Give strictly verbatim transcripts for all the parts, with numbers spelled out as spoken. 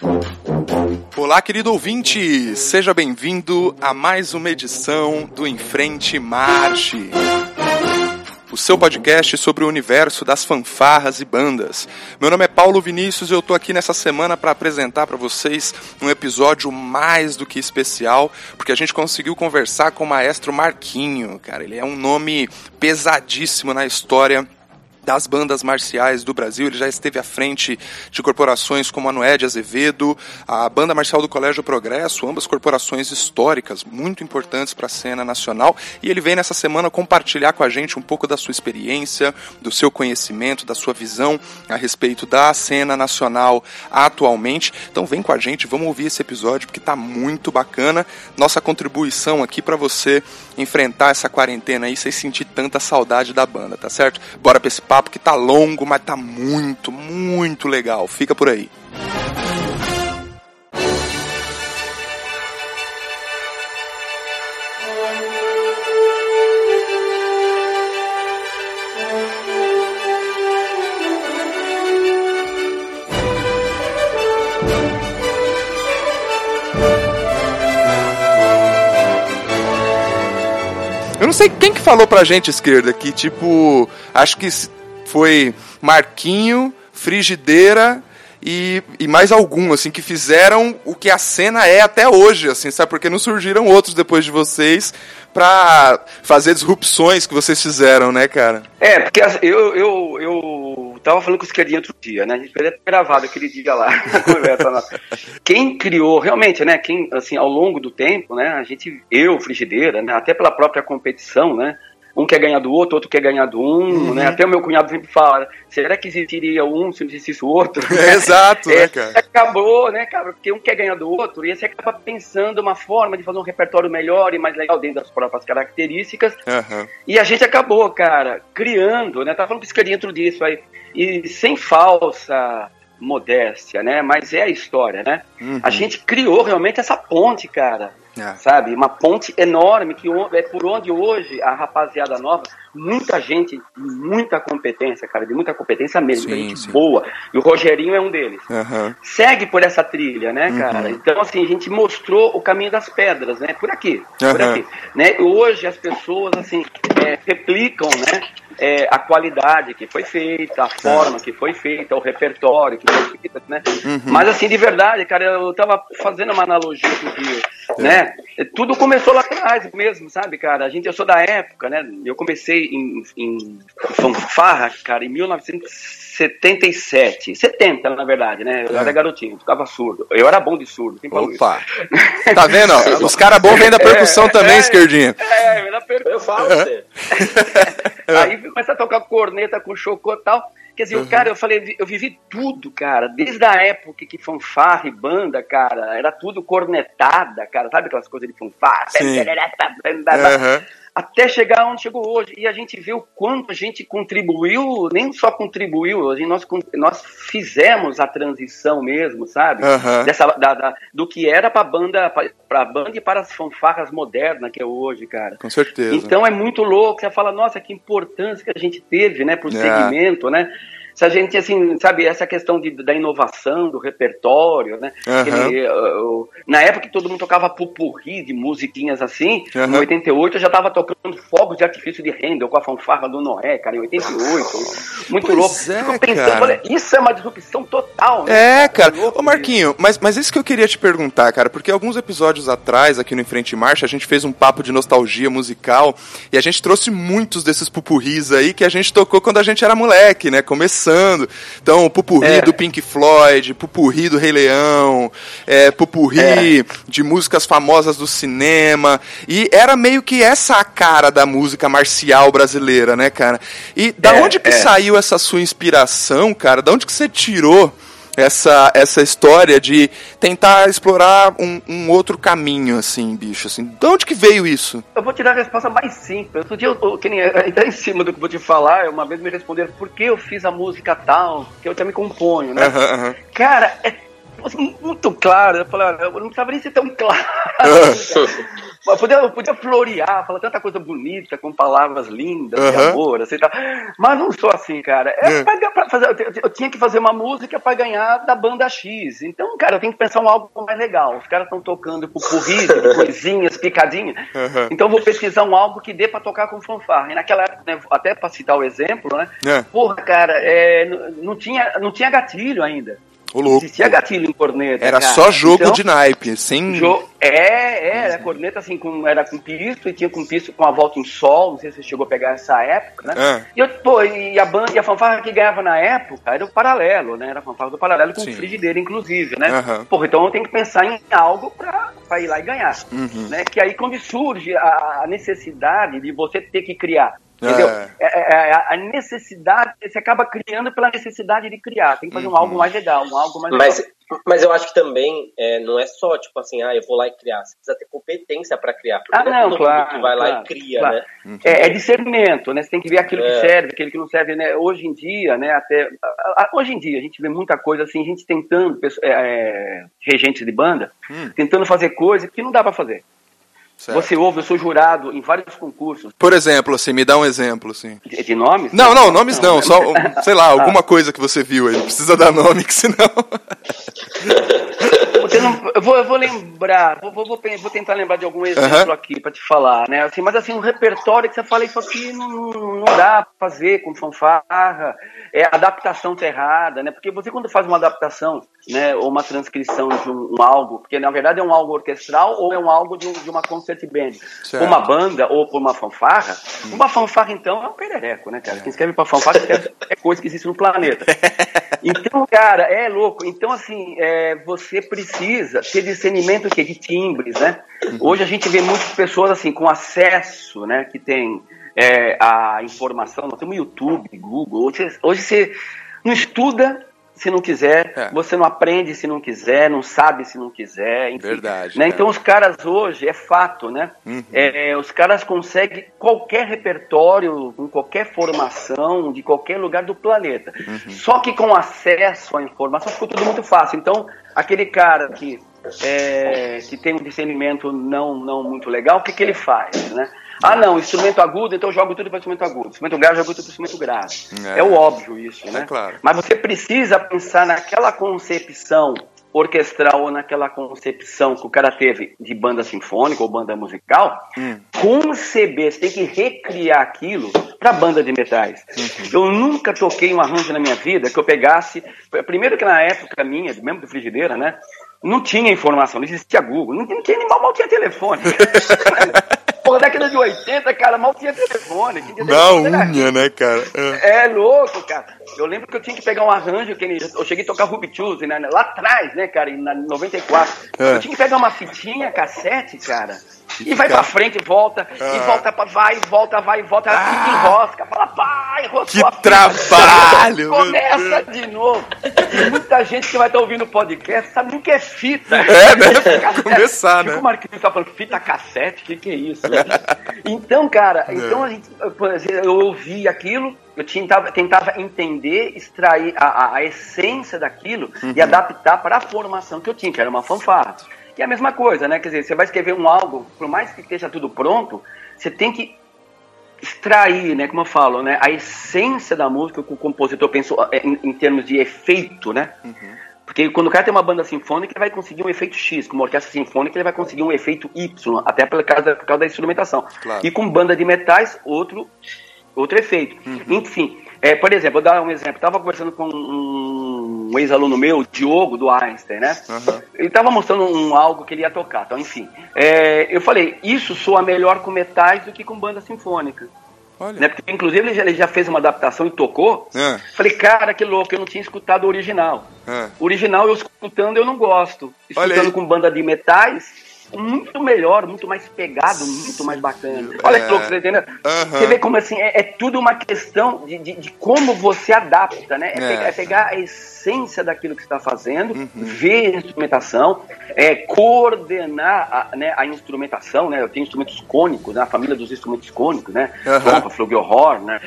Olá, querido ouvinte! Seja bem-vindo a mais uma edição do Em Frente Marche, o seu podcast sobre o universo das fanfarras e bandas. Meu nome é Paulo Vinícius e eu tô aqui nessa semana para apresentar para vocês um episódio mais do que especial, porque a gente conseguiu conversar com o maestro Marquinho, cara. Ele é um nome pesadíssimo na história das bandas marciais do Brasil. Ele já esteve à frente de corporações como a Noé de Azevedo, a Banda Marcial do Colégio Progresso, ambas corporações históricas, muito importantes para a cena nacional, e ele vem nessa semana compartilhar com a gente um pouco da sua experiência, do seu conhecimento, da sua visão a respeito da cena nacional atualmente. Então vem com a gente, vamos ouvir esse episódio, porque tá muito bacana. Nossa contribuição aqui para você enfrentar essa quarentena aí sem sentir tanta saudade da banda, tá certo? Bora pra esse papo que tá longo, mas tá muito, muito legal. Fica por aí. Eu não sei quem que falou pra gente, esquerda, que tipo, acho que foi Marquinho, Frigideira e, e mais algum, assim, que fizeram o que a cena é até hoje, assim, sabe? Porque não surgiram outros depois de vocês pra fazer disrupções que vocês fizeram, né, cara? É, porque eu, eu, eu tava falando com o Esquerdinha outro dia, né? A gente teria gravado aquele dia lá, a conversa nossa. Quem criou, realmente, né? Quem, assim, ao longo do tempo, né? A gente, eu, Frigideira, né? Até pela própria competição, né? Um quer ganhar do outro, outro quer ganhar do um, uhum. né? Até o meu cunhado sempre fala, será que existiria um se não existisse o outro? É, exato, né, cara? Acabou, né, cara? Porque um quer ganhar do outro, e você acaba pensando uma forma de fazer um repertório melhor e mais legal dentro das próprias características. Uhum. E a gente acabou, cara, criando, né? Tava falando com o Esquerdinha outro dia isso aí. E sem falsa modéstia, né? Mas é a história, né? Uhum. A gente criou realmente essa ponte, cara. É. Sabe, uma ponte enorme que é por onde hoje a rapaziada nova, muita gente, muita competência, cara, de muita competência mesmo, sim, gente sim. boa, e o Rogerinho é um deles. Uhum. Segue por essa trilha, né, cara? Uhum. Então, assim, a gente mostrou o caminho das pedras, né? Por aqui, uhum. por aqui. Né? Hoje as pessoas, assim, é, replicam, né? É, a qualidade que foi feita, a forma é. que foi feita, o repertório que foi feito, né? Uhum. Mas assim, de verdade, cara, eu tava fazendo uma analogia com dia, é. né? Tudo começou lá atrás mesmo, sabe, cara? A gente, eu sou da época, né? Eu comecei em, em fanfarra, cara, em mil novecentos e setenta e sete, setenta, na verdade, né? Eu é. era garotinho, ficava surdo. Eu era bom de surdo. Opa! Tá vendo? Ó, os caras bons vêm da percussão é, também, é, Esquerdinha. É, vem da percussão. Eu falo pra você. Aí começa a tocar corneta com chocô e tal. Quer dizer, uhum. o cara, eu falei, eu vivi tudo, cara. Desde a época que fanfarra e banda, cara, era tudo cornetada, cara. Sabe aquelas coisas de fanfarra? Uhum. Até chegar onde chegou hoje. E a gente vê o quanto a gente contribuiu, nem só contribuiu, a gente, nós, nós fizemos a transição mesmo, sabe? Uhum. Dessa, da, da, do que era pra banda, pra, pra banda e para as fanfarras modernas que é hoje, cara. Com certeza. Então é muito louco. Você fala, nossa, que importância que a gente teve, né, pro é. segmento, né? Se a gente, assim, sabe, essa questão de, da inovação, do repertório, né? Uhum. Aquele, uh, uh, na época que todo mundo tocava pupurri de musiquinhas assim, uhum. em oitenta e oito eu já tava tocando fogos de artifício de Handel com a fanfarra do Noé, cara, em oitenta e oito. Muito pois louco. É, Fico pensando, olha, isso é uma disrupção total, né? É, cara. cara. Ô, Marquinho, mas, mas isso que eu queria te perguntar, cara, porque alguns episódios atrás, aqui no Em Frente Marcha, a gente fez um papo de nostalgia musical e a gente trouxe muitos desses pupurris aí que a gente tocou quando a gente era moleque, né? Começando. Então, o pupurri é. do Pink Floyd, pupurri do Rei Leão, é, pupurri é. de músicas famosas do cinema. E era meio que essa a cara da música marcial brasileira, né, cara? E da é, onde que é. saiu essa sua inspiração, cara? Da onde que você tirou essa, essa história de tentar explorar um, um outro caminho, assim, bicho, assim, de onde que veio isso? Eu vou te dar a resposta mais simples. Outro dia, eu, eu, que nem, ainda em cima do que eu vou te falar, uma vez me responderam por que eu fiz a música tal, que eu também componho, né? Uhum, uhum. Cara, é fosse muito claro, eu falei, eu não precisava nem ser tão claro. Eu podia, eu podia florear, falar tanta coisa bonita, com palavras lindas, uhum. de amor, assim, tal. Mas não sou assim, cara. É pra, pra fazer, eu, eu tinha que fazer uma música pra ganhar da banda X. Então, cara, eu tenho que pensar um álbum mais legal. Os caras estão tocando por corrida, coisinhas, picadinhas. Uhum. Então, eu vou pesquisar um álbum que dê pra tocar com fanfarra. E naquela época, né, até pra citar o exemplo, né? É. Porra, cara, é, não, não, tinha, não tinha gatilho ainda. O louco. Existia gatilho em corneta. Era cara. só jogo então, de naipe, sem. Jo... É, é, era corneta assim, com, era com pisto, e tinha com pisto com a volta em sol, não sei se você chegou a pegar essa época, né? É. E, eu, pô, e, a banda, e a fanfarra que ganhava na época era o Paralelo, né? Era a fanfarra do Paralelo com Sim. frigideira, inclusive, né? Uhum. Porra, então eu tenho que pensar em algo pra, pra ir lá e ganhar. Uhum. Né? Que aí quando surge a, a necessidade de você ter que criar. Entendeu? É. É, é, a necessidade, você acaba criando pela necessidade de criar. Tem que fazer uhum. um algo mais legal, um algo mais mas, legal. Mas eu acho que também é, não é só, tipo assim, ah, eu vou lá e criar. Você precisa ter competência para criar. Ah, não, não, todo claro. mundo que vai claro, lá e cria, claro. né? Uhum. É, é discernimento, né? Você tem que ver aquilo é. que serve, aquilo que não serve, né? Hoje em dia, né? Até, hoje em dia, a gente vê muita coisa assim, gente tentando, é, regentes de banda, hum. tentando fazer coisa que não dá para fazer. Certo. Você ouve, eu sou jurado em vários concursos. Por exemplo, assim, me dá um exemplo, assim. De, de nomes? Não, não, nomes não, não só, sei lá, alguma ah. coisa que você viu aí. Não precisa dar nome, que senão... Você não, eu, vou, eu vou lembrar, vou, vou, vou tentar lembrar de algum exemplo uh-huh. aqui pra te falar, né? Assim, mas assim, um repertório que você fala, isso aqui não, não dá pra fazer com fanfarra, é, a adaptação tá errada, né? Porque você quando faz uma adaptação, né, ou uma transcrição de um, um algo, porque na verdade é um algo orquestral ou é um algo de, um, de uma concert band, certo. Por uma banda ou por uma fanfarra, hum. uma fanfarra então é um perereco, né, cara? Quem escreve pra fanfarra escreve é coisa que existe no planeta. Então, cara, é louco. Então, assim, é, você precisa ter discernimento de timbres, né? Uhum. Hoje a gente vê muitas pessoas, assim, com acesso, né, que tem é, a informação. Nós temos YouTube, Google. Hoje, hoje você não estuda se não quiser, é. você não aprende se não quiser, não sabe se não quiser, enfim. Verdade. Né? É. Então os caras hoje, é fato, né? Uhum. É, os caras conseguem qualquer repertório, com qualquer formação, de qualquer lugar do planeta. Uhum. Só que com acesso à informação ficou tudo muito fácil. Então, aquele cara que, é, que tem um discernimento não, não muito legal, o que, que ele faz, né? Ah, não, instrumento agudo, então eu jogo tudo para instrumento agudo. Instrumento grave, eu jogo tudo para instrumento grave. É. é o óbvio isso, né? É claro. Mas você precisa pensar naquela concepção orquestral ou naquela concepção que o cara teve de banda sinfônica ou banda musical, hum. conceber, você tem que recriar aquilo para banda de metais. Uhum. Eu nunca toquei um arranjo na minha vida que eu pegasse... Primeiro que na época minha, mesmo do Frigideira, né? Não tinha informação, não existia Google, não tinha, mal, mal tinha telefone. Porra, década de oitenta, cara, mal tinha telefone. Tinha telefone Na unha, né, cara? É. é louco, cara. Eu lembro que eu tinha que pegar um arranjo, que eu cheguei a tocar Ruby Tuesday, né, lá atrás, né, cara, em noventa e quatro. É. Eu tinha que pegar uma fitinha, cassete, cara, e, e vai pra frente, volta, ah. e volta pra vai, volta, vai, volta, ah. fica enrosca, fala, pá, enroscou. Que trabalho! Começa de novo. E muita gente que vai estar ouvindo o podcast sabe nem o que é fita. É, né? Pra começar, né? O Marquinhos tá falando, fita cassete, o que, que é isso? Né? Então, cara, é. então a gente, eu ouvi aquilo, eu tentava, tentava entender, extrair a, a, a essência daquilo uhum. e adaptar para a formação que eu tinha, que era uma fanfarra. E a mesma coisa, né? Quer dizer, você vai escrever um álbum, por mais que esteja tudo pronto, você tem que extrair, né? Como eu falo, né? A essência da música que o compositor pensou em, em termos de efeito, né? Uhum. Porque quando o cara tem uma banda sinfônica, ele vai conseguir um efeito X. Com uma orquestra sinfônica, ele vai conseguir um efeito Y, até por causa da, por causa da instrumentação. Claro. E com banda de metais, outro, outro efeito. Uhum. Enfim, é, por exemplo, vou dar um exemplo. Eu estava conversando com um, um ex-aluno meu, Diogo, do Einstein, né? Uhum. Ele estava mostrando um, algo que ele ia tocar. Então, enfim, é, eu falei, isso soa melhor com metais do que com banda sinfônica. Né? Porque, inclusive, ele já, ele já fez uma adaptação e tocou. É. Falei, cara, que louco, eu não tinha escutado o original. É. O original, eu escutando, eu não gosto. Escutando com banda de metais, muito melhor, muito mais pegado, muito mais bacana. Olha que louco, você entendeu? Uhum. Você vê como assim, é, é tudo uma questão de, de, de como você adapta, né? É, é. Pegar, é pegar a essência daquilo que você está fazendo, uhum. ver a instrumentação, é, coordenar a, né, a instrumentação, né? Eu tenho instrumentos cônicos, né? A família dos instrumentos cônicos, né? Uhum. Trompa, flugelhorn, né?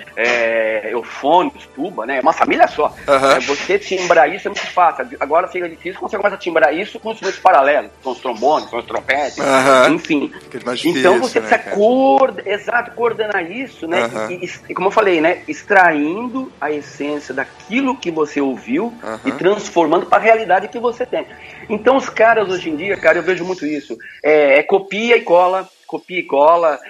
É, eufônicos, tuba, né? É uma família só. Uhum. É, você timbrar isso é muito fácil. Agora fica difícil quando você começa a timbrar isso com instrumentos paralelos, com os trombones, com os trompetes, uhum. enfim. Difícil, então você precisa né, coord... Exato, coordenar isso, né? Uhum. E, e, como eu falei, né? Extraindo a essência daquilo que você ouviu uhum. e transformando para a realidade que você tem. Então os caras hoje em dia, cara, eu vejo muito isso. É, é copia e cola. Copia e cola,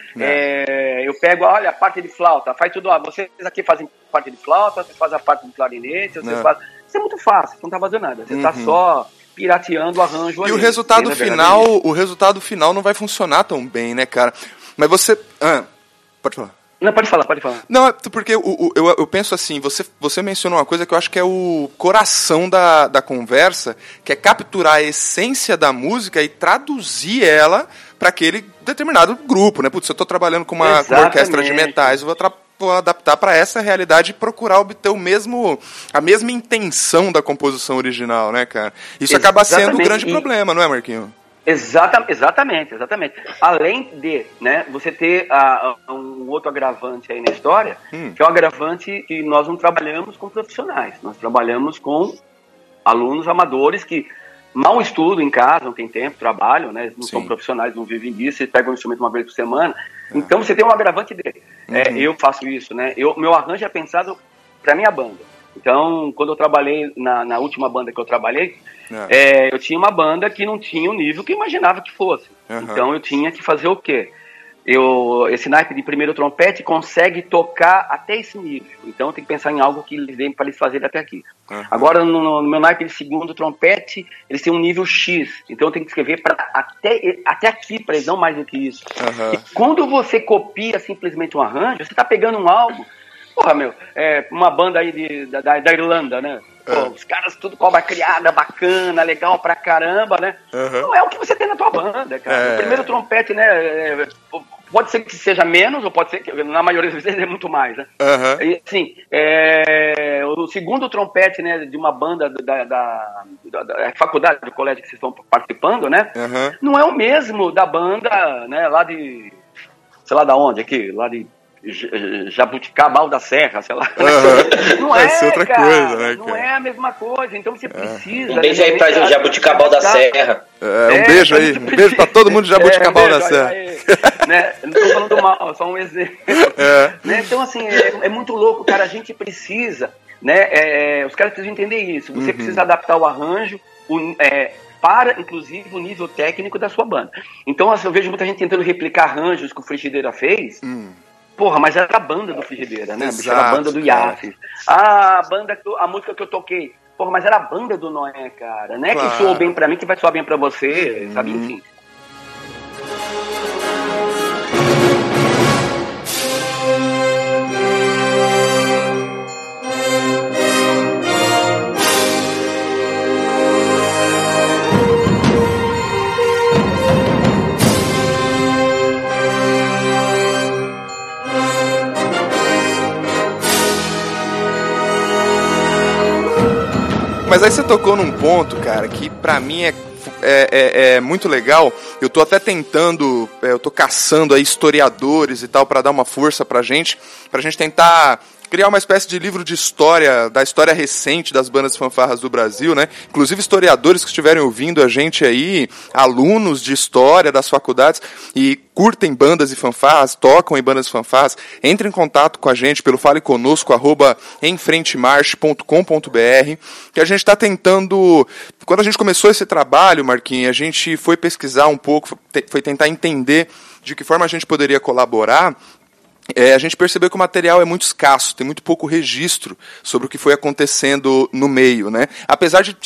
é, eu pego, olha, a parte de flauta, faz tudo, ó, vocês aqui fazem parte de flauta, vocês fazem a parte do clarinete, vocês fazem... Isso é muito fácil, você não tá fazendo nada, você uhum. tá só pirateando o arranjo. E ali, o resultado final, o resultado final não vai funcionar tão bem, né, cara? Mas você... Ah, pode falar. Não, pode falar, pode falar. Não, é porque o, o, eu, eu penso assim, você, você mencionou uma coisa que eu acho que é o coração da, da conversa, que é capturar a essência da música e traduzir ela para aquele determinado grupo, né? Putz, se eu estou trabalhando com uma, com uma orquestra de metais, eu vou, tra- vou adaptar para essa realidade e procurar obter o mesmo, a mesma intenção da composição original, né, cara? Isso Exatamente. Acaba sendo um grande e... problema, não é, Marquinho? Exata, exatamente, exatamente. Além de, né, você ter a, a, um outro agravante aí na história, hum. que é o agravante que nós não trabalhamos com profissionais, nós trabalhamos com alunos amadores que mal estudam em casa, não tem tempo, trabalham, né, não Sim. são profissionais, não vivem disso, eles pegam o instrumento uma vez por semana, é. Então você tem um agravante dele. Uhum. É, eu faço isso, né, eu, meu arranjo é pensado para minha banda. Então, quando eu trabalhei na, na última banda que eu trabalhei, é. É, eu tinha uma banda que não tinha o nível que eu imaginava que fosse. Uhum. Então, eu tinha que fazer o quê? Eu, esse naipe de primeiro trompete consegue tocar até esse nível. Então, eu tenho que pensar em algo que eles deem para eles fazerem até aqui. Uhum. Agora, no, no meu naipe de segundo trompete, eles têm um nível X. Então, eu tenho que escrever pra até, até aqui para eles, não mais do que isso. Uhum. E quando você copia simplesmente um arranjo, você está pegando um álbum. Porra, meu, é uma banda aí de, da, da Irlanda, né? Pô, é. Os caras tudo cobra criada, bacana, legal pra caramba, né? Uhum. Não é o que você tem na tua banda, cara. É. O primeiro trompete, né? É, pode ser que seja menos, ou pode ser que, na maioria das vezes, é muito mais, né? Uhum. E, assim, é, o segundo trompete, né, de uma banda da, da, da, da faculdade, do colégio que vocês estão participando, né? Uhum. Não é o mesmo da banda, né, lá de... Sei lá da onde, aqui, lá de... Jabuticabal da Serra, sei lá. Uhum. Não é, é outra cara, coisa, né, cara? Não é a mesma coisa, então você precisa... Um beijo aí pra o Jabuticabal da Serra. É, um beijo aí, um beijo pra todo mundo de Jabuticabal é, um da Serra. Aí, né? Não tô falando mal, só um exemplo. É. Né? Então, assim, é, é muito louco, cara, a gente precisa, né, é, os caras precisam entender isso, você uhum. precisa adaptar o arranjo, o, é, para, inclusive, o nível técnico da sua banda. Então, assim, eu vejo muita gente tentando replicar arranjos que o Frigideira fez. Hum. Porra, mas era a banda do Frigideira, né? Exato, era a banda do Iafes. Ah, a banda, a música que eu toquei. Porra, mas era a banda do Noé, cara. Não é claro. Que soou bem pra mim que vai soar bem pra você, hum. sabe? Enfim. Mas aí você tocou num ponto, cara, que pra mim é, é, é, é muito legal. Eu tô até tentando, é, eu tô caçando aí historiadores e tal pra dar uma força pra gente, pra gente tentar criar uma espécie de livro de história, da história recente das bandas fanfarras do Brasil, né? Inclusive historiadores que estiverem ouvindo a gente aí, alunos de história das faculdades e curtem bandas e fanfarras, tocam em bandas e fanfarras, entre em contato com a gente pelo fale conosco, arroba enfrentemarche ponto com ponto br, que a gente está tentando... Quando a gente começou esse trabalho, Marquinhos, a gente foi pesquisar um pouco, foi tentar entender de que forma a gente poderia colaborar. É, a gente percebeu que o material é muito escasso, tem muito pouco registro sobre o que foi acontecendo no meio, né? Apesar de, de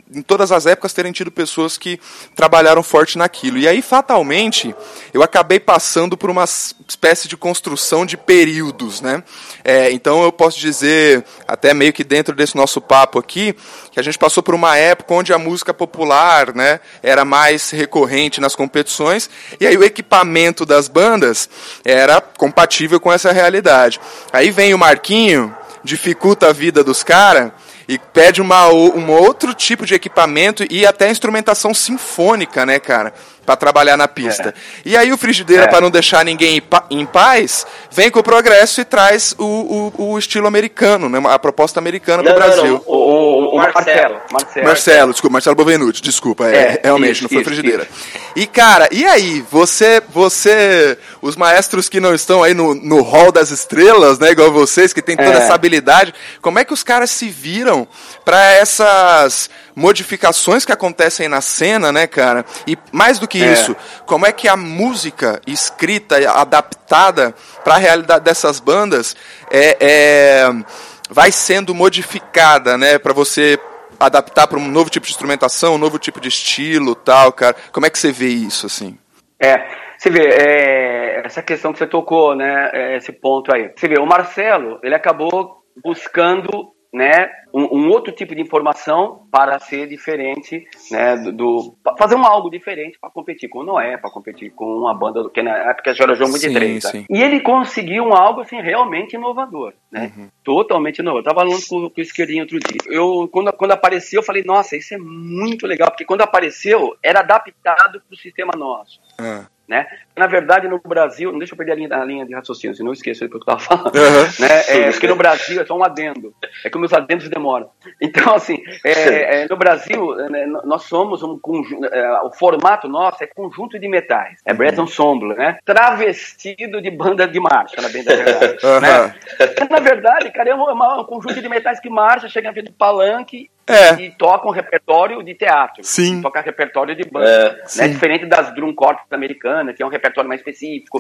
em todas as épocas, terem tido pessoas que trabalharam forte naquilo. E aí, fatalmente, eu acabei passando por uma espécie de construção de períodos, né? É, então, eu posso dizer, até meio que dentro desse nosso papo aqui, que a gente passou por uma época onde a música popular, né, era mais recorrente nas competições, e aí o equipamento das bandas era compatível com essa realidade. Aí vem o Marquinho, dificulta a vida dos caras, e pede uma, um outro tipo de equipamento e até instrumentação sinfônica, né, cara? Pra trabalhar na pista. É. E aí o Frigideira, é. para não deixar ninguém em paz, vem com o progresso e traz o, o, o estilo americano, né? A proposta americana não, pro não, Brasil. Não. O, o, o Marcelo. Marcelo. Marcelo, desculpa, Marcelo Bovenuti, desculpa, é, é, realmente, isso, não foi isso, Frigideira. Isso. E, cara, e aí? Você, você, os maestros que não estão aí no, no hall das estrelas, né, igual vocês, que tem toda é. essa habilidade, como é que os caras se viram para essas modificações que acontecem na cena, né, cara? E mais do que é. isso, como é que a música escrita, adaptada para a realidade dessas bandas, é, é, vai sendo modificada, né, para você adaptar para um novo tipo de instrumentação, um novo tipo de estilo, tal, cara? Como é que você vê isso, assim? É, você vê, é, essa questão que você tocou, né, esse ponto aí. Você vê, o Marcelo, ele acabou buscando, né, um, um outro tipo de informação para ser diferente, né, do, do fazer um algo diferente para competir com o Noé, para competir com uma banda que na época já era João de três, tá? E ele conseguiu um algo assim realmente inovador, né, uhum. totalmente inovador. Eu tava falando com, com o Isqueirinho outro dia. Eu quando, quando apareceu, eu falei, nossa, isso é muito legal, porque quando apareceu era adaptado para o sistema nosso. Uhum. Né? Na verdade, no Brasil, não deixa eu perder a linha, a linha de raciocínio, senão eu esqueço do que eu estava falando. Uhum. Né? É, porque no Brasil é só um adendo, é que os meus adendos demoram. Então, assim, é, é, no Brasil, né, nós somos um conjunto, é, o formato nosso é conjunto de metais, é brass ensemble, né? Travestido de banda de marcha, na bem da verdade. Uhum. Né? Na verdade, cara, é um, um conjunto de metais que marcha, chega a ver do palanque. É. E toca um repertório de teatro. Sim. Toca repertório de banda. É, né? Diferente das drum corps americanas, que é um repertório mais específico.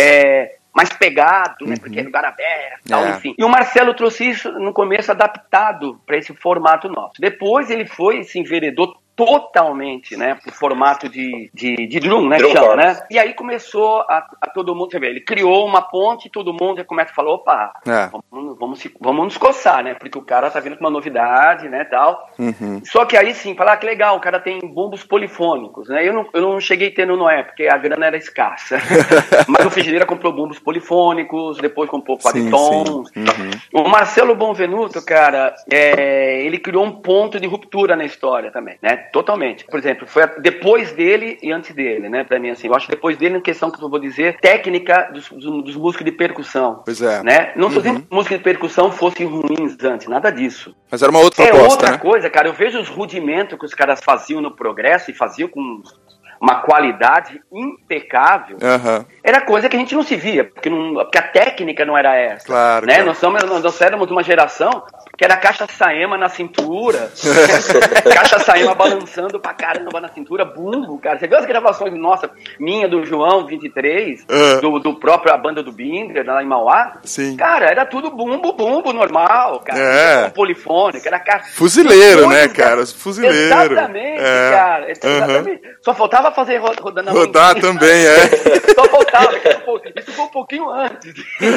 É, mais pegado, né? Uhum. Porque é lugar aberto, tal, é. enfim. E o Marcelo trouxe isso no começo adaptado para esse formato nosso. Depois ele foi, se enveredou totalmente, né, pro formato de, de, de drum, né, drum chama, né? E aí começou a, a todo mundo, você vê, ele criou uma ponte e todo mundo começa a falar, opa, é. vamos, vamos, vamos nos coçar, né, porque o cara tá vindo com uma novidade, né, tal. Uhum. Só que aí sim, falar ah, que legal, o cara tem bumbos polifônicos, né, eu não, eu não cheguei a ter no Noé, porque a grana era escassa. Mas o Frigideira comprou bumbos polifônicos, depois comprou quadritons. Uhum. O Marcelo Bonvenuto, cara, é, ele criou um ponto de ruptura na história também, né? Totalmente. Por exemplo, foi depois dele e antes dele, né? Pra mim, assim, eu acho que depois dele, em questão que eu vou dizer, técnica dos, dos, dos músicos de percussão. Pois é. Né? Não estou dizendo que músicos de percussão fossem ruins antes, nada disso. Mas era uma outra é proposta, outra né? coisa, cara. Eu vejo os rudimentos que os caras faziam no Progresso e faziam com uma qualidade impecável. Uhum. Era coisa que a gente não se via, porque, não, porque a técnica não era essa. Claro, né? claro. Nós, somos, nós éramos uma geração que era caixa Saema na cintura, caixa Saema balançando pra caramba na cintura, bumbo, cara. Você viu as gravações, nossa, minha, do João vinte e três, uhum. do, do próprio a banda do Binder, lá em Mauá? Sim. Cara, era tudo bumbo, bumbo, normal, cara. É. Polifônico, era caixa... Fuzileiro, né, cara? Fuzileiro. Exatamente, é. cara. Exatamente. Uhum. Só faltava fazer rodando a Rodar mãozinha. também, é. Só faltava. Isso foi um pouquinho antes.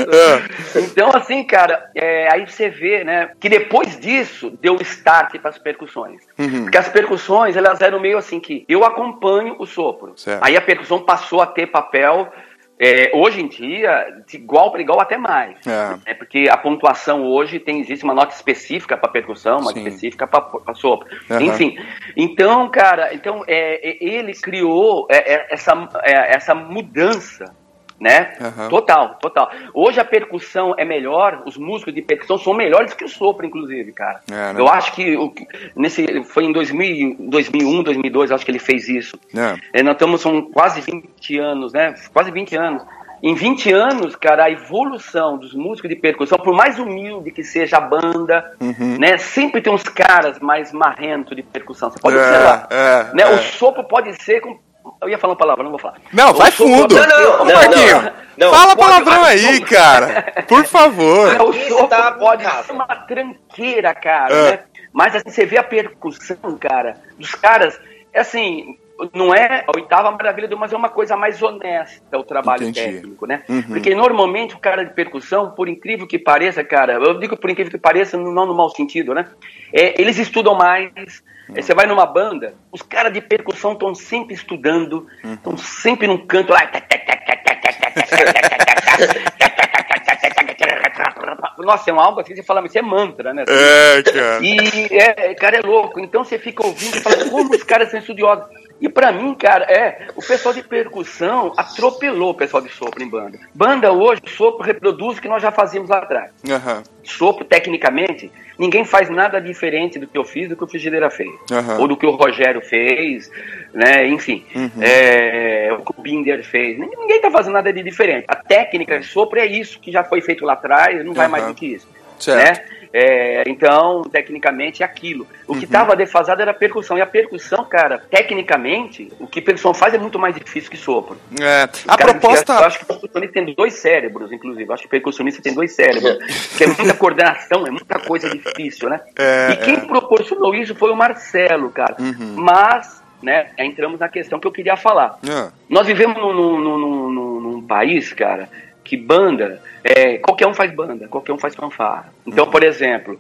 É. Então, assim, cara, é, aí você vê, né, que depois disso deu start para as percussões. Uhum. Porque as percussões, elas eram meio assim que eu acompanho o sopro. Certo. Aí a percussão passou a ter papel... É, hoje em dia, de igual para igual até mais. É. É porque a pontuação hoje tem, existe uma nota específica para percussão, uma Sim. específica para sopro. Uhum. Enfim, então, cara, então, é, ele criou é, é, essa, é, essa mudança, né? Uhum. Total, total. Hoje a percussão é melhor, os músicos de percussão são melhores que o sopro, inclusive, cara. É, né? Eu acho que o, nesse, foi em dois mil, dois mil e um, dois mil e dois, acho que ele fez isso. É. É, nós estamos, são quase vinte anos, né? Quase vinte anos. Em vinte anos, cara, a evolução dos músicos de percussão, por mais humilde que seja a banda, uhum. né? Sempre tem uns caras mais marrentos de percussão. Você pode é, observar. É, né? É. O sopro pode ser com... Eu ia falar uma palavra, não vou falar. Não, vai fundo. Não, não, Ô, não, Marquinho, não, não. fala Pode, palavrão pode, aí, pode. cara. Por favor. O sopro pode ser uma tranqueira, cara. É. Né? Mas assim, você vê a percussão, cara, dos caras, é assim, não é a oitava maravilha do mundo, mas é uma coisa mais honesta o trabalho Entendi. técnico, né? Uhum. Porque normalmente o cara de percussão, por incrível que pareça, cara, eu digo por incrível que pareça, não no mau sentido, né? É, eles estudam mais. Uhum. Você vai numa banda, os caras de percussão estão sempre estudando, estão uhum. sempre num canto lá. Nossa, é um algo assim, você fala, mas isso é mantra, né? É, cara. E, é, cara, é louco. Então você fica ouvindo e fala, como os caras são estudiosos. E pra mim, cara, é, o pessoal de percussão atropelou o pessoal de sopro em banda. Banda hoje, sopro reproduz o que nós já fazíamos lá atrás. Uhum. Sopro, tecnicamente, ninguém faz nada diferente do que eu fiz, do que o Frigideira fez. Uhum. Ou do que o Rogério fez, né, enfim. Uhum. É, o que o Binder fez. Ninguém tá fazendo nada de diferente. A técnica de sopro é isso que já foi feito lá atrás, não vai uhum. mais do que isso. Certo. Né? É, então, tecnicamente, é aquilo. O que estava uhum. defasado era a percussão. E a percussão, cara, tecnicamente, o que a percussão faz é muito mais difícil que sopro. É. A cara, proposta... Eu acho que o percussionista tem dois cérebros, inclusive. Eu acho que o percussionista tem dois cérebros. Que é muita coordenação, é muita coisa difícil, né? É, e quem é. proporcionou isso foi o Marcelo, cara. Uhum. Mas... né, entramos na questão que eu queria falar. É. Nós vivemos num, num, num, num, num país, cara, que banda, é, qualquer um faz banda, qualquer um faz fanfarra. Então, uhum. por exemplo,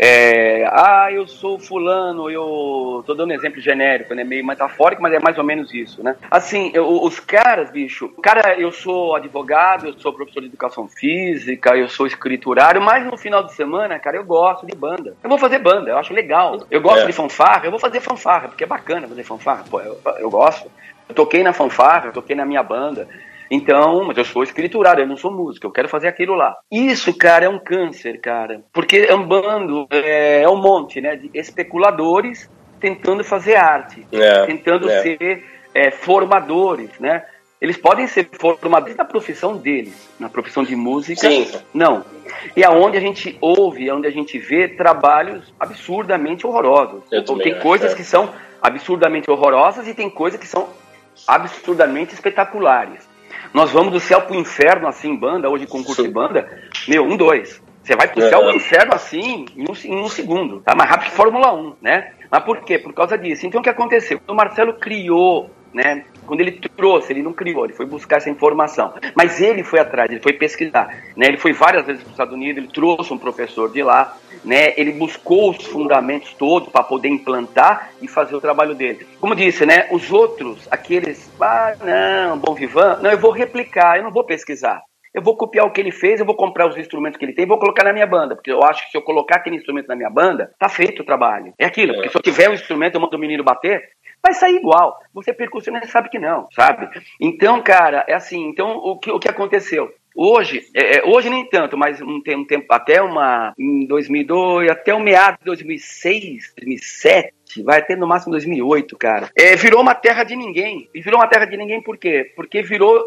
é, ah, eu sou fulano, eu tô dando um exemplo genérico, né, meio metafórico, mas é mais ou menos isso, né? Assim, eu, os caras, bicho, cara, eu sou advogado, eu sou professor de educação física, eu sou escriturário, mas no final de semana, cara, eu gosto de banda. Eu vou fazer banda, eu acho legal. Eu gosto é. de fanfarra, eu vou fazer fanfarra, porque é bacana fazer fanfarra, pô, eu, eu gosto. Eu toquei na fanfarra, eu toquei na minha banda. Então, mas eu sou escriturário, eu não sou músico, eu quero fazer aquilo lá. Isso, cara, é um câncer, cara. Porque é um bando, é, é um monte, né, de especuladores tentando fazer arte, é, tentando é. ser é, formadores, né? Eles podem ser formadores na profissão deles, na profissão de música, Sim. não. E aonde a gente ouve, aonde a gente vê trabalhos absurdamente horrorosos. Então, tem coisas é. que são absurdamente horrorosas e tem coisas que são absurdamente espetaculares. Nós vamos do céu pro inferno assim em banda, hoje concurso de banda, meu, um, dois. Você vai pro céu pro inferno assim em um, em um segundo, tá? Mais rápido que Fórmula um, né? Mas por quê? Por causa disso. Então o que aconteceu? O Marcelo criou, né? Quando ele trouxe, ele não criou, ele foi buscar essa informação. Mas ele foi atrás, ele foi pesquisar, né? Ele foi várias vezes para os Estados Unidos, ele trouxe um professor de lá, né? Ele buscou os fundamentos todos para poder implantar e fazer o trabalho dele. Como disse, né? Os outros, aqueles, ah, não, bom vivant, não, eu vou replicar, eu não vou pesquisar. Eu vou copiar o que ele fez, eu vou comprar os instrumentos que ele tem e vou colocar na minha banda. Porque eu acho que se eu colocar aquele instrumento na minha banda, tá feito o trabalho. É aquilo, porque se eu tiver um instrumento, eu mando o menino bater, vai sair igual. Você percussionista sabe que não, sabe? Então, cara, é assim, então o que, o que aconteceu? Hoje, é, hoje nem tanto, mas um, um tempo, até uma, em dois mil e dois, até o meado de dois mil e seis, dois mil e sete, vai até no máximo dois mil e oito, cara. É, virou uma terra de ninguém. E virou uma terra de ninguém por quê? Porque virou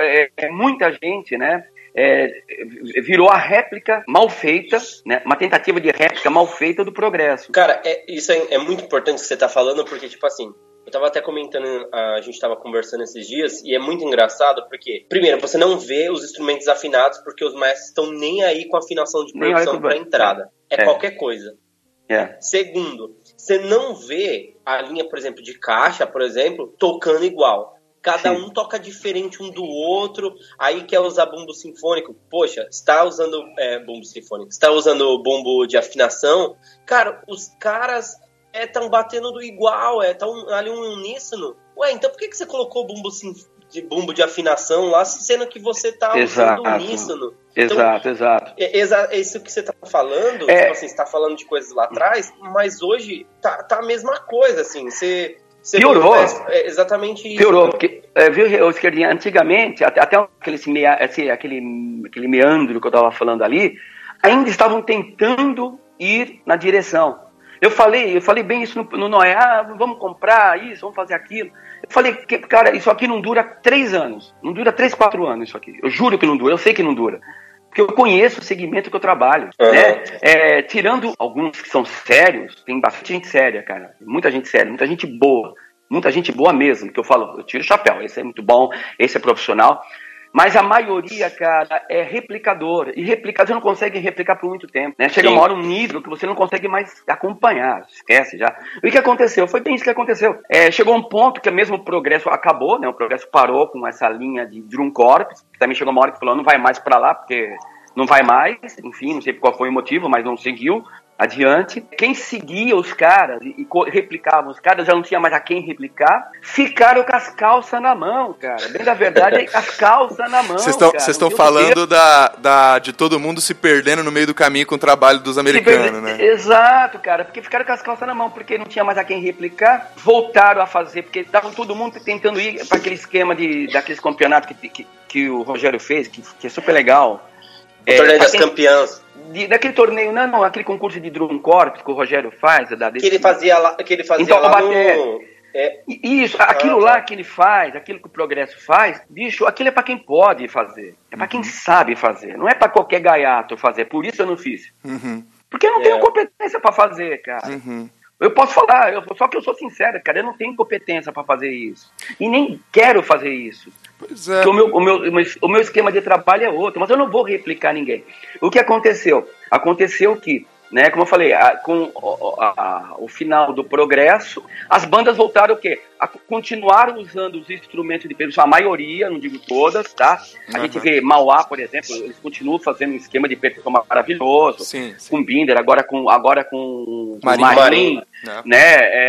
é, muita gente, né? É, virou a réplica mal feita, né? Uma tentativa de réplica mal feita do progresso. Cara, é, isso é, é muito importante o que você tá falando, porque, tipo assim, eu tava até comentando, a gente tava conversando esses dias, e é muito engraçado porque, primeiro, você não vê os instrumentos afinados porque os maestros estão nem aí com a afinação de produção para entrada. É, é qualquer coisa. É. Segundo, você não vê a linha, por exemplo, de caixa, por exemplo, tocando igual. Cada Sim. um toca diferente um do outro, aí quer usar bumbo sinfônico. Poxa, está usando é, bumbo sinfônico, está usando bumbo de afinação. Cara, os caras estão é, batendo do igual, estão é, ali um uníssono. Ué, então por que, que você colocou bumbo de, bumbo de afinação lá, sendo que você está usando uníssono? Então, exato, exato. É, é isso que você está falando, é... tipo assim, você está falando de coisas lá atrás, mas hoje tá, tá a mesma coisa, assim, você... Você Piorou. É exatamente isso. Piorou, porque, é, viu, Esquerdinha, antigamente, até, até aquele, assim, aquele, aquele meandro que eu estava falando ali, ainda estavam tentando ir na direção. Eu falei, eu falei bem isso no, no Noé, ah, vamos comprar isso, vamos fazer aquilo. Eu falei, que, cara, isso aqui não dura três anos, não dura três, quatro anos isso aqui. Eu juro que não dura, eu sei que não dura. Porque eu conheço o segmento que eu trabalho, uhum. né? É, tirando alguns que são sérios, tem bastante gente séria, cara. Muita gente séria, muita gente boa. Muita gente boa mesmo, que eu falo, eu tiro o chapéu. Esse é muito bom, esse é profissional. Mas a maioria, cara, é replicador. E replicador você não consegue replicar por muito tempo, né? Chega Sim. uma hora um nível que você não consegue mais acompanhar. Esquece já. E o que aconteceu? Foi bem isso que aconteceu. É, chegou um ponto que mesmo o progresso acabou, né? O progresso parou com essa linha de Drum Corps. Também chegou uma hora que falou, não vai mais pra lá, porque não vai mais. Enfim, não sei qual foi o motivo, mas não seguiu adiante. Quem seguia os caras e, e replicava os caras, já não tinha mais a quem replicar, ficaram com as calças na mão, cara. Bem da verdade, as calças na mão. Vocês estão falando da, da, de todo mundo se perdendo no meio do caminho com o trabalho dos americanos, né? Exato, cara, porque ficaram com as calças na mão, porque não tinha mais a quem replicar, voltaram a fazer, porque estavam todo mundo tentando ir para aquele esquema de, daqueles campeonatos que, que, que o Rogério fez, que, que é super legal. O é, torneio das quem... campeãs. De, daquele torneio, não, não, aquele concurso de Drum Corps que o Rogério faz. Da, desse... Que ele fazia lá, que ele fazia então, lá no... É... Isso, aquilo ah, lá que ele faz, aquilo que o Progresso faz, bicho, aquilo é pra quem pode fazer. É pra uhum. quem sabe fazer. Não é pra qualquer gaiato fazer. Por isso eu não fiz. Uhum. Porque eu não é. tenho competência pra fazer, cara. Uhum. Eu posso falar, eu, só que eu sou sincero, cara, eu não tenho competência pra fazer isso. E nem quero fazer isso. Pois é. Porque o meu, o, meu, o meu esquema de trabalho é outro, mas eu não vou replicar ninguém. O que aconteceu? Aconteceu que, né, como eu falei, a, com a, a, o final do Progresso, as bandas voltaram o quê? A, continuaram usando os instrumentos de percussão, a maioria, não digo todas, tá? A uhum. gente vê Mauá, por exemplo, eles continuam fazendo um esquema de percussão maravilhoso, sim, sim. com Binder, agora com, agora com Marim, Marim né?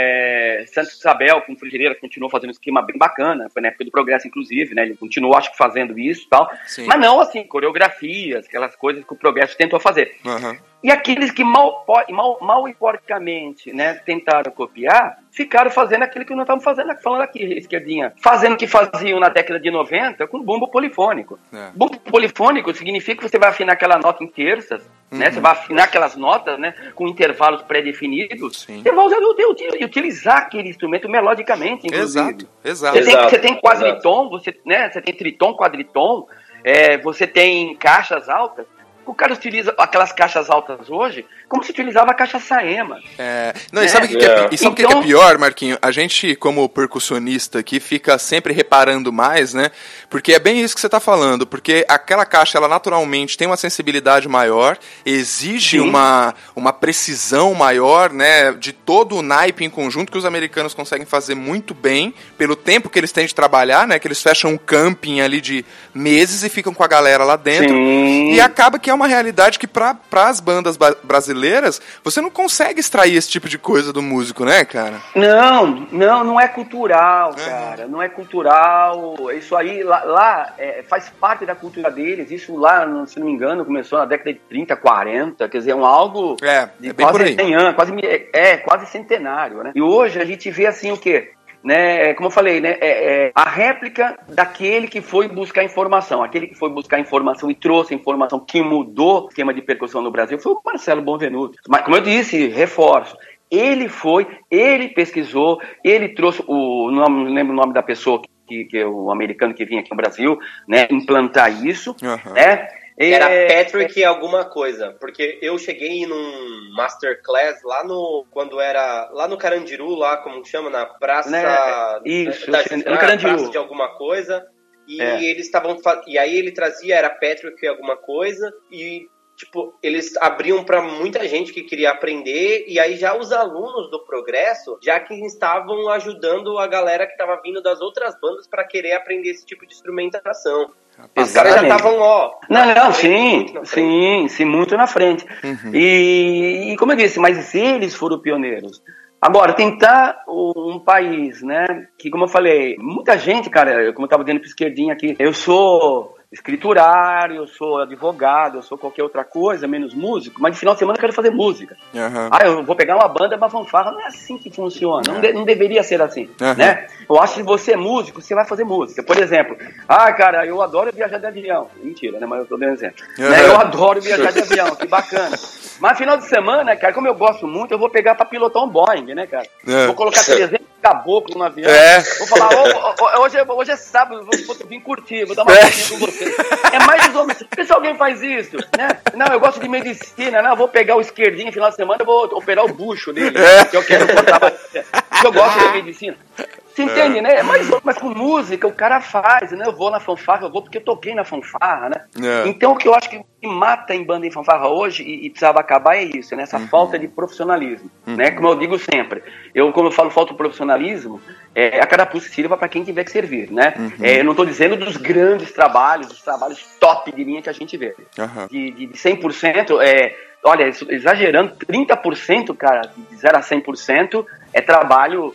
É, Santa Isabel, com Frigideira, continuou fazendo um esquema bem bacana, foi na época do Progresso, inclusive, né? Ele continuou, acho que, fazendo isso e tal, sim. mas não, assim, coreografias, aquelas coisas que o Progresso tentou fazer. Uhum. E aqueles que mal, mal, mal e porcamente, né, tentaram copiar, ficaram fazendo aquilo que nós estamos fazendo, falando aqui, esquerdinha. Fazendo o que faziam na década de noventa com bumbo polifônico. É. Bumbo polifônico significa que você vai afinar aquela nota em terças, uhum. né? Você vai afinar aquelas notas, né, com intervalos pré-definidos. Sim. Você vai usar, utilizar aquele instrumento melodicamente, inclusive. Exato, exato. Você tem, exato, você tem quadritom, você, né, você tem tritom, quadritom, é, você tem caixas altas. O cara utiliza aquelas caixas altas hoje como se utilizava a caixa Saema. É, não, e sabe o que, é. que, é, sabe então, que é pior, Marquinho? A gente, como percussionista aqui, fica sempre reparando mais, né? Porque é bem isso que você está falando, porque aquela caixa, ela naturalmente tem uma sensibilidade maior, exige uma, uma precisão maior, né? De todo o naipe em conjunto que os americanos conseguem fazer muito bem, pelo tempo que eles têm de trabalhar, né? Que eles fecham um camping ali de meses e ficam com a galera lá dentro. Sim. E acaba que é uma realidade que para as bandas ba- brasileiras, você não consegue extrair esse tipo de coisa do músico, né, cara? Não, não, não é cultural, é. cara, não é cultural, isso aí lá, lá é, faz parte da cultura deles, isso lá, se não me engano, começou na década de trinta, quarenta, quer dizer, é um algo é, de é bem quase cem anos, quase, é, quase centenário, né? E hoje a gente vê assim o quê? Né, como eu falei, né, é, é a réplica daquele que foi buscar informação, aquele que foi buscar informação e trouxe informação que mudou o esquema de percussão no Brasil foi o Marcelo Bonvenuto. Mas, como eu disse, reforço, ele foi, ele pesquisou, ele trouxe, o não lembro o nome da pessoa, que, que é o americano que vinha aqui no Brasil, né, implantar isso, uhum. né? Era Patrick alguma coisa, porque eu cheguei num masterclass lá no, quando era, lá no Carandiru, lá como chama, na praça, né? Isso, da, no na Carandiru. praça de alguma coisa, e é. eles estavam, e aí ele trazia, era Patrick alguma coisa, e tipo, eles abriam para muita gente que queria aprender, e aí já os alunos do Progresso, já que estavam ajudando a galera que estava vindo das outras bandas para querer aprender esse tipo de instrumentação. Os caras já estavam, ó... Não, não, sim, sim, sim, muito na frente. Uhum. E, e, como eu disse, mas eles foram pioneiros. Agora, tentar um país, né, que, como eu falei, muita gente, cara, como eu estava dizendo pro esquerdinho aqui, eu sou escriturário, eu sou advogado, eu sou qualquer outra coisa, menos músico, mas no final de semana eu quero fazer música. Uhum. Ah, eu vou pegar uma banda, uma fanfarra, não é assim que funciona, não, de, não deveria ser assim, uhum. né? Eu acho que se você é músico, você vai fazer música. Por exemplo, ah, cara, eu adoro viajar de avião. Mentira, né, mas eu tô dando exemplo. Uhum. Né? Eu adoro viajar de avião, que bacana. Mas final de semana, cara, como eu gosto muito, eu vou pegar pra pilotar um Boeing, né, cara? Uhum. Vou colocar trezentos caboclo no avião. É. Vou falar, oh, hoje, é, hoje é sábado, vou, vou vir curtir, vou dar uma curtida com você. É mais ou menos. Se alguém faz isso, né? Não, eu gosto de medicina, não, eu vou pegar o esquerdinho no final de semana, eu vou operar o bucho dele, é. que eu quero cortar bastante. Eu gosto de medicina. Você entende, é. né? Mas, mas com música o cara faz, né? Eu vou na fanfarra, eu vou porque eu toquei na fanfarra, né? É. Então o que eu acho que mata em banda em fanfarra hoje e, e precisava acabar é isso, né? Essa uhum. falta de profissionalismo, uhum. né? Como eu digo sempre, eu, como eu falo falta de profissionalismo, é, a carapuça sirva para quem tiver que servir, né? Uhum. É, eu não estou dizendo dos grandes trabalhos, dos trabalhos top de linha que a gente vê. Uhum. De, de, de cem por cento, é, olha, exagerando, trinta por cento, cara, de zero a cem por cento é trabalho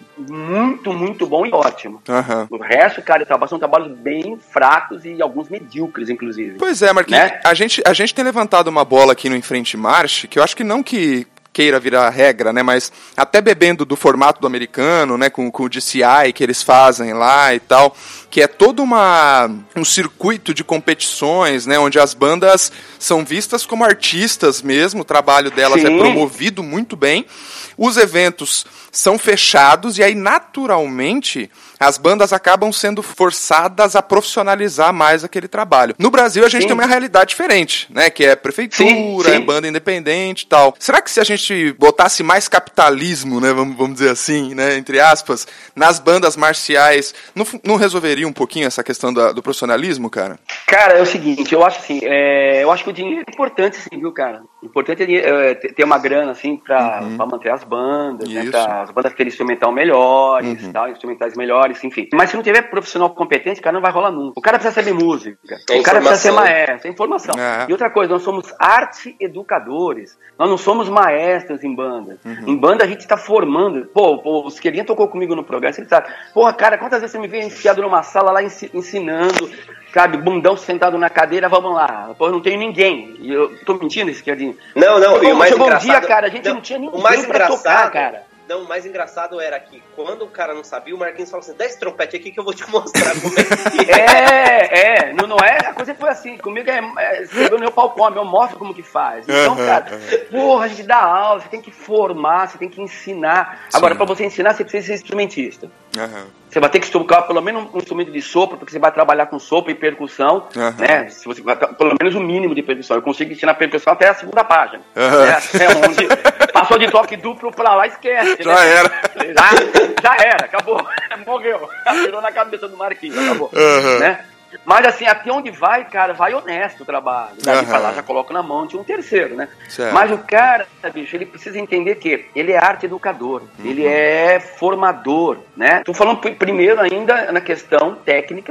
muito, muito bom e ótimo. Uhum. O resto, cara, são trabalhos bem fracos e alguns medíocres, inclusive. Pois é, Marquinhos, né? a, gente, a gente tem levantado uma bola aqui no Enfrente Marche, que eu acho que não que queira virar regra, né, mas até bebendo do formato do americano, né, com, com o D C I que eles fazem lá e tal, que é todo uma, um circuito de competições, né, onde as bandas são vistas como artistas mesmo, o trabalho delas Sim. é promovido muito bem, os eventos são fechados e aí, naturalmente, as bandas acabam sendo forçadas a profissionalizar mais aquele trabalho. No Brasil, a gente sim. tem uma realidade diferente, né? Que é prefeitura, sim, sim. é banda independente e tal. Será que se a gente botasse mais capitalismo, né? Vamos, vamos dizer assim, né? Entre aspas, nas bandas marciais, não, não resolveria um pouquinho essa questão da, do profissionalismo, cara? Cara, é o seguinte, eu acho assim, é, eu acho que o dinheiro é importante, sim, viu, cara? Importante é, é ter uma grana, assim, pra, uhum. pra manter as bandas, Isso. né? Pra as bandas terem instrumental melhores, uhum. tal, instrumentais melhores, enfim. Mas se não tiver profissional competente, cara, não vai rolar nunca. O cara precisa saber música, é o cara precisa ser maestro, é informação. É. E outra coisa, nós somos arte educadores, nós não somos maestros em banda. Uhum. Em banda a gente tá formando. Pô, pô o Esquerdinha tocou comigo no programa, ele sabe. Porra, cara, quantas vezes você me vê enfiado numa sala lá ensinando, sabe, bundão sentado na cadeira, vamos lá. Pô, eu não tenho ninguém. E eu tô mentindo, Esquerdinha? Não, não, Pô, e o mais chegou engraçado... um dia, cara, a gente não, não tinha ninguém o mais pra engraçado... tocar, cara. Não, o mais engraçado era que quando o cara não sabia, o Marquinhos falou assim, dá esse trompete aqui que eu vou te mostrar como é que é. É, é, não, não é, a coisa foi assim, comigo é, é você no meu pau come, eu mostro como que faz. Então, cara, porra, a gente dá aula, você tem que formar, você tem que ensinar. Sim. Agora, pra você ensinar, você precisa ser instrumentista. Uhum. Você vai ter que tocar pelo menos um instrumento de sopro, porque você vai trabalhar com sopro e percussão, uhum. né? Se você vai, pelo menos o mínimo de percussão. Eu consigo ensinar percussão até a segunda página. Uhum. Né? Até onde passou de toque duplo pra lá, esquece. Já né? era. Já, já era, acabou. Morreu. Virou na cabeça do Marquinhos, acabou. Uhum. Né? Mas assim, até onde vai, cara, vai honesto o trabalho. Daí uhum. pra lá já coloca na mão de um terceiro, né? Certo. Mas o cara, bicho, ele precisa entender que ele é arte educador, uhum. ele é formador, né? Tô falando primeiro ainda na questão técnica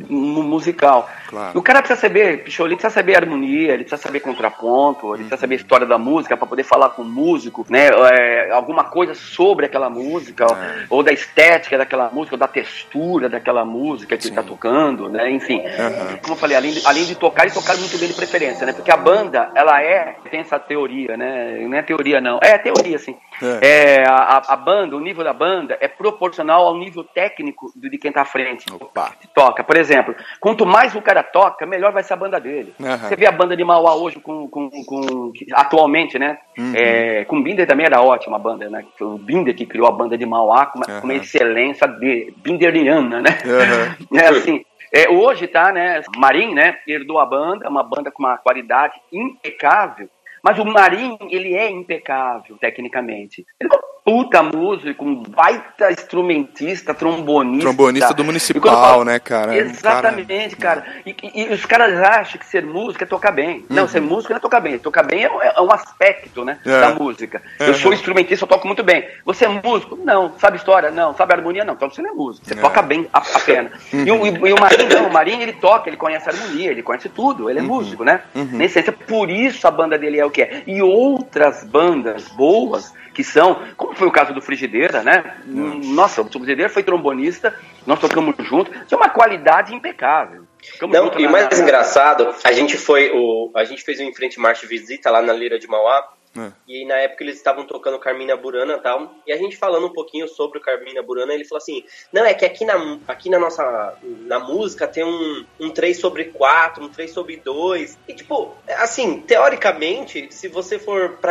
musical. Claro. O cara precisa saber, bicho, ele precisa saber harmonia, ele precisa saber contraponto, ele uhum. precisa saber a história da música pra poder falar com o músico, né? É, alguma coisa sobre aquela música, é. ou, ou da estética daquela música, ou da textura daquela música que Sim. ele tá tocando, né? Enfim. Uhum. Como eu falei, além de, além de tocar, e tocar muito bem de preferência, né? Porque a banda, ela é, tem essa teoria, né? Não é teoria, não. É teoria, sim. É. É, a, a banda, o nível da banda é proporcional ao nível técnico de quem tá à frente. Opa. Toca. Por exemplo, quanto mais o cara toca, melhor vai ser a banda dele. Uhum. Você vê a banda de Mauá hoje com, com, com atualmente, né? Uhum. É, com o Binder também era ótima a banda, né? O Binder que criou a banda de Mauá com uma, uhum. com uma excelência de binderiana, né? Uhum. É assim. É, hoje tá, né, Marim, né, herdou a banda, uma banda com uma qualidade impecável, mas o Marim, ele é impecável tecnicamente. Ele é um puta músico, um baita instrumentista, trombonista. Trombonista do Municipal, falo, né, cara? Exatamente, cara. cara. E, e, e os caras acham que ser músico é tocar bem. Uhum. Não, ser músico não é tocar bem. Tocar bem é, é um aspecto, né, é. da música. Uhum. Eu sou instrumentista, eu toco muito bem. Você é músico? Não. Sabe história? Não. Sabe harmonia? Não. Então você não é músico. Você é. toca bem a, a pena. Uhum. E, o, e, e o Marim não. O Marim, ele toca, ele conhece a harmonia, ele conhece tudo. Ele é uhum. músico, né? Uhum. Na essência, por isso a banda dele é o que é. E outras bandas boas que são, como foi o caso do Frigideira, né? Nossa, Nossa o Frigideira foi trombonista, nós tocamos junto, tinha uma qualidade impecável. Ficamos Não, e o mais na... engraçado, a gente foi, o, a gente fez um Enfrente Marche Visita lá na Lira de Mauá, É. E na época eles estavam tocando Carmina Burana e tal, e a gente falando um pouquinho sobre o Carmina Burana, ele falou assim, não, é que aqui na, aqui na nossa, na música tem um, um três sobre quatro, um três sobre dois, e tipo, assim, teoricamente, se você for, pra, até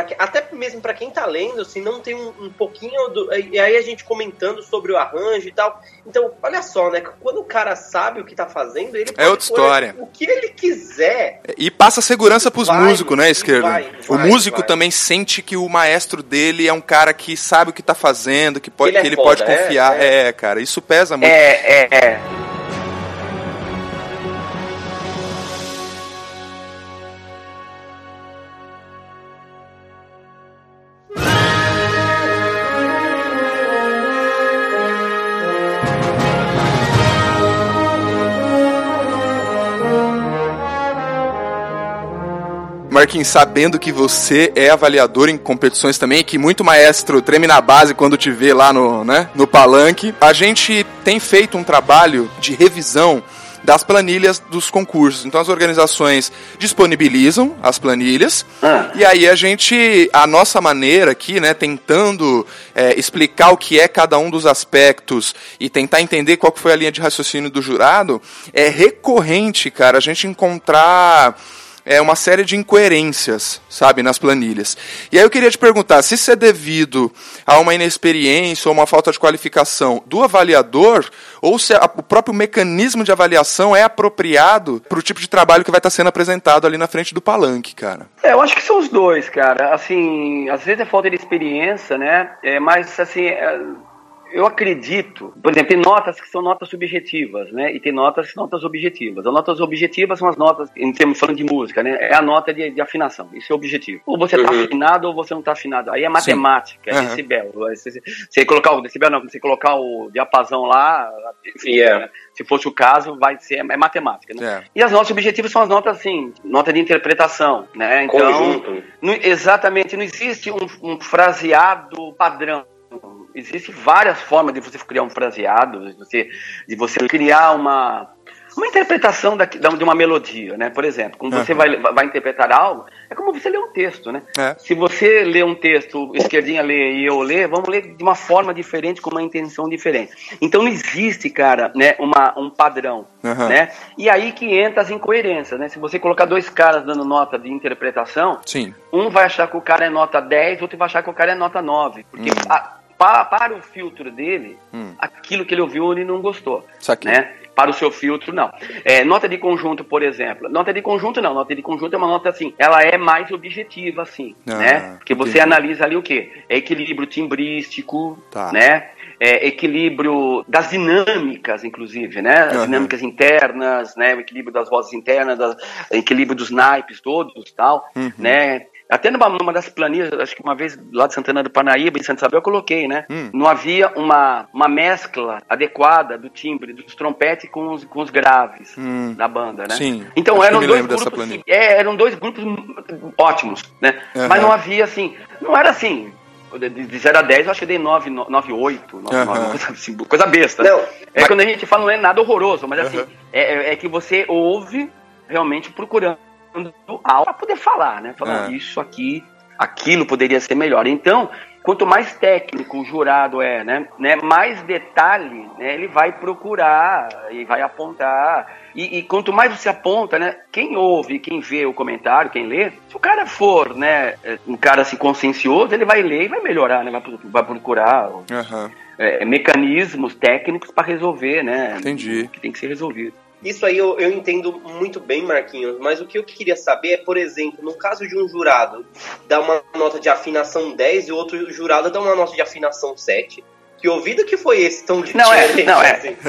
mesmo pra quem tá lendo, assim, não tem um, um pouquinho do... E aí a gente comentando sobre o arranjo e tal. Então, olha só, né? Quando o cara sabe o que tá fazendo, ele pode é outra história. O que ele quiser. E passa segurança pros vai, músicos, né, Esquerdo? Vai, o vai, músico vai. também sente que o maestro dele é um cara que sabe o que tá fazendo, que, pode, ele que é ele foda, pode confiar. É, é. é, cara, isso pesa muito. É, é, é. Marquinhos, sabendo que você é avaliador em competições também, que muito maestro treme na base quando te vê lá no, né, no palanque, a gente tem feito um trabalho de revisão das planilhas dos concursos. Então as organizações disponibilizam as planilhas ah. e aí a gente, a nossa maneira aqui, né, tentando é, explicar o que é cada um dos aspectos e tentar entender qual que foi a linha de raciocínio do jurado, é recorrente, cara, a gente encontrar... É uma série de incoerências, sabe, nas planilhas. E aí eu queria te perguntar, se isso é devido a uma inexperiência ou uma falta de qualificação do avaliador, ou se a, o próprio mecanismo de avaliação é apropriado para o tipo de trabalho que vai estar sendo apresentado ali na frente do palanque, cara. É, eu acho que são os dois, cara. Assim, às vezes é falta de experiência, né? É, mas, assim... É... Eu acredito, por exemplo, tem notas que são notas subjetivas, né? E tem notas que são notas objetivas. As notas objetivas são as notas, em termos falando de música, né? É a nota de, de afinação, isso é objetivo. Ou você está uhum. afinado ou você não está afinado. Aí é matemática, Sim. é decibel. Uhum. Você, você colocar o decibel, não, você colocar o diapasão lá, enfim, yeah. né? Se fosse o caso, vai ser, é matemática, né? Yeah. E as notas objetivas são as notas, assim, nota de interpretação, né? Então, Conjunto. Não, exatamente, não existe um, um fraseado padrão. Existem várias formas de você criar um fraseado, de você, de você criar uma, uma interpretação da, de uma melodia, né? Por exemplo, quando uhum. você vai, vai interpretar algo, é como você lê um texto, né? É. Se você lê um texto, Esquerdinha lê e eu lê, vamos ler de uma forma diferente, com uma intenção diferente. Então não existe, cara, né, uma, um padrão, uhum. né? E aí que entra as incoerências, né? Se você colocar dois caras dando nota de interpretação, Sim. um vai achar que o cara é nota dez, outro vai achar que o cara é nota nove, porque... Uhum. A, Para, para o filtro dele, hum. aquilo que ele ouviu ele não gostou, né? Para o seu filtro, não. É, nota de conjunto, por exemplo. Nota de conjunto, não. Nota de conjunto é uma nota, assim, ela é mais objetiva, assim, ah, né? Porque você entendi. Analisa ali o quê? É equilíbrio timbrístico, tá. né? É equilíbrio das dinâmicas, inclusive, né? As uhum. dinâmicas internas, né? O equilíbrio das vozes internas, das, o equilíbrio dos naipes todos, tal, uhum. né? Até numa, numa das planilhas, acho que uma vez lá de Santana do Parnaíba, em Santa Isabel, eu coloquei, né? Hum. Não havia uma, uma mescla adequada do timbre, dos trompetes com os, com os graves hum. da banda, né? Sim. Então eram dois grupos, assim, é, eram dois grupos ótimos, né? Uhum. Mas não havia, assim, não era assim... De zero a dez, eu acho que eu dei nove, nove, oito, nove, uhum. nove, coisa, assim, coisa besta. Não, é mas... quando a gente fala, não é nada horroroso, mas assim, uhum. é, é que você ouve realmente procurando algo para poder falar, né? Falar, é. isso aqui, aquilo poderia ser melhor. Então, quanto mais técnico o jurado é, né, né mais detalhe, né, ele vai procurar e vai apontar. E, e quanto mais você aponta, né, quem ouve, quem vê o comentário, quem lê, se o cara for, né, um cara assim consciencioso, ele vai ler e vai melhorar, né, vai, vai procurar uhum. é, mecanismos técnicos para resolver, né? Entendi. O que tem que ser resolvido. Isso aí eu, eu entendo muito bem, Marquinhos, mas o que eu queria saber é, por exemplo, no caso de um jurado dar uma nota de afinação dez e o outro jurado dar uma nota de afinação sete, que ouvido que foi esse tão diferente? Não, é, não, é. Assim?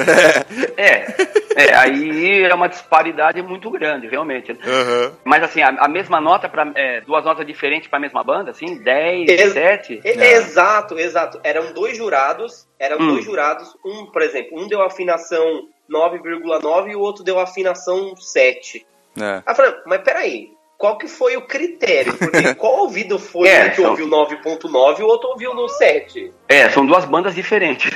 é, é, aí é uma disparidade muito grande, realmente. Uhum. Mas assim, a, a mesma nota, para é, duas notas diferentes para a mesma banda, assim, dez, Ex- sete? É. Exato, exato. Eram dois jurados, eram hum. dois jurados, um, por exemplo, um deu afinação nove vírgula nove e o outro deu afinação sete. É. Aí eu falei, mas peraí, qual que foi o critério? Porque qual ouvido foi é, que ouviu nove ponto nove e o outro ouviu no sete? É, são duas bandas diferentes.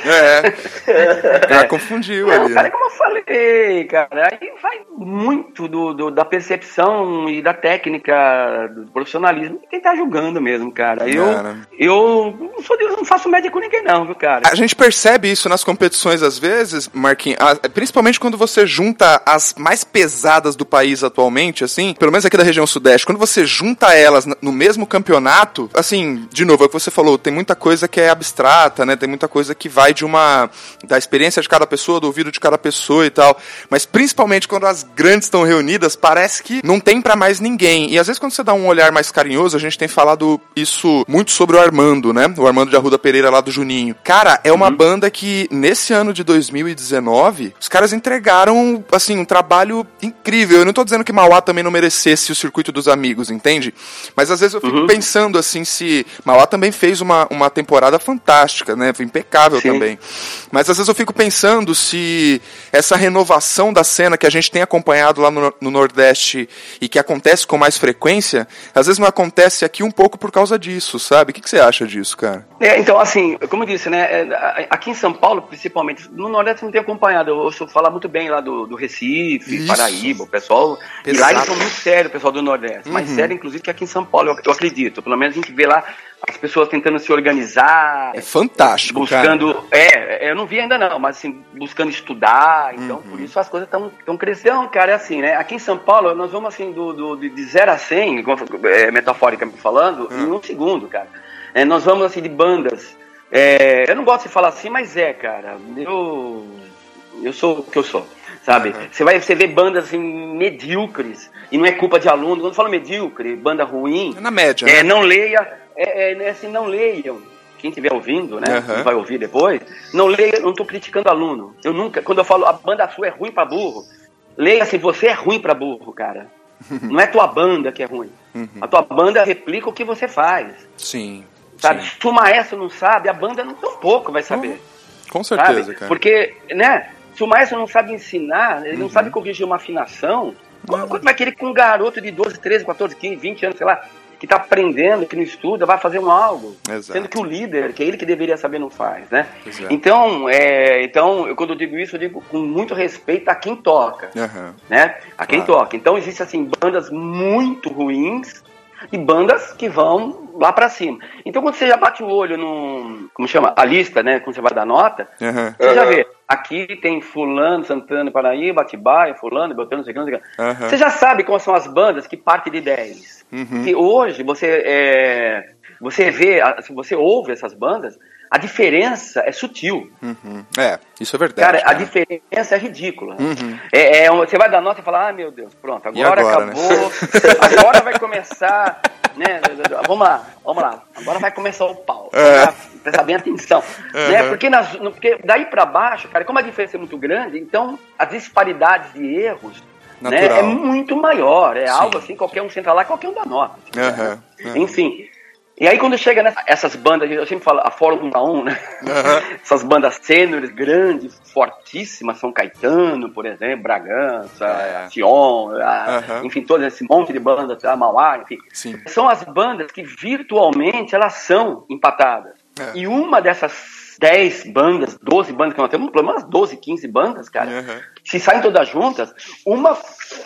É, já é. confundiu Não, ali. Cara, né? como eu falei, cara, aí vai muito do, do, da percepção e da técnica, do profissionalismo de quem tá julgando mesmo, cara. Eu, Cara. eu não sou Deus, não faço média com ninguém não, viu, cara? A gente percebe isso nas competições às vezes, Marquinhos, principalmente quando você junta as mais pesadas do país atualmente, assim, pelo menos aqui da região sudeste, quando você junta elas no mesmo campeonato, assim, de novo, é o que você falou, tem muita coisa que é abstrata, né, tem muita coisa que vai de uma, da experiência de cada pessoa, do ouvido de cada pessoa e tal, mas principalmente quando as grandes estão reunidas, parece que não tem pra mais ninguém, e às vezes quando você dá um olhar mais carinhoso, a gente tem falado isso muito sobre o Armando, né, o Armando de Arruda Pereira lá do Juninho. Cara, é uma uhum. banda que nesse ano de dois mil e dezenove, os caras entregaram, assim, um trabalho incrível. Eu não tô dizendo que Mauá também não merecesse o circuito dos amigos, entende? Mas às vezes eu fico uhum. pensando, assim, se Mauá também fez uma, uma temporada fantástica, né? Foi impecável Sim. também. Mas às vezes eu fico pensando se essa renovação da cena que a gente tem acompanhado lá no, no Nordeste e que acontece com mais frequência, às vezes não acontece aqui um pouco por causa disso, sabe? O que, que você acha disso, cara? É, então, assim, como eu disse, né? Aqui em São Paulo, principalmente, no Nordeste não tenho acompanhado. Eu ouço falar muito bem lá do, do Recife, Isso. Paraíba, o pessoal. Exato. E lá eles são muito sérios, o pessoal do Nordeste. Uhum. Mais sério, inclusive, que aqui em São Paulo, eu, eu acredito. Pelo menos a gente vê lá as pessoas tentando se organizar. É fantástico, buscando, cara. É, eu não vi ainda não, mas assim, buscando estudar. Então, uhum. por isso as coisas estão crescendo, cara. É assim, né? Aqui em São Paulo, nós vamos assim, do, do, de zero a cem, é, metaforicamente falando, uhum. em um segundo, cara. É, nós vamos assim de bandas. É, eu não gosto de falar assim, mas é, cara. Eu, eu sou o que eu sou, sabe? Uhum. Você vai, você vê bandas assim medíocres e não é culpa de aluno. Quando eu falo medíocre, banda ruim, é na média. É, né? não leia, é, é assim, não leiam. Quem estiver ouvindo, né? Uhum. Vai ouvir depois. Não leia, não estou criticando aluno. Eu nunca, quando eu falo a banda sua é ruim pra burro, leia se você é ruim pra burro, cara. Não é tua banda que é ruim. Uhum. A tua banda replica o que você faz. Sim. Sabe? Sim. Se o maestro não sabe, a banda não tão pouco vai saber. Oh, com certeza, sabe? cara. Porque, né? Se o maestro não sabe ensinar, ele uhum. não sabe corrigir uma afinação, como uhum. vai querer que um garoto de doze, treze, quatorze, quinze, vinte anos, sei lá, que tá aprendendo, que não estuda, vai fazer um algo. Exato. Sendo que o líder, que é ele que deveria saber, não faz, né? Exato. Então, é, então eu, quando eu digo isso, eu digo com muito respeito a quem toca, uhum. né? A quem claro. toca. Então, existem, assim, bandas muito ruins e bandas que vão lá pra cima. Então, quando você já bate o olho no, como chama? A lista, né? Quando você vai dar nota, uhum. você já vê. Aqui tem fulano, Santana, Paraíba, Atibaia, fulano, Beltrano, não sei o que, não sei o que. Uhum. Você já sabe quais são as bandas que partem de dez. Uhum. Que hoje você, é, você vê, você ouve essas bandas, a diferença é sutil. Uhum. É, isso é verdade. Cara, cara. a diferença é ridícula. Uhum. É, é, você vai dar nota e falar, ah, meu Deus, pronto, agora, agora acabou, né? Agora vai começar, né? Vamos lá, vamos lá, agora vai começar o pau. É. Prestar bem atenção. Uhum. Né? Porque, nas, porque daí pra baixo, cara, como a diferença é muito grande, então as disparidades de erros, né, é muito maior. É Sim. algo assim, qualquer um senta lá, qualquer um dá nota. Uhum. Uhum. Enfim. E aí quando chega nessas bandas, eu sempre falo, a Fórmula um, né? Uhum. Essas bandas sêniores, grandes, fortíssimas, São Caetano, por exemplo, Bragança, é. Sion, a, uhum. enfim, todo esse monte de bandas, a Mauá, enfim. Sim. São as bandas que virtualmente elas são empatadas. É. E uma dessas dez bandas, doze bandas que nós temos, pelo menos doze, quinze bandas, cara, uhum. se saem todas juntas, uma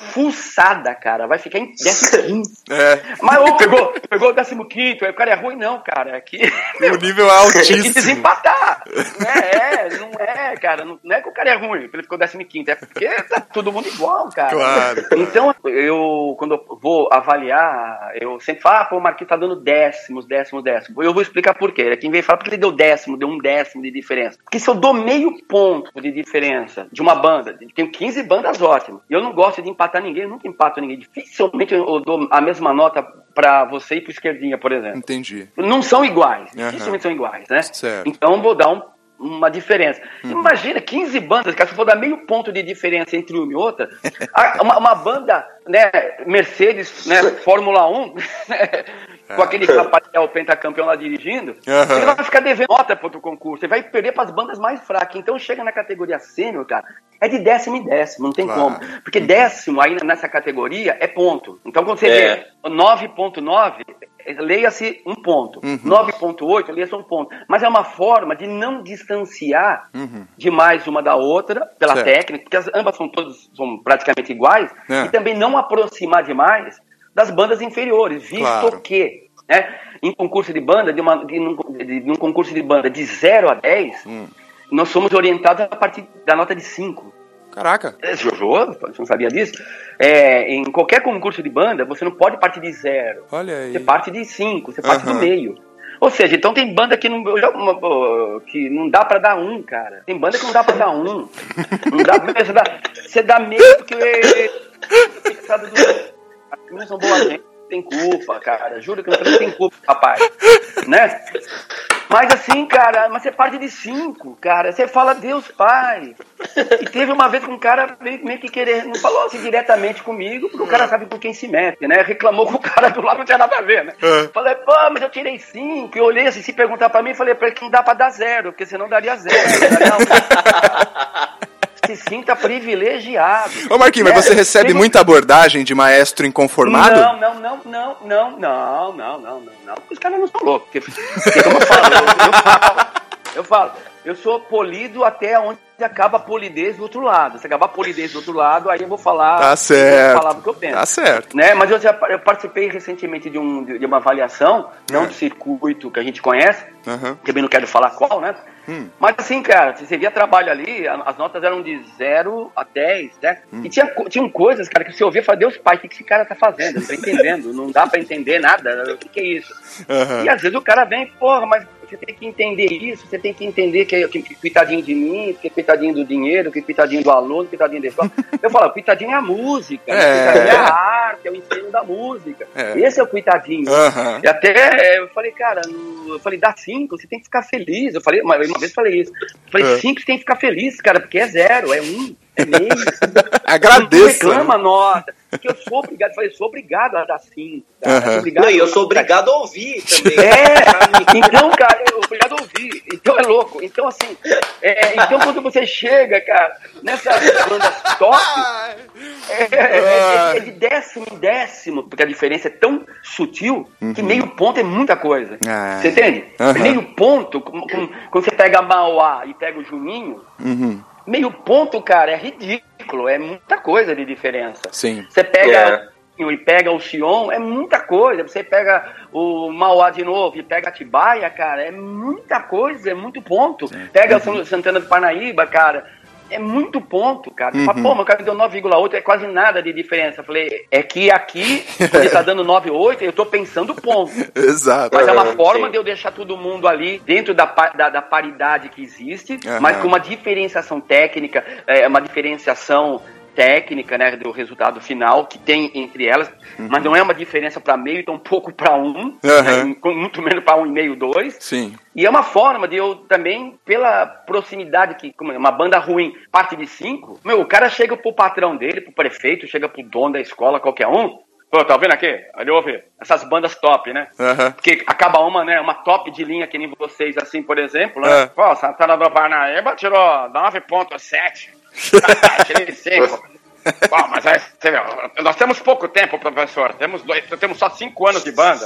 fuçada, cara, vai ficar em décimo quinto. É. Mas oh, pegou, pegou o décimo quinto, o cara é ruim, não, cara. Aqui, o nível é altíssimo. Tem que desempatar. É, é, não é, cara. Não, não é que o cara é ruim, ele ficou décimo quinto, é porque tá todo mundo igual, cara. Claro, claro. Então, eu, quando eu vou avaliar, eu sempre falo, ah, pô, o Marquinhos tá dando décimos, décimos, décimos. Eu vou explicar por quê. Quem veio falar porque ele deu décimo, deu um décimo de diferença. Porque se eu dou meio ponto de diferença de uma banda, tem quinze bandas ótimas, e eu não gosto de empatar ninguém, eu nunca empato ninguém. Dificilmente eu dou a mesma nota pra você e pro Esquerdinha, por exemplo. Entendi. Não são iguais, uhum. dificilmente são iguais, né? Certo. Então vou dar um, uma diferença. Uhum. Imagina, quinze bandas, cara, se eu for dar meio ponto de diferença entre uma e outra, uma, uma banda, né, Mercedes, né, Fórmula um, com aquele Rafael pentacampeão lá dirigindo, uhum. ele vai ficar devendo nota para outro concurso, ele vai perder para as bandas mais fracas. Então chega na categoria sênior, cara, é de décimo em décimo, não tem claro. como. Porque décimo aí nessa categoria é ponto. Então quando você é. vê nove ponto nove, leia-se um ponto. Uhum. nove ponto oito, leia-se um ponto. Mas é uma forma de não distanciar uhum. demais uma da outra, pela certo. técnica, porque as, ambas são, todas, são praticamente iguais, é. e também não aproximar demais das bandas inferiores, visto claro. que, né, em concurso de banda, de, uma, de, de, de, de um concurso de banda de zero a dez, hum. nós somos orientados a partir da nota de cinco. Caraca. É, Jojo, você não sabia disso? É, em qualquer concurso de banda, você não pode partir de zero. Olha aí. Você parte de cinco, você parte uhum. do meio. Ou seja, então tem banda que não, que não dá pra dar um, cara. Tem banda que não dá pra dar um. Não dá pra você dar, você dá meio porque... As meninas são boas, gente. Tem culpa, cara. Juro que não tem culpa, rapaz. Né? Mas assim, cara, mas você parte de cinco, cara. Você fala, Deus Pai. E teve uma vez que um cara meio, meio que querer, não falou assim diretamente comigo, porque o cara sabe com quem se mete, né? Reclamou com o cara do lado, não tinha nada a ver, né? É. Falei, pô, mas eu tirei cinco. Eu olhei assim, se perguntar pra mim, falei, pra ele que não dá pra dar zero, porque senão daria zero. Não. Se sinta privilegiado. Ô Marquinhos, né? Mas você recebe Tem... muita abordagem de maestro inconformado? Não, não, não, não, não, não, não, não, não, não. Os caras não são loucos. Porque, porque como eu falo, eu, eu falo, eu falo, eu sou polido até onde acaba a polidez do outro lado. Se acabar a polidez do outro lado, aí eu vou falar, tá certo. Eu vou falar o que eu penso. Tá certo. Né? Mas eu, já, eu participei recentemente de, um, de uma avaliação, não é. do circuito que a gente conhece, uhum. também não quero falar qual, né? Hum. Mas assim, cara, você via trabalho ali, as notas eram de zero a dez, né? Hum. E tinha, tinham coisas, cara, que você ouvia e falava, Deus Pai, o que esse cara tá fazendo? Eu não tô entendendo, não dá pra entender nada, o que, que é isso? Uhum. E às vezes o cara vem, porra, mas você tem que entender isso, você tem que entender que, que, que coitadinho de mim, que coitadinho do dinheiro, que coitadinho do aluno, que coitadinho da escola. Eu falo, coitadinho é a música, é. coitadinho é a arte, é o ensino da música. É. Esse é o coitadinho. Uhum. E até eu falei, cara, eu falei, dá cinco, você tem que ficar feliz. Eu falei, uma, uma vez eu falei isso. Eu falei, uhum. cinco você tem que ficar feliz, cara, porque é zero, é um, é meio. Agradeço. Não reclama, nota. Porque eu sou obrigado, eu falei, eu sou obrigado a dar cinco. Uhum. Não, e eu sou obrigado a ouvir também. É, então, cara, eu sou obrigado a ouvir. Então é louco. Então, assim, é, então quando você chega, cara, nessas bandas top, é, é, é de décimo em décimo, porque a diferença é tão sutil uhum. que meio ponto é muita coisa. Ah. Você entende? Uhum. Meio ponto, com, com, quando você pega a Mauá e pega o Juninho, uhum. meio ponto, cara, é ridículo, é muita coisa de diferença. Sim. Você pega é. e pega o Sion, é muita coisa. Você pega o Mauá de novo e pega a Atibaia, cara, é muita coisa, é muito ponto. Sim. Pega uhum. o Santana do Parnaíba, cara, é muito ponto, cara. Você uhum. fala, pô, meu cara me deu nove vírgula oito, é quase nada de diferença. Eu falei, é que aqui, quando ele tá dando nove vírgula oito, eu tô pensando ponto. Exato. Mas é uma forma Sim. de eu deixar todo mundo ali dentro da, da, da paridade que existe, uhum. mas com uma diferenciação técnica, é, uma diferenciação técnica, né, do resultado final que tem entre elas, uhum. mas não é uma diferença para meio, tão pouco para um, uhum. né, muito menos para um e meio, dois. Sim. E é uma forma de eu também, pela proximidade que como uma banda ruim parte de cinco, meu, o cara chega pro patrão dele, pro prefeito, chega pro dono da escola, qualquer um. Pô, tá vendo aqui? Olha, ouve, essas bandas top, né? Uhum. Porque acaba uma, né? Uma top de linha que nem vocês, assim, por exemplo, né? Uhum. Pô, Santana do Parnaíba tirou nove vírgula sete. Tirei cinco. Bom, mas aí, você viu, nós temos pouco tempo, professor. Temos, dois, temos só cinco anos de banda.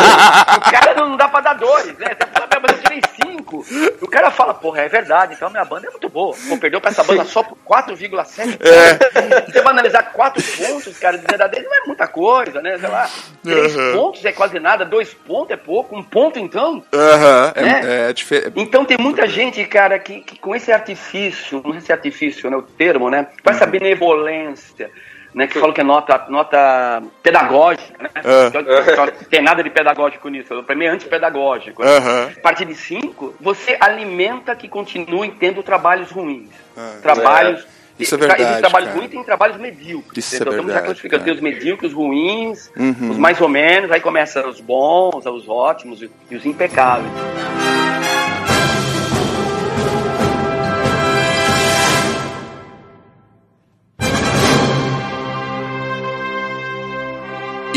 O cara não dá pra dar dois, né? Você fala, mas eu tirei cinco. O cara fala, porra, é verdade, então minha banda é muito boa. Pô, perdeu pra essa banda só por quatro vírgula sete. É. Você vai analisar quatro pontos, cara, de dez não é muita coisa, né? Sei lá, três uhum. pontos é quase nada, dois pontos é pouco, um ponto então. Aham, uhum. né? é, é diferente. Então tem muita gente, cara, que, que com esse artifício, não sei se é artifício, né, o termo, né? Com essa benevolência, né, que falam que é nota, nota pedagógica, né? Uhum. Não tem nada de pedagógico nisso, para mim é antipedagógico. Né? Uhum. A partir de cinco, você alimenta que continuem tendo trabalhos ruins. Uhum. Trabalhos. É. Isso é verdade. Existem trabalhos ruins e tem trabalhos medíocres. Isso então, é estamos verdade, já classificando, tem os medíocres, os ruins, uhum. os mais ou menos, aí começa os bons, os ótimos e os impecáveis.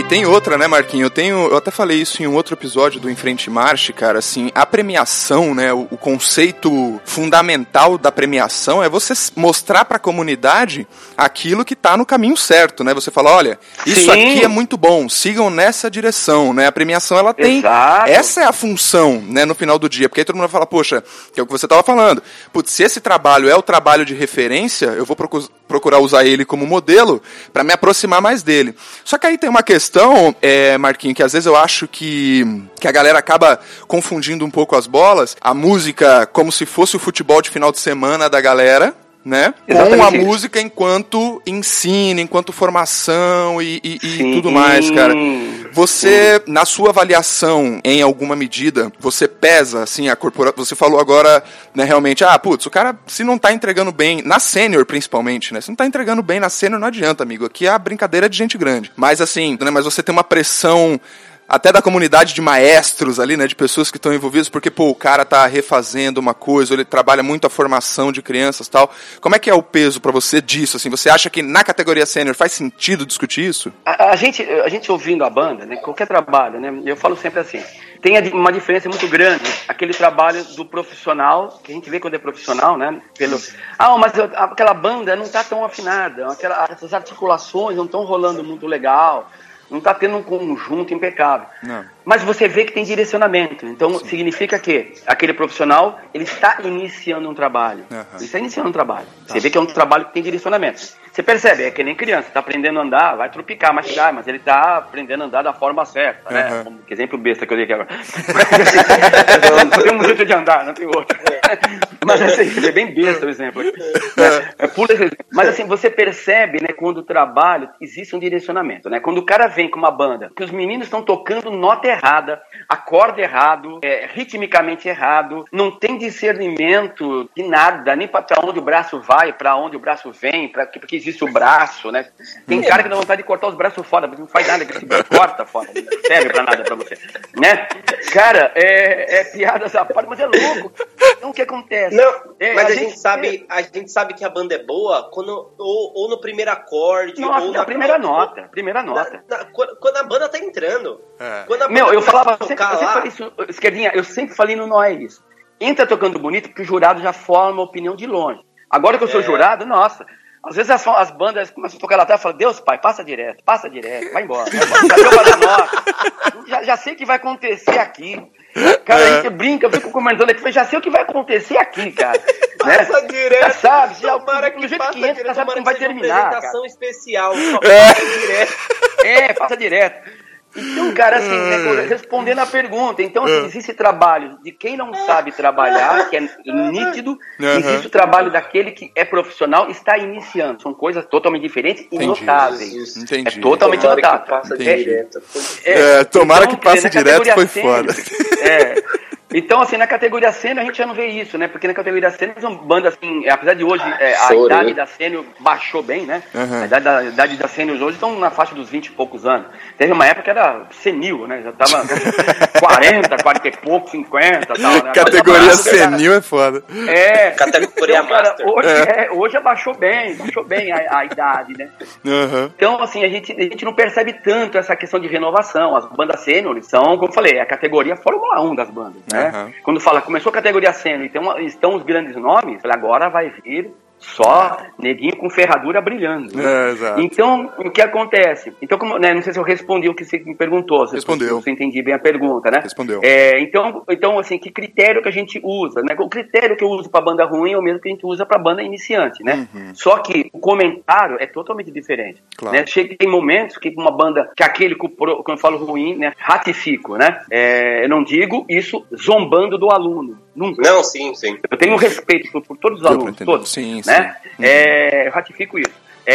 E tem outra, né, Marquinhos? Eu tenho, eu até falei isso em um outro episódio do Em Frente Marche, cara, assim, a premiação, né, o, o conceito fundamental da premiação é você mostrar pra comunidade aquilo que tá no caminho certo, né? Você fala, olha, isso Sim. aqui é muito bom, sigam nessa direção, né? A premiação, ela tem... Exato. Essa é a função, né, no final do dia, porque aí todo mundo vai falar, poxa, que é o que você tava falando, putz, se esse trabalho é o trabalho de referência, eu vou procu- procurar usar ele como modelo pra me aproximar mais dele. Só que aí tem uma questão, é, Marquinhos, que às vezes eu acho que, que a galera acaba confundindo um pouco as bolas, a música como se fosse o futebol de final de semana da galera, né? Exatamente. Com a música enquanto ensino, enquanto formação e, e, e tudo mais, cara. Você, na sua avaliação, em alguma medida, você pesa, assim, a corporação... Você falou agora, né, realmente, ah, putz, o cara, se não tá entregando bem, na sênior principalmente, né? Se não tá entregando bem na sênior, não adianta, amigo. Aqui é a brincadeira de gente grande. Mas, assim, né, mas você tem uma pressão... até da comunidade de maestros ali, né, de pessoas que estão envolvidas, porque, pô, o cara tá refazendo uma coisa, ou ele trabalha muito a formação de crianças e tal. Como é que é o peso pra você disso, assim? Você acha que na categoria sênior faz sentido discutir isso? A, a, gente, a gente ouvindo a banda, né, qualquer trabalho, né, eu falo sempre assim, tem uma diferença muito grande, aquele trabalho do profissional, que a gente vê quando é profissional, né, pelo... Ah, mas eu, aquela banda não tá tão afinada, aquela, essas articulações não estão rolando muito legal, não está tendo um conjunto impecável. Não. Mas você vê que tem direcionamento. Então, Sim. significa que aquele profissional, ele está iniciando um trabalho. Uhum. Ele está iniciando um trabalho. Tá. Você vê que é um trabalho que tem direcionamento. Você percebe, é que nem criança, está aprendendo a andar, vai tropicar, mas, ah, mas ele está aprendendo a andar da forma certa, uhum. né? Como, que exemplo besta que eu dei aqui agora. Não tem um jeito de andar, não tem outro. Mas assim, é bem besta o exemplo. É, é pula esse... Mas assim, você percebe, né, quando o trabalho, existe um direcionamento, né? Quando o cara vem com uma banda, que os meninos estão tocando nota errada, acorde errado, é, ritmicamente errado, não tem discernimento de nada, nem para onde o braço vai, para onde o braço vem, pra, porque existe o braço, né? Tem cara que dá vontade de cortar os braços fora, mas não faz nada, que se corta fora, não serve pra nada pra você, né? Cara, é, é piada essa parte, mas é louco. Então o que acontece? Não, é, mas a, a gente, gente sabe, é... a gente sabe que a banda é boa quando, ou, ou no primeiro acorde, Nossa, ou na primeira nota, primeira nota. Na, na, quando a banda tá entrando. É. Quando a banda Meu, eu falava, eu sempre, eu sempre falei isso, Esquerdinha, eu sempre falei no Nó é isso. Entra tocando bonito, porque o jurado já forma a opinião de longe. Agora que eu sou é. jurado, nossa... Às vezes as, as bandas começam a tocar lá atrás e falam, Deus, pai, passa direto, passa direto, vai embora. Vai embora. Já deu pra dar nota. Já, já sei o que vai acontecer aqui. Cara, é. a gente brinca, eu fico comentando aqui, já sei o que vai acontecer aqui, cara. Passa né? direto. Já sabe, já, tomara que do jeito passa que entra, direto, já sabe como vai terminar, uma apresentação cara. especial, só passa É. direto. É, passa direto. Então, cara, assim, né, respondendo a pergunta, então, assim, existe trabalho de quem não sabe trabalhar, que é nítido, uhum. existe o trabalho daquele que é profissional e está iniciando. São coisas totalmente diferentes e Entendi. notáveis. Entendi. É totalmente tomara notável. Que passa é, direto. É, é, tomara então, que passe direto, foi foda. É. Então, assim, na categoria sênior a gente já não vê isso, né? Porque na categoria sênior são bandas, assim, apesar de hoje é, a Chorei. idade da sênior baixou bem, né? Uhum. A idade da, a idade da sênior hoje estão na faixa dos vinte e poucos anos. Teve uma época que era senil, né? Já tava quarenta, quarenta e pouco, cinquenta e tal, né? Categoria senil é foda. É. Categoria então, cara, master. Hoje, é. É, hoje abaixou bem, baixou bem a, a idade, né? Uhum. Então, assim, a gente, a gente não percebe tanto essa questão de renovação. As bandas sênior são, como eu falei, a categoria Fórmula um das bandas, né? Uhum. Quando fala, começou a categoria sênior e tem uma, estão os grandes nomes, agora vai vir só neguinho com ferradura brilhando. Né? É, exato. Então, o que acontece? Então, como, né, não sei se eu respondi o que você me perguntou. Se Respondeu. Se eu entendi bem a pergunta, né? Respondeu. É, então, então, assim, que critério que a gente usa? Né? O critério que eu uso para banda ruim é o mesmo que a gente usa para banda iniciante, né? Uhum. Só que o comentário é totalmente diferente. Claro. Né? Chega em momentos que uma banda, que aquele que eu falo ruim, né, ratifico, né? É, eu não digo isso zombando do aluno. Nunca. Não, sim, sim. Eu tenho um respeito por, por todos os alunos, todos. Sim, sim. Né? Uhum. É, eu ratifico isso.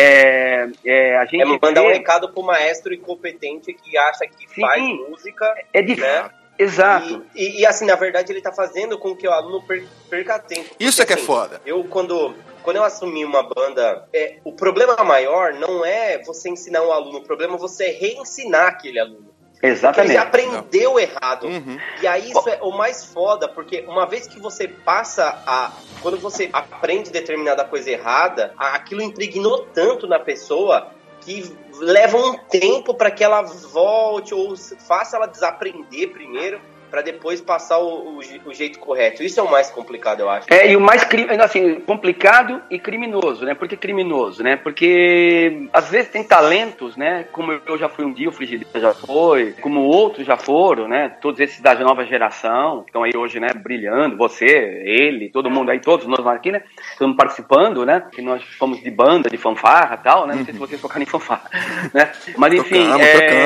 É, é, a gente é mandar vê... um recado pro maestro incompetente que acha que sim, faz música. É difícil. Né? Exato. E, e, e assim, na verdade, ele tá fazendo com que o aluno per, perca tempo. Isso é que assim, é foda. Eu, quando, quando eu assumi uma banda, é, o problema maior não é você ensinar um aluno, o problema é você reensinar aquele aluno. Exatamente. Ele já aprendeu não. errado. Uhum. E aí isso é o mais foda, porque uma vez que você passa a... Quando você aprende determinada coisa errada, aquilo impregnou tanto na pessoa que levam um tempo para que ela volte ou faça ela desaprender primeiro, para depois passar o, o, o jeito correto. Isso é o mais complicado, eu acho. É, e o mais assim, complicado e criminoso, né? Por que criminoso, né? Porque às vezes tem talentos, né? Como eu já fui um dia, o Frigideira já foi, como outros já foram, né? Todos esses da nova geração, que estão aí hoje, né? Brilhando, você, ele, todo mundo aí, todos nós aqui, né? Estamos participando, né? Que nós somos de banda, de fanfarra e tal, né? Não sei se vocês tocaram em fanfarra, né? Mas enfim, tocamos,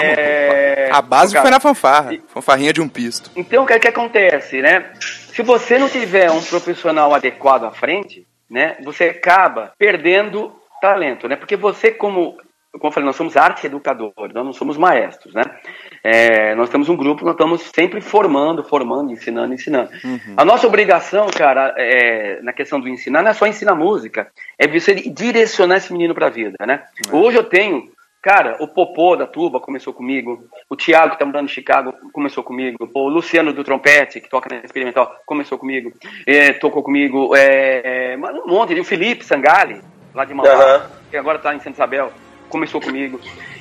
é... tocamos. A base tocamos. Foi na fanfarra, fanfarrinha de um pisto. Então, o que, é que acontece, né? Se você não tiver um profissional adequado à frente, né, você acaba perdendo talento, né? Porque você, como, como eu falei, nós somos arte educadores, nós não somos maestros, né? É, nós temos um grupo, nós estamos sempre formando, formando, ensinando, ensinando. Uhum. A nossa obrigação, cara, é, na questão do ensinar, não é só ensinar música, é você direcionar esse menino para a vida, né? Uhum. Hoje eu tenho... Cara, o Popô da tuba começou comigo, o Thiago que tá morando em Chicago começou comigo, o Luciano do trompete, que toca na Experimental, começou comigo, é, tocou comigo, é, é, um monte, o Felipe Sangali, lá de Mauá, uhum. que agora tá em Santa Isabel, começou comigo,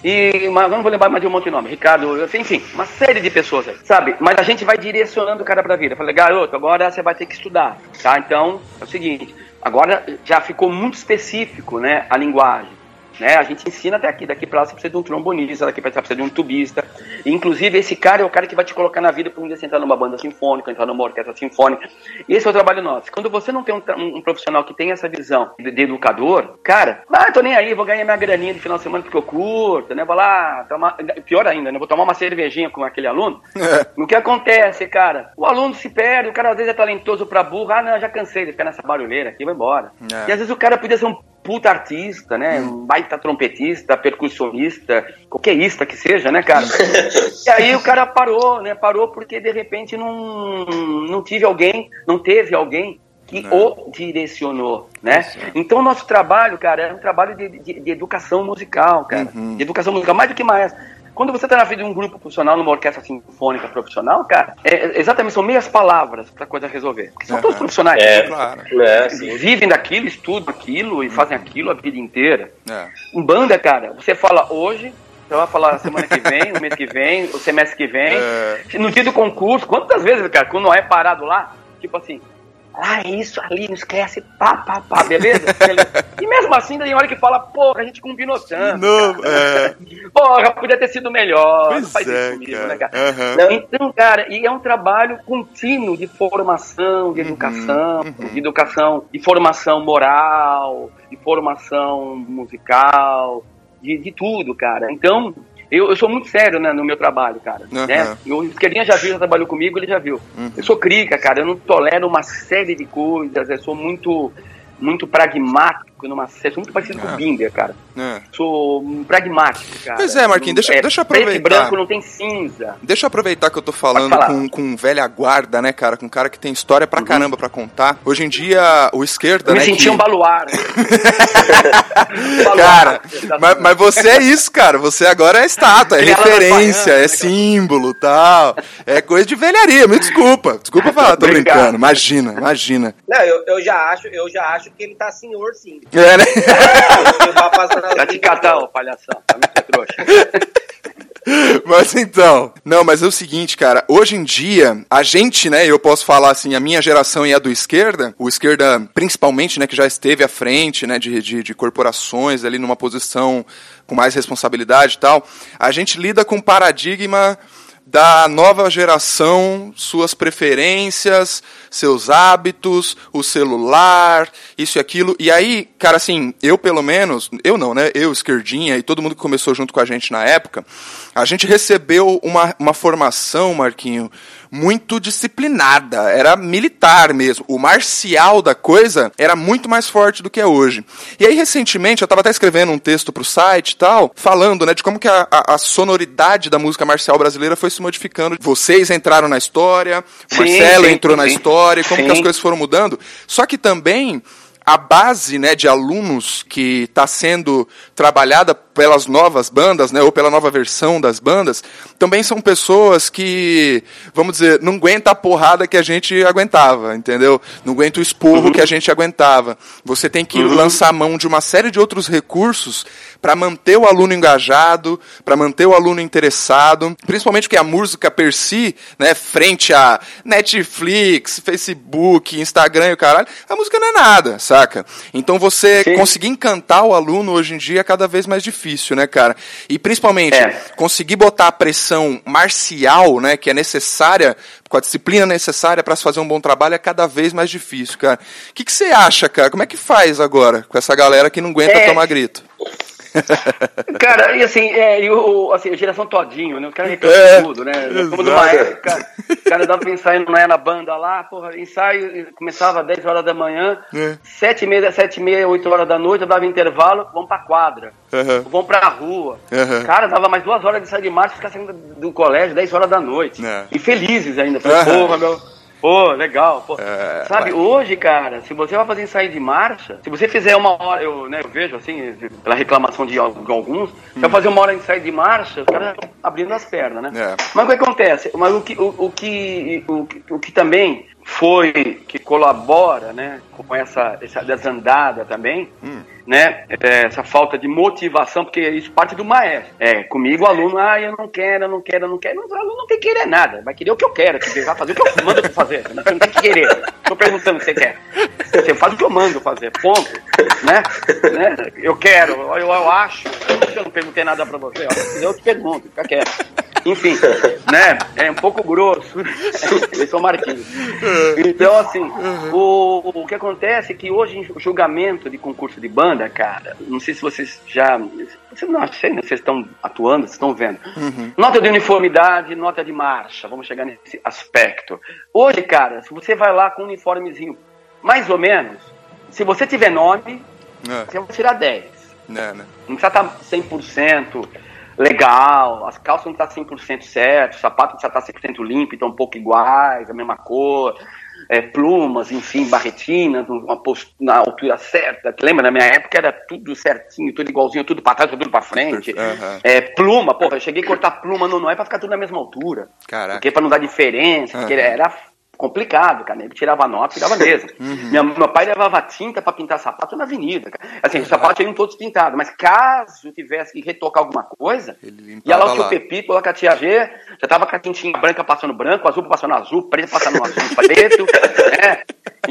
e, mas não vou lembrar mais de um monte de nome, Ricardo, enfim, uma série de pessoas aí, sabe? Mas a gente vai direcionando o cara pra vida, eu falei, garoto, agora você vai ter que estudar, tá? Então, é o seguinte, agora já ficou muito específico, né, a linguagem. Né? A gente ensina até aqui, daqui pra lá você precisa de um trombonista, daqui pra lá você precisa de um tubista. E, inclusive, esse cara é o cara que vai te colocar na vida para um dia você entrar numa banda sinfônica, entrar numa orquestra sinfônica. E esse é o trabalho nosso. Quando você não tem um, um, um profissional que tem essa visão de, de educador, cara, ah, tô nem aí, vou ganhar minha graninha de final de semana porque eu curto, né? Vou lá, tomar, pior ainda, né? Vou tomar uma cervejinha com aquele aluno. O que acontece, cara? O aluno se perde, o cara às vezes é talentoso pra burro, ah, não, já cansei de ficar nessa barulheira aqui, vou embora. É. E às vezes o cara podia ser um puta artista, né? Um baita trompetista, percussionista, qualquer ista que seja, né, cara? E aí o cara parou, né? Parou porque de repente não, não tive alguém, não teve alguém que não. o direcionou, né? Isso. Então o nosso trabalho, cara, é um trabalho de, de, de educação musical, cara. Uhum. De educação musical, mais do que maestro. Quando você está na frente de um grupo profissional, numa orquestra sinfônica profissional, cara, é, exatamente, são meias palavras para a coisa resolver. Porque são uhum. todos profissionais. É, claro. É, vivem daquilo, estudam aquilo e fazem aquilo a vida inteira. É. Em banda, cara, você fala hoje, você vai falar semana que vem, o mês que vem, o semestre que vem. É. No dia do concurso, quantas vezes, cara, quando não é parado lá, tipo assim... Ah, é isso ali, não esquece, pá, pá, pá, beleza? beleza? E mesmo assim, tem hora que fala, porra, a gente combinou tanto. Não, é... Porra, podia ter sido melhor. Pois não faz é, isso comigo, cara. né, cara? Uhum. Não, então, cara, e é um trabalho contínuo de formação, de educação, uhum, uhum. de educação, de formação moral, de formação musical, de, de tudo, cara. Então. Eu, eu sou muito sério, né, no meu trabalho, cara. Uhum. Né? O Esquerdinha já viu, já trabalhou comigo, ele já viu. Uhum. Eu sou crica, cara, eu não tolero uma série de coisas, eu sou muito, muito pragmático, numa série, sou muito parecido uhum. com o Binder, cara. Uhum. Sou um pragmático, cara. Pois é, Marquinhos, deixa, é, deixa eu aproveitar. Preto e branco não tem cinza. Deixa eu aproveitar que eu tô falando com, com velha guarda, né, cara, com um cara que tem história pra uhum. caramba pra contar. Hoje em dia, o Esquerda, eu né, me senti que... um baluarte. Cara, mas, mas você é isso, cara. Você agora é estátua, é referência, é símbolo, tal. É coisa de velharia, me desculpa. Desculpa falar, tô brincando. Imagina, imagina. Não, eu, eu já acho, eu já acho que ele tá senhor, sim. É, né? Já te catar, ô palhação. Tá muito trouxa. Mas então, não, mas é o seguinte, cara, hoje em dia, a gente, né, eu posso falar assim, a minha geração e a do Esquerda, o Esquerda principalmente, né, que já esteve à frente, né, de, de, de corporações ali numa posição com mais responsabilidade e tal, a gente lida com um paradigma da nova geração, suas preferências, seus hábitos, o celular, isso e aquilo. E aí, cara, assim, eu pelo menos, eu não, né? Eu, Esquerdinha e todo mundo que começou junto com a gente na época, a gente recebeu uma, uma formação, Marquinho, muito disciplinada, era militar mesmo. O marcial da coisa era muito mais forte do que é hoje. E aí, recentemente, eu estava até escrevendo um texto pro site e tal, falando, né, de como que a, a, a sonoridade da música marcial brasileira foi se modificando. Vocês entraram na história, o sim, Marcelo sim, entrou sim, na sim. história, como sim. que as coisas foram mudando. Só que também a base, né, de alunos que está sendo trabalhada pelas novas bandas, né, ou pela nova versão das bandas, também são pessoas que, vamos dizer, não aguenta a porrada que a gente aguentava, entendeu? Não aguenta o esporro uhum. que a gente aguentava. Você tem que uhum. lançar mão de uma série de outros recursos para manter o aluno engajado, para manter o aluno interessado, principalmente porque a música per si, né, frente a Netflix, Facebook, Instagram e o caralho, a música não é nada, saca? Então você Sim. conseguir encantar o aluno hoje em dia é cada vez mais difícil, né, cara? E principalmente é. conseguir botar a pressão marcial, né, que é necessária, com a disciplina necessária para se fazer um bom trabalho, é cada vez mais difícil, cara. O que, que você acha, cara? Como é que faz agora com essa galera que não aguenta é. tomar grito? Cara, e assim, é, e o, assim, a geração todinho, né? Os caras reclamam é, tudo, né? Como numa época, o cara dava pra ensaiar não é na banda lá, porra, ensaio começava às dez horas da manhã, é. sete e meia, sete e meia, oito horas da noite, eu dava intervalo, vamos pra quadra, uhum. vamos pra rua. Uhum. Cara, dava mais duas horas de sair de marcha, ficar saindo do colégio, dez horas da noite. É. E felizes ainda. Falei, uhum. porra, meu. Pô, legal, pô. É, sabe, vai. Hoje, cara, se você vai fazer ensaio de marcha, se você fizer uma hora, eu, né, eu vejo assim, pela reclamação de alguns, hum. se vai fazer uma hora de ensaio de marcha, os caras estão abrindo as pernas, né? É. Mas o que acontece? Mas o que, o, o, que, o, o que também foi, que colabora, né, com essa, essa desandada também, hum. né, é, essa falta de motivação, porque isso parte do maestro. É, comigo o aluno, ah, eu não quero, eu não quero, eu não quero. O aluno não tem que querer nada, vai querer o que eu quero, que vai fazer o que eu mando pra fazer. Você não tem que querer. Tô perguntando o que você quer. Você faz o que eu mando fazer, ponto. Né? né? Eu quero, eu, eu acho, eu não perguntei nada pra você, ó, eu te pergunto, fica quieto. Enfim, né? É um pouco grosso. Eu sou Marquinhos. Então, assim, o, o que acontece é que hoje o julgamento de concurso de banda, cara, não sei se vocês já. Vocês não sei, né? Vocês estão atuando, vocês estão vendo. Uhum. Nota de uniformidade, nota de marcha. Vamos chegar nesse aspecto. Hoje, cara, se você vai lá com um uniformezinho, mais ou menos, se você tiver nome, é. você vai tirar dez. É, né? Não precisa estar cem por cento. Legal, as calças não estão cem por cento certo, o sapato não precisa estar cem por cento limpo, estão um pouco iguais, a mesma cor, é, plumas, enfim, barretinas, uma post... na altura certa. Lembra, na minha época era tudo certinho, tudo igualzinho, tudo para trás, tudo para frente. Uhum. É, pluma, porra, eu cheguei a cortar pluma, não, não é para ficar tudo na mesma altura. Caraca. Porque para não dar diferença, uhum. porque era complicado, cara. Ele tirava nota, tirava mesmo. Uhum. Minha, meu pai levava tinta pra pintar sapato na avenida, cara. Assim, os sapatos iam todos pintados, mas caso tivesse que retocar alguma coisa, ia lá o tio Pepito, lá com a tia G, já tava com a tintinha branca passando branco, azul passando azul, preto passando azul, preto, né?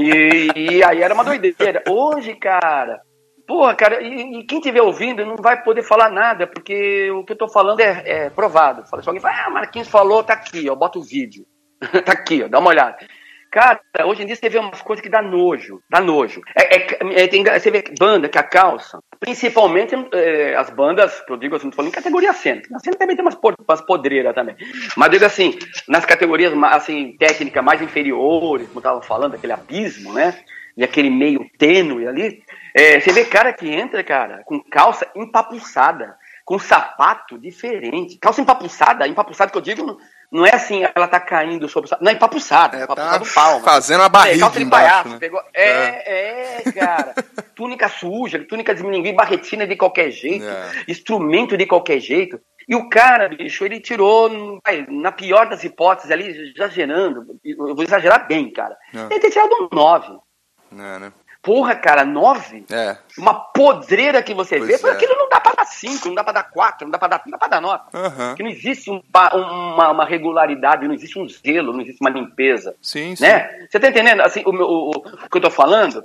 E, e aí era uma doideira. Hoje, cara, porra, cara, e, e quem estiver ouvindo não vai poder falar nada, porque o que eu tô falando é, é provado. Se alguém fala, ah, Marquinhos falou, tá aqui, ó, bota o vídeo. Tá aqui, ó, dá uma olhada. Cara, hoje em dia você vê umas coisas que dá nojo, dá nojo. É, é, é, tem, você vê banda que a calça, principalmente é, as bandas, que eu digo assim, falando em categoria cena. Na cena também tem umas, por, umas podreiras também. Mas digo assim, nas categorias assim, técnicas mais inferiores, como eu tava falando, aquele abismo, né? E aquele meio tênue ali, é, você vê cara que entra, cara, com calça empapuçada, com sapato diferente. Calça empapuçada, empapuçada que eu digo... Não é assim, ela tá caindo sobre o... Não, empapuçada. É, empapuçada do pau. Fazendo a barriga. É, calça de palhaço. Né? Pegou... É, é, é, cara. Túnica suja, túnica de minguim, barretina de qualquer jeito, é. Instrumento de qualquer jeito. E o cara, bicho, ele tirou, na pior das hipóteses ali, exagerando, eu vou exagerar bem, cara. É. Ele tem tirado um nove. É, né? Porra, cara, nove? É. Uma podreira que você pois vê, é. Aquilo não dá pra dar cinco, não dá pra dar quatro, não dá pra dar, não dá pra dar nove. Uhum. Que não existe um, uma, uma regularidade, não existe um zelo, não existe uma limpeza. Sim, sim. Né? Você tá entendendo? Assim, o, o, o que eu tô falando,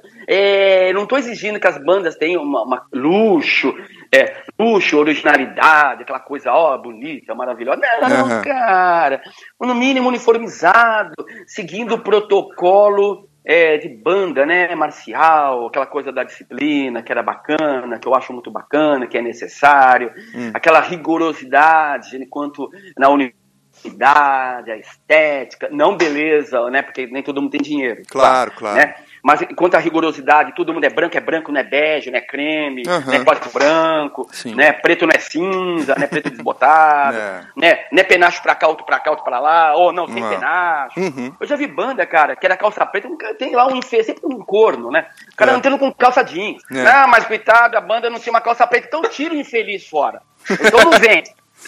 é, não tô exigindo que as bandas tenham uma, uma luxo, é, luxo, originalidade, aquela coisa, ó, bonita, maravilhosa. Não, uhum. Cara. No mínimo uniformizado, seguindo o protocolo... É, de banda, né, marcial, aquela coisa da disciplina que era bacana, que eu acho muito bacana, que é necessário, hum. aquela rigorosidade enquanto na universidade, a estética, não beleza, né, porque nem todo mundo tem dinheiro. Claro, claro. Né? Mas enquanto a rigorosidade, todo mundo é branco, é branco, não é bege, não é creme, uhum. não é quase branco, né? Preto não é cinza, não é preto desbotado, é. né? Não é penacho pra cá, outro pra cá, outro pra lá, ou não, sem uhum. penacho. Uhum. Eu já vi banda, cara, que era calça preta, tem lá um infeliz, sempre um corno, né? O cara é. entrando com calça jeans. É. Ah, mas coitado, a banda não tinha uma calça preta, então tira o infeliz fora. Então não vem.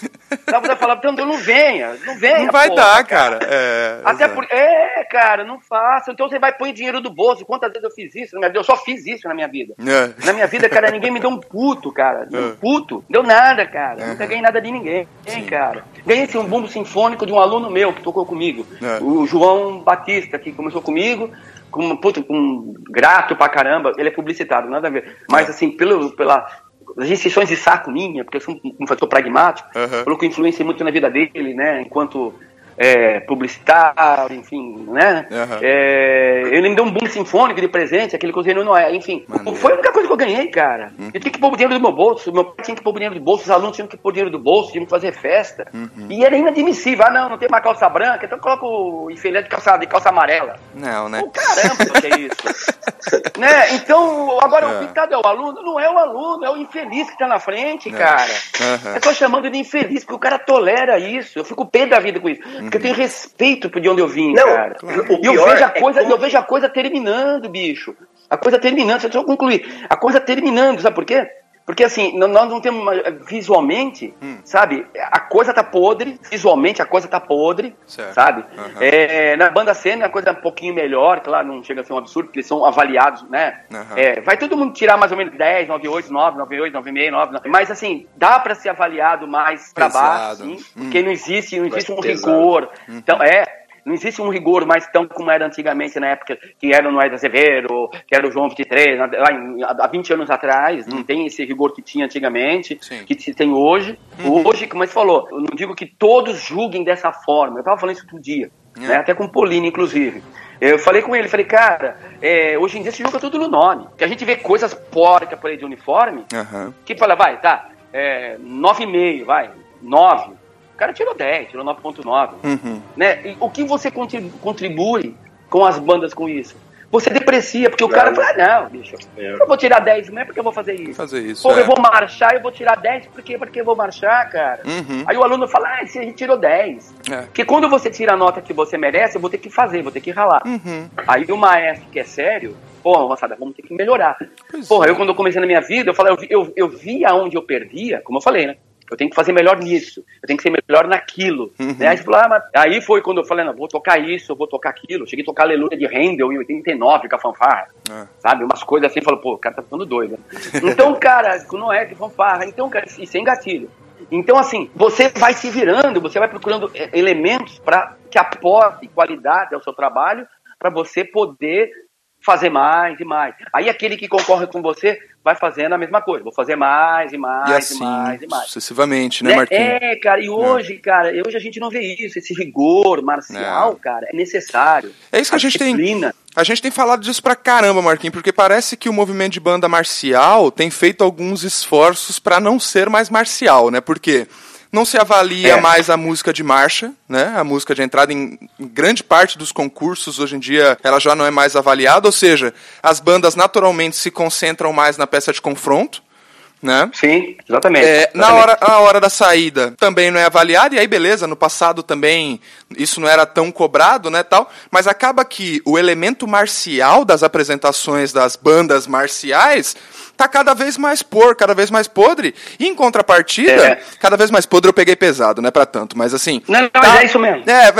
Dá pra falar, então não venha, não venha. Não vai porra, dar, cara. cara. É, Até por... é, cara, não faça. Então você vai pôr dinheiro do bolso. Quantas vezes eu fiz isso na minha vida? Eu só fiz isso na minha vida. É. Na minha vida, cara, ninguém me deu um puto, cara. É. Um puto. Deu nada, cara. É. Nunca ganhei nada de ninguém, Sim. cara. Ganhei assim, um bumbo sinfônico de um aluno meu que tocou comigo. É. O João Batista, que começou comigo. Com, puto, com grato pra caramba. Ele é publicitário, nada a ver. Mas, assim, pelo, pela... as restrições de saco minha, porque eu sou um, um fator pragmático, uhum. pelo que influenciei muito na vida dele, né, enquanto é, publicitário, enfim, né, uhum. é, ele me deu um boom sinfônico de presente, aquele coisa não é, enfim, Maneiro. Foi a única coisa que eu ganhei, cara. Uhum. Eu tinha que pôr o dinheiro do meu bolso, meu pai tinha que pôr o dinheiro do bolso, os alunos tinham que pôr o dinheiro do bolso, tinham que fazer festa, uhum. e era inadmissível. Ah, não, não tem uma calça branca, então coloca o infeliz de calça, de calça amarela. Não, né? Oh, caramba, o que é isso? Né? Então, agora é. o pintado é o aluno? Não é o aluno, é o infeliz que tá na frente, é. cara. Uhum. Eu tô chamando de infeliz, porque o cara tolera isso. Eu fico pé da vida com isso. Uhum. Porque eu tenho respeito por de onde eu vim, não, cara. Claro. E eu vejo a coisa, é como... eu vejo a coisa terminando, bicho. A coisa terminando, deixa eu concluir. A coisa terminando, sabe por quê? Porque assim, nós não temos visualmente, hum. sabe? A coisa tá podre, visualmente a coisa tá podre, certo. sabe? Uhum. É, na banda cena a coisa é um pouquinho melhor, claro, não chega a ser um absurdo, porque eles são avaliados, né? Uhum. É, vai todo mundo tirar mais ou menos dez, nove, oito, nove, nove, oito, nove, seis, nove, nove, mas assim, dá pra ser avaliado mais pra baixo, sim, hum. porque não existe, não existe um pesado. rigor. Uhum. Então, é. Não existe um rigor mais tão como era antigamente, na época que era o Noé da Azevedo, que era o João vinte e três, lá em, há vinte anos atrás, hum. não tem esse rigor que tinha antigamente, Sim. que tem hoje. Uhum. Hoje, como você falou, eu não digo que todos julguem dessa forma, eu tava falando isso outro dia, uhum. né, até com o Polini, inclusive. Eu falei com ele, falei, cara, é, hoje em dia se julga tudo no nome, que a gente vê coisas porcas por aí de uniforme, uhum. que fala, vai, tá, é, nove e meio, vai, nove. O cara tirou dez, tirou nove ponto nove. Uhum. Né? E o que você contribui com as bandas com isso? Você deprecia, porque o cara fala, ah, não, bicho, é. eu vou tirar dez, não é porque eu vou fazer isso. Fazer isso Pô, é. eu vou marchar, eu vou tirar dez, por quê? Porque eu vou marchar, cara. Uhum. Aí o aluno fala, ah, você tirou dez. É. Porque quando você tira a nota que você merece, eu vou ter que fazer, vou ter que ralar. Uhum. Aí o maestro, que é sério, porra, moçada, vamos ter que melhorar. Pois Porra, é. eu quando eu comecei na minha vida, eu falei, eu, eu, eu vi aonde eu perdia, como eu falei, né? Eu tenho que fazer melhor nisso, eu tenho que ser melhor naquilo. Uhum. Né? Aí, falou, ah, mas... aí foi quando eu falei, não, vou tocar isso, eu vou tocar aquilo. Cheguei a tocar Aleluia de Handel em oitenta e nove com a fanfarra. É. Sabe? Umas coisas assim, falou, pô, o cara tá ficando doido. Então, cara, não é de fanfarra. Então, cara, e sem gatilho. Então, assim, você vai se virando, você vai procurando elementos para que aporte qualidade ao seu trabalho, para você poder fazer mais e mais. Aí aquele que concorre com você vai fazendo a mesma coisa. Vou fazer mais e mais e, assim, e mais e mais. Sucessivamente, né, Marquinhos? É, cara, e hoje, é. cara, hoje a gente não vê isso. Esse rigor marcial, é. cara, é necessário. É isso que a, a gente disciplina. tem... A gente tem falado disso pra caramba, Marquinhos, porque parece que o movimento de banda marcial tem feito alguns esforços pra não ser mais marcial, né? Por quê? Não se avalia é. mais a música de marcha, né? A música de entrada em, em grande parte dos concursos hoje em dia ela já não é mais avaliada, ou seja, as bandas naturalmente se concentram mais na peça de confronto, né? Sim, exatamente. É, exatamente. Na hora, a hora da saída também não é avaliada, e aí beleza, no passado também isso não era tão cobrado, né, tal, mas acaba que o elemento marcial das apresentações das bandas marciais tá cada vez mais por, cada vez mais podre, e em contrapartida, é. cada vez mais podre eu peguei pesado, não é pra tanto, mas assim... Não, não, tá... mas é isso mesmo.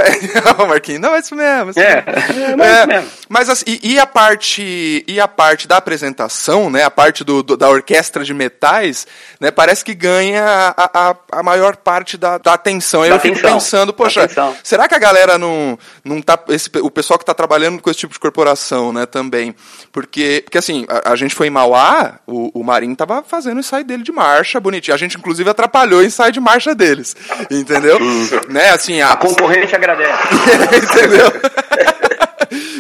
É, Marquinhos, não, é isso mesmo. É, isso é. mesmo. é, mas é isso mesmo. Mas assim, e, e, a parte, e a parte da apresentação, né, a parte do, do, da orquestra de metais, né, parece que ganha a, a, a maior parte da, da atenção. Aí eu fico pensando, poxa, será que a galera não, não tá, esse, o pessoal que tá trabalhando com esse tipo de corporação, né, também, porque, porque assim, a, a gente foi em Mauá, O, o Marinho tava fazendo o ensaio dele de marcha, bonitinho. A gente, inclusive, atrapalhou o ensaio de marcha deles. Entendeu? né, assim, a... a concorrente agradece. Entendeu?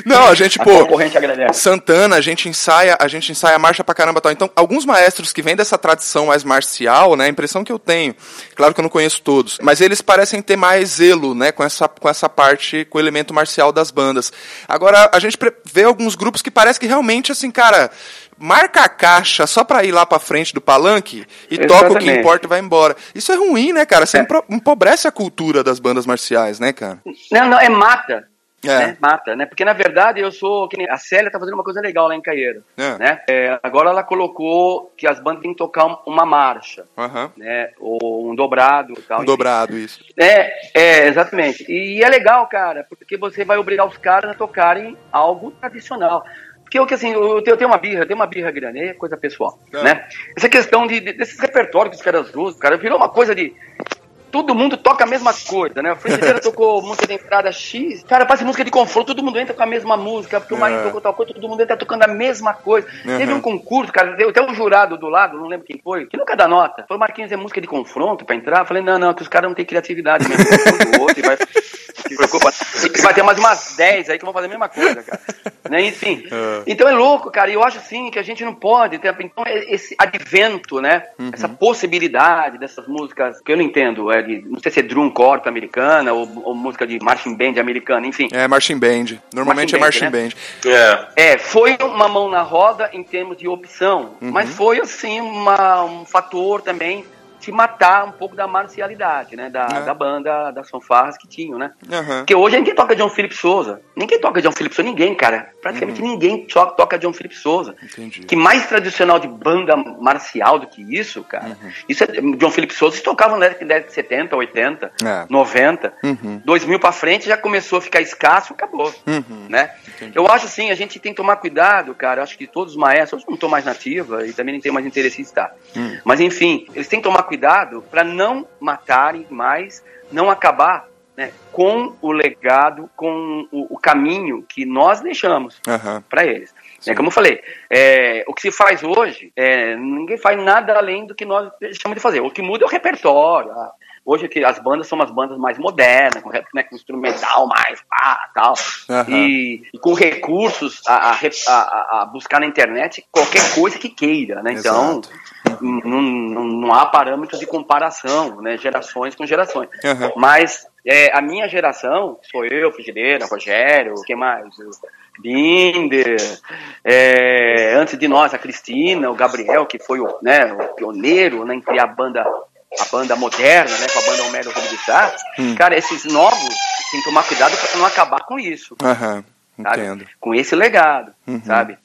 Não, a gente, pô, a Santana, a gente ensaia, a gente ensaia marcha pra caramba, tal. Então, alguns maestros que vêm dessa tradição mais marcial, né, a impressão que eu tenho, claro que eu não conheço todos, mas eles parecem ter mais zelo, né, com essa, com essa parte, com o elemento marcial das bandas. Agora, a gente vê alguns grupos que parece que realmente, assim, cara, marca a caixa só pra ir lá pra frente do palanque e Exatamente. Toca o que importa e vai embora. Isso é ruim, né, cara? Você é. empobrece a cultura das bandas marciais, né, cara? Não, não, é mata. É. Né? Mata, né? Porque, na verdade, eu sou... Que nem a Célia tá fazendo uma coisa legal lá em Caieiro, é. né? É, agora ela colocou que as bandas têm que tocar uma marcha, uhum. né? Ou um dobrado e tal. Um enfim. dobrado, isso. É, é, exatamente. E é legal, cara, porque você vai obrigar os caras a tocarem algo tradicional. Porque eu, que assim, eu tenho, eu tenho uma birra, eu tenho uma birra grande, é coisa pessoal, é. né? Essa questão de, de, desses repertórios que os caras usam, cara, virou uma coisa de... Todo mundo toca a mesma coisa, né? O Frigideira tocou música de entrada X, cara, parece música de confronto, todo mundo entra com a mesma música, porque o Marinho tocou tal coisa, todo mundo entra tocando a mesma coisa. Uhum. Teve um concurso, cara, deu até um jurado do lado, não lembro quem foi, que nunca dá nota. Falou, Marquinhos, é música de confronto pra entrar? Eu falei, não, não, que os caras não têm criatividade mesmo. Um do outro e vai... Se preocupa. Vai ter mais umas dez aí que vão fazer a mesma coisa, cara. Né? Enfim. Uh. Então é louco, cara. E eu acho assim que a gente não pode ter. Então, esse advento, né? Uhum. Essa possibilidade dessas músicas que eu não entendo. É de, não sei se é drum corp americana ou, ou música de marching band americana, enfim. É, marching band. Normalmente marching é marching band. Né? band. É. é, foi uma mão na roda em termos de opção. Uhum. Mas foi, assim, uma, um fator também de matar um pouco da marcialidade, né, da, é. da banda, das fanfarras que tinham, né, uhum. porque hoje ninguém toca John Philip Sousa, ninguém toca John Philip Sousa, ninguém, cara, praticamente uhum. ninguém só toca John Philip Sousa. Entendi. Que mais tradicional de banda marcial do que isso, cara, uhum. isso é, John Philip Sousa, eles tocavam na década de setenta, oitenta, é. noventa, uhum. dois mil pra frente já começou a ficar escasso, acabou, uhum. né, Entendi. Eu acho assim, a gente tem que tomar cuidado, cara, eu acho que todos os maestros, eu não tô mais nativa e também não tenho mais interesse em estar, uhum. mas enfim, eles têm que tomar cuidado para não matarem mais, não acabar, né, com o legado, com o, o caminho que nós deixamos uhum. para eles. É, como eu falei, é, o que se faz hoje, é, ninguém faz nada além do que nós deixamos de fazer. O que muda é o repertório. Ah, hoje que as bandas são umas bandas mais modernas, com, né, com instrumental mais pá, tal, uhum. e, e com recursos a, a, a, a buscar na internet qualquer coisa que queira, né? Então não, não, não há parâmetros de comparação, né? Gerações com gerações. Uhum. Mas é, a minha geração, sou eu, Frigideira, Rogério, o que mais? Binder, é, antes de nós a Cristina, o Gabriel, que foi o, né, o pioneiro, né, em criar a banda, a banda moderna, né, com a banda Homero Rubidizar. Hum. Cara, esses novos tem que tomar cuidado para não acabar com isso. Uhum, entendo. Com esse legado, uhum. sabe?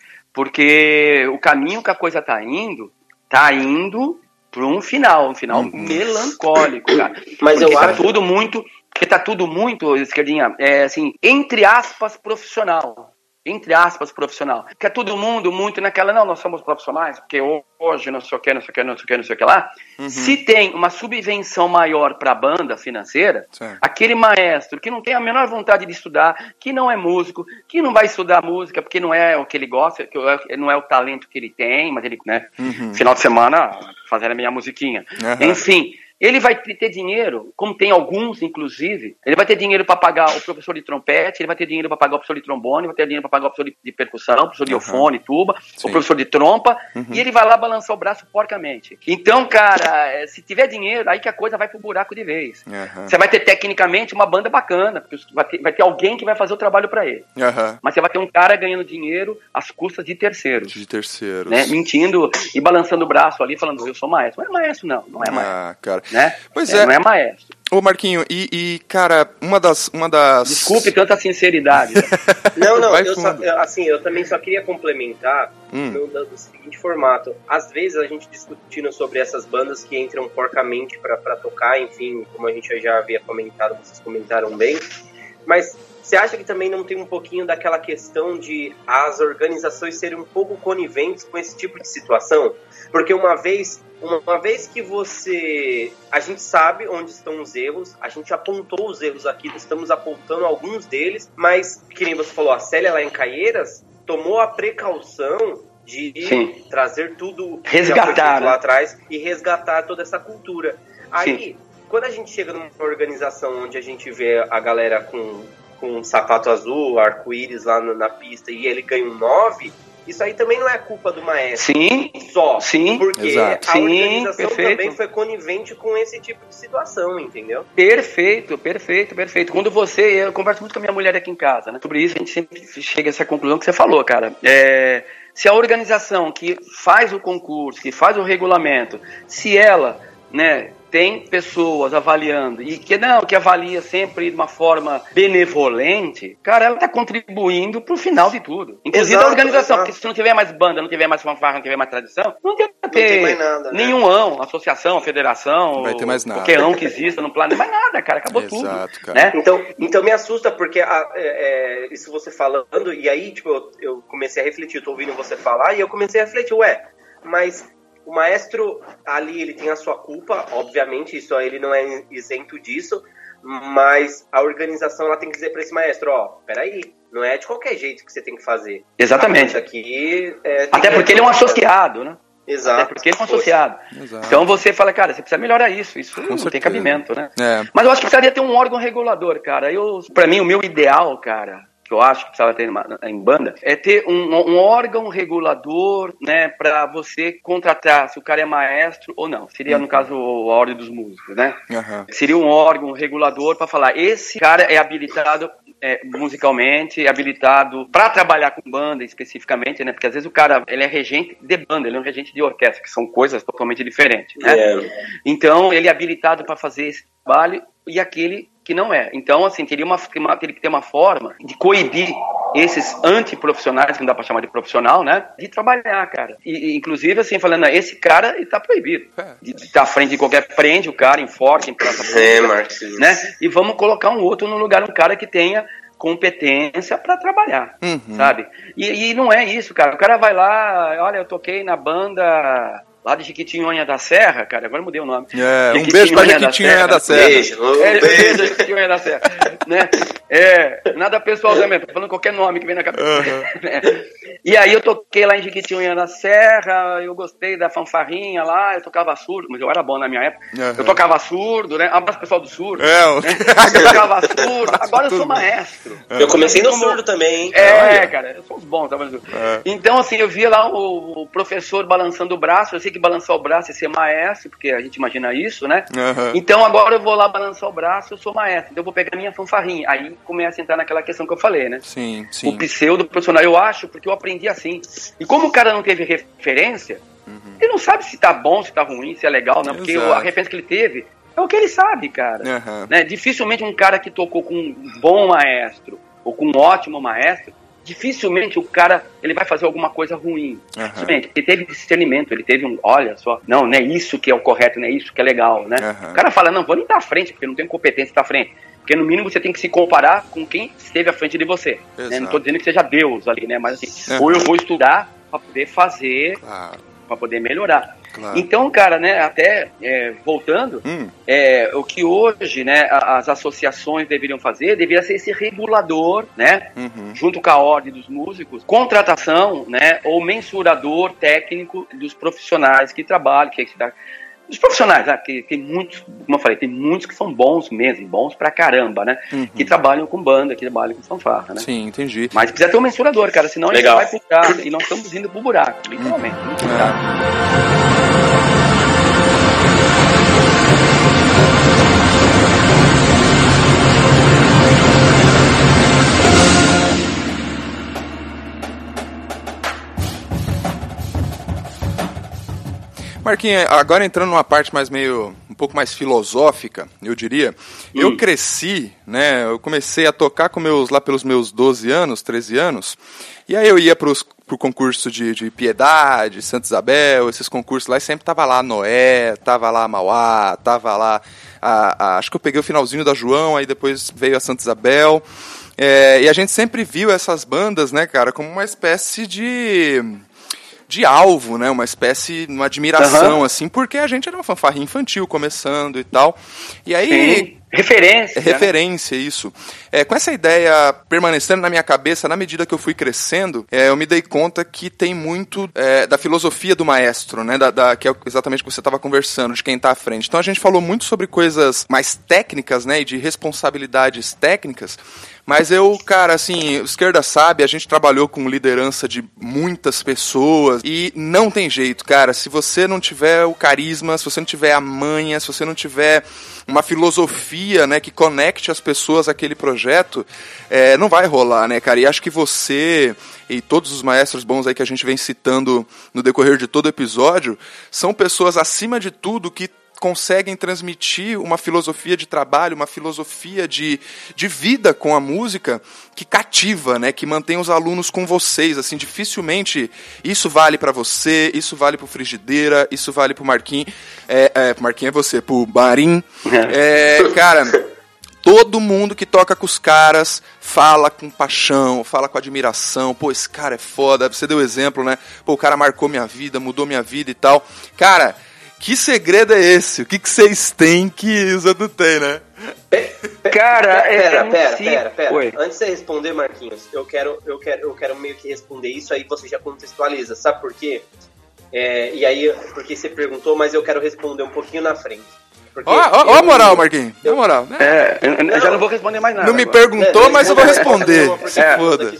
Porque o caminho que a coisa tá indo, tá indo para um final, um final uhum. melancólico, cara. Mas porque eu tá acho... tudo muito, porque tá tudo muito, Esquerdinha, é assim, entre aspas, profissional. Entre aspas, profissional. Que é todo mundo muito naquela, não, nós somos profissionais, porque hoje não sei o que, não sei o que, não sei o que, não sei o que lá. Uhum. Se tem uma subvenção maior para a banda financeira, certo. Aquele maestro que não tem a menor vontade de estudar, que não é músico, que não vai estudar música porque não é o que ele gosta, que não é o talento que ele tem, mas ele, né, uhum. final de semana, fazer a minha musiquinha. Uhum. Enfim... Ele vai ter dinheiro, como tem alguns, inclusive, ele vai ter dinheiro para pagar o professor de trompete, ele vai ter dinheiro para pagar o professor de trombone, vai ter dinheiro para pagar o professor de percussão, o professor de iofone, uhum. tuba, Sim. o professor de trompa, uhum. e ele vai lá balançar o braço porcamente. Então, cara, se tiver dinheiro, aí que a coisa vai pro buraco de vez. Uhum. Você vai ter, tecnicamente, uma banda bacana, porque vai ter, vai ter alguém que vai fazer o trabalho para ele. Uhum. Mas você vai ter um cara ganhando dinheiro às custas de terceiros. De terceiros. Né? Mentindo e balançando o braço ali, falando, eu sou maestro. Não é maestro, não. Não é maestro. Ah, cara. Né? Pois é, é. Não é maestro. Ô, Marquinho, e, e, cara, uma das, uma das... Desculpe tanta sinceridade. Né? Não, não, eu, só, eu, assim, eu também só queria complementar hum. no, do seguinte formato. Às vezes a gente discutindo sobre essas bandas que entram porcamente pra, pra tocar, enfim, como a gente já havia comentado, vocês comentaram bem, mas... Você acha que também não tem um pouquinho daquela questão de as organizações serem um pouco coniventes com esse tipo de situação? Porque uma vez, uma vez que você... A gente sabe onde estão os erros, a gente apontou os erros aqui, estamos apontando alguns deles, mas, que nem você falou, a Célia lá em Caieiras tomou a precaução de Sim. trazer tudo resgatar, né? lá atrás e resgatar toda essa cultura. Aí, Sim. quando a gente chega numa organização onde a gente vê a galera com... com um sapato azul, arco-íris lá na, na pista, e ele ganha um nove, isso aí também não é culpa do maestro. Sim, só. Sim, porque exato. a Sim, organização perfeito. também foi conivente com esse tipo de situação, entendeu? Perfeito, perfeito, perfeito. Quando você, eu converso muito com a minha mulher aqui em casa, né? Sobre isso a gente sempre chega a essa conclusão que você falou, cara. É, se a organização que faz o concurso, que faz o regulamento, se ela, né, tem pessoas avaliando e que não, que avalia sempre de uma forma benevolente, cara, ela está contribuindo para o final de tudo. Inclusive exato, a organização, exato. Porque se não tiver mais banda, não tiver mais fanfarra, não tiver mais tradição, não tem que ter mais nada, nenhum né? ão, associação, federação, não vai ter mais nada. Qualquer ão que exista no plano, mais nada, cara, acabou exato, tudo. Cara. Né? Então, então me assusta porque a, é, é, isso você falando, e aí tipo, eu, eu comecei a refletir, eu tô ouvindo você falar, e eu comecei a refletir, ué, mas o maestro ali, ele tem a sua culpa, obviamente, isso ele não é isento disso, mas a organização ela tem que dizer para esse maestro, ó, peraí, não é de qualquer jeito que você tem que fazer. Exatamente. Aqui, é, até porque ele é um associado, né? Exato. Até porque ele é um associado. Exato. Então você fala, cara, você precisa melhorar isso, isso Com não certeza. Tem cabimento, né? É. Mas eu acho que precisaria ter um órgão regulador, cara. Eu, pra mim, o meu ideal, cara, que eu acho que precisava ter em banda, é ter um, um órgão regulador, né, para você contratar se o cara é maestro ou não. Seria, uhum. no caso, a ordem dos músicos, né? Uhum. Seria um órgão regulador para falar, esse cara é habilitado é, musicalmente, é habilitado para trabalhar com banda especificamente, né? Porque às vezes o cara, ele é regente de banda, ele é um regente de orquestra, que são coisas totalmente diferentes, né? Yeah. Então, ele é habilitado para fazer esse trabalho e aquele que não é. Então, assim, teria, uma, uma, teria que ter uma forma de coibir esses antiprofissionais, que não dá pra chamar de profissional, né? De trabalhar, cara. E, inclusive, assim, falando, esse cara, ele tá proibido. De estar à frente de qualquer... Prende o cara, enforca, em praça pública, né? E vamos colocar um outro no lugar, um cara que tenha competência para trabalhar, uhum. sabe? E, e não é isso, cara. O cara vai lá, olha, eu toquei na banda... lá de Jequitinhonha da Serra, cara, agora mudei o nome. É, um beijo pra Jequitinhonha da Serra. Beijo, um é, beijo. Jequitinhonha da Serra. Né? É, nada pessoal também, tô falando qualquer nome que vem na cabeça. Uhum. Né? E aí eu toquei lá em Jequitinhonha da Serra, eu gostei da fanfarrinha lá, eu tocava surdo, mas eu era bom na minha época. Uhum. Eu tocava surdo, né? Abraço pessoal do surdo. É, o... né? Eu tocava surdo, agora eu sou maestro. Eu comecei no surdo também, hein? É, cara, eu sou uns bons, tá vendo? É. Então, assim, eu via lá o, o professor balançando o braço, eu sei que balançar o braço é ser maestro, porque a gente imagina isso, né? Uhum. Então agora eu vou lá balançar o braço, eu sou maestro, então eu vou pegar minha fanfarrinha. Aí começa a entrar naquela questão que eu falei, né? Sim, sim. O pseudo profissional, eu acho, porque eu aprendi assim. E como o cara não teve referência, uhum. ele não sabe se tá bom, se tá ruim, se é legal, não, porque Exato. A referência que ele teve é o que ele sabe, cara. Uhum. Né? Dificilmente um cara que tocou com um bom maestro ou com um ótimo maestro, dificilmente o cara ele vai fazer alguma coisa ruim. Uhum. Dificilmente. Ele teve discernimento, ele teve um, olha só, não, não é isso que é o correto, não é isso que é legal, né? Uhum. O cara fala, não, vou nem estar à frente, porque eu não tenho competência para frente. Porque no mínimo você tem que se comparar com quem esteve à frente de você. Né? Não estou dizendo que seja Deus ali, né? Mas assim, uhum. ou eu vou estudar para poder fazer, claro. Para poder melhorar. Claro. Então, cara, né, até é, voltando, hum. é, o que hoje, né, as associações deveriam fazer, deveria ser esse regulador, né, uhum. junto com a ordem dos músicos, contratação, né, ou mensurador técnico dos profissionais que trabalham, que, que dá, os profissionais, né, que tem muitos, como eu falei, tem muitos que são bons mesmo, bons pra caramba, né, uhum. que trabalham com banda, que trabalham com fanfarra, né. Sim, entendi. Mas precisa ter um mensurador, cara, senão Legal. a gente vai puxar, e nós estamos indo pro buraco, literalmente. Uhum. Muito é. Marquinhos, agora entrando numa parte mais meio, um pouco mais filosófica, eu diria, hum. eu cresci, né, eu comecei a tocar com meus, lá pelos meus doze anos, treze anos, e aí eu ia pros, pro concurso de, de Piedade, Santa Isabel, esses concursos lá, e sempre tava lá Noé, tava lá Mauá, tava lá, a, a, acho que eu peguei o finalzinho da João, aí depois veio a Santa Isabel, é, e a gente sempre viu essas bandas, né, cara, como uma espécie de... de alvo, né, uma espécie, uma admiração, uhum. assim, porque a gente era uma fanfarra infantil começando e tal, e aí, Sim. Referência. É referência, né? Isso. É, com essa ideia permanecendo na minha cabeça, na medida que eu fui crescendo, é, eu me dei conta que tem muito é, da filosofia do maestro, né? Da, da, que é exatamente o que você estava conversando, de quem está à frente. Então a gente falou muito sobre coisas mais técnicas, né? E de responsabilidades técnicas. Mas eu, cara, assim, Esquerda sabe, a gente trabalhou com liderança de muitas pessoas e não tem jeito, cara. Se você não tiver o carisma, se você não tiver a manha, se você não tiver uma filosofia, né, que conecte as pessoas àquele projeto, é, não vai rolar, né, cara? E acho que você e todos os maestros bons aí que a gente vem citando no decorrer de todo o episódio são pessoas, acima de tudo, que conseguem transmitir uma filosofia de trabalho, uma filosofia de, de vida com a música que cativa, né, que mantém os alunos com vocês, assim, dificilmente isso vale pra você, isso vale pro Frigideira, isso vale pro Marquinhos, é, é, pro Marquinhos é você, pro Marim, é, cara, todo mundo que toca com os caras fala com paixão, fala com admiração, pô, esse cara é foda, você deu o exemplo, né, pô, o cara marcou minha vida, mudou minha vida e tal, cara. Que segredo é esse? O que, que vocês têm que os outros têm, né? Cara, é, pera, é um pera, sim. pera, pera. Oi. Antes de você responder, Marquinhos, eu quero, eu quero, eu quero meio que responder isso, aí você já contextualiza, sabe por quê? É, e aí, porque você perguntou, mas eu quero responder um pouquinho na frente. Ó, ó, ó a moral, Marquinhos. Ó a moral. Né? É, eu, eu não. já não vou responder mais nada. Não me agora. perguntou, é, mas eu vou responder. Se é, foda.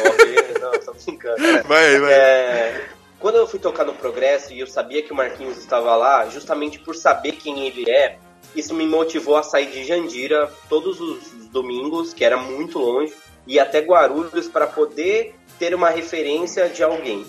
É. Não, tô brincando. Vai, vai. É, quando eu fui tocar no Progresso e eu sabia que o Marquinhos estava lá, justamente por saber quem ele é, isso me motivou a sair de Jandira todos os domingos, que era muito longe, e até Guarulhos para poder ter uma referência de alguém.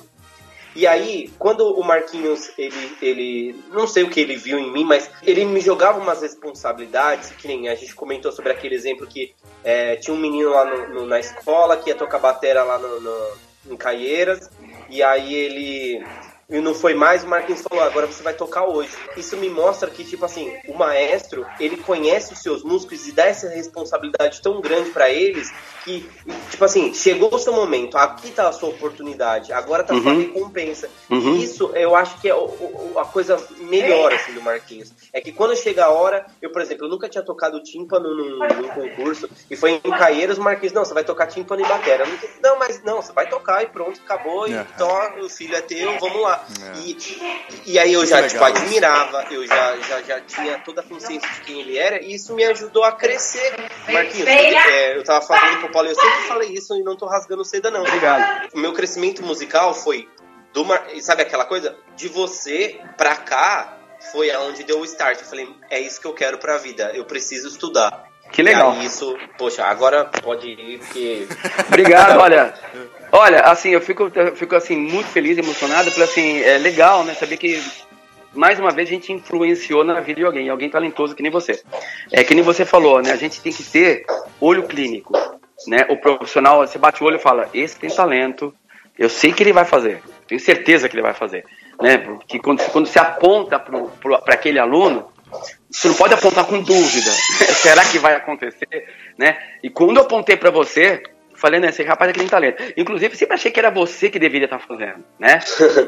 E aí, quando o Marquinhos, ele, ele, não sei o que ele viu em mim, mas ele me jogava umas responsabilidades, que nem a gente comentou sobre aquele exemplo que é, tinha um menino lá no, no, na escola que ia tocar batera lá no, no, em Caieiras, e aí ele... E não foi mais, o Marquinhos falou, agora você vai tocar hoje. Isso me mostra que, tipo assim, o maestro, ele conhece os seus músicos e dá essa responsabilidade tão grande pra eles que, tipo assim, chegou o seu momento, aqui tá a sua oportunidade, agora tá a sua recompensa. Uhum. E isso, eu acho que é o, o, a coisa melhor, assim, do Marquinhos. É que quando chega a hora, eu, por exemplo, eu nunca tinha tocado tímpano num, num concurso, e foi em Caieiras, o Marquinhos, não, você vai tocar tímpano e batera. Eu não, não, mas não, você vai tocar e pronto, acabou, e é. Então, o filho é teu, vamos lá. É. E, e aí eu já legal, tipo, admirava, eu já, já, já tinha toda a consciência de quem ele era, e isso me ajudou a crescer. Marquinhos, é, eu tava falando pro Paulo, eu sempre falei isso e não tô rasgando seda não. Obrigado. O meu crescimento musical foi, do Mar... sabe aquela coisa? De você pra cá, foi aonde deu o start. Eu falei, é isso que eu quero pra vida, eu preciso estudar. Que legal. E aí isso, poxa, agora pode ir, porque... Obrigado, olha... Olha, assim, eu fico, eu fico assim, muito feliz, emocionado, porque assim, é legal, né, saber que, mais uma vez, a gente influenciou na vida de alguém, alguém talentoso que nem você. É que nem você falou, né, a gente tem que ter olho clínico, né, o profissional, você bate o olho e fala, esse tem talento, eu sei que ele vai fazer, tenho certeza que ele vai fazer, né, porque quando, quando você aponta para aquele aluno, você não pode apontar com dúvida, será que vai acontecer, né, e quando eu apontei para você, falei, né, esse rapaz aqui tem talento. Inclusive, sempre achei que era você que deveria estar fazendo, né?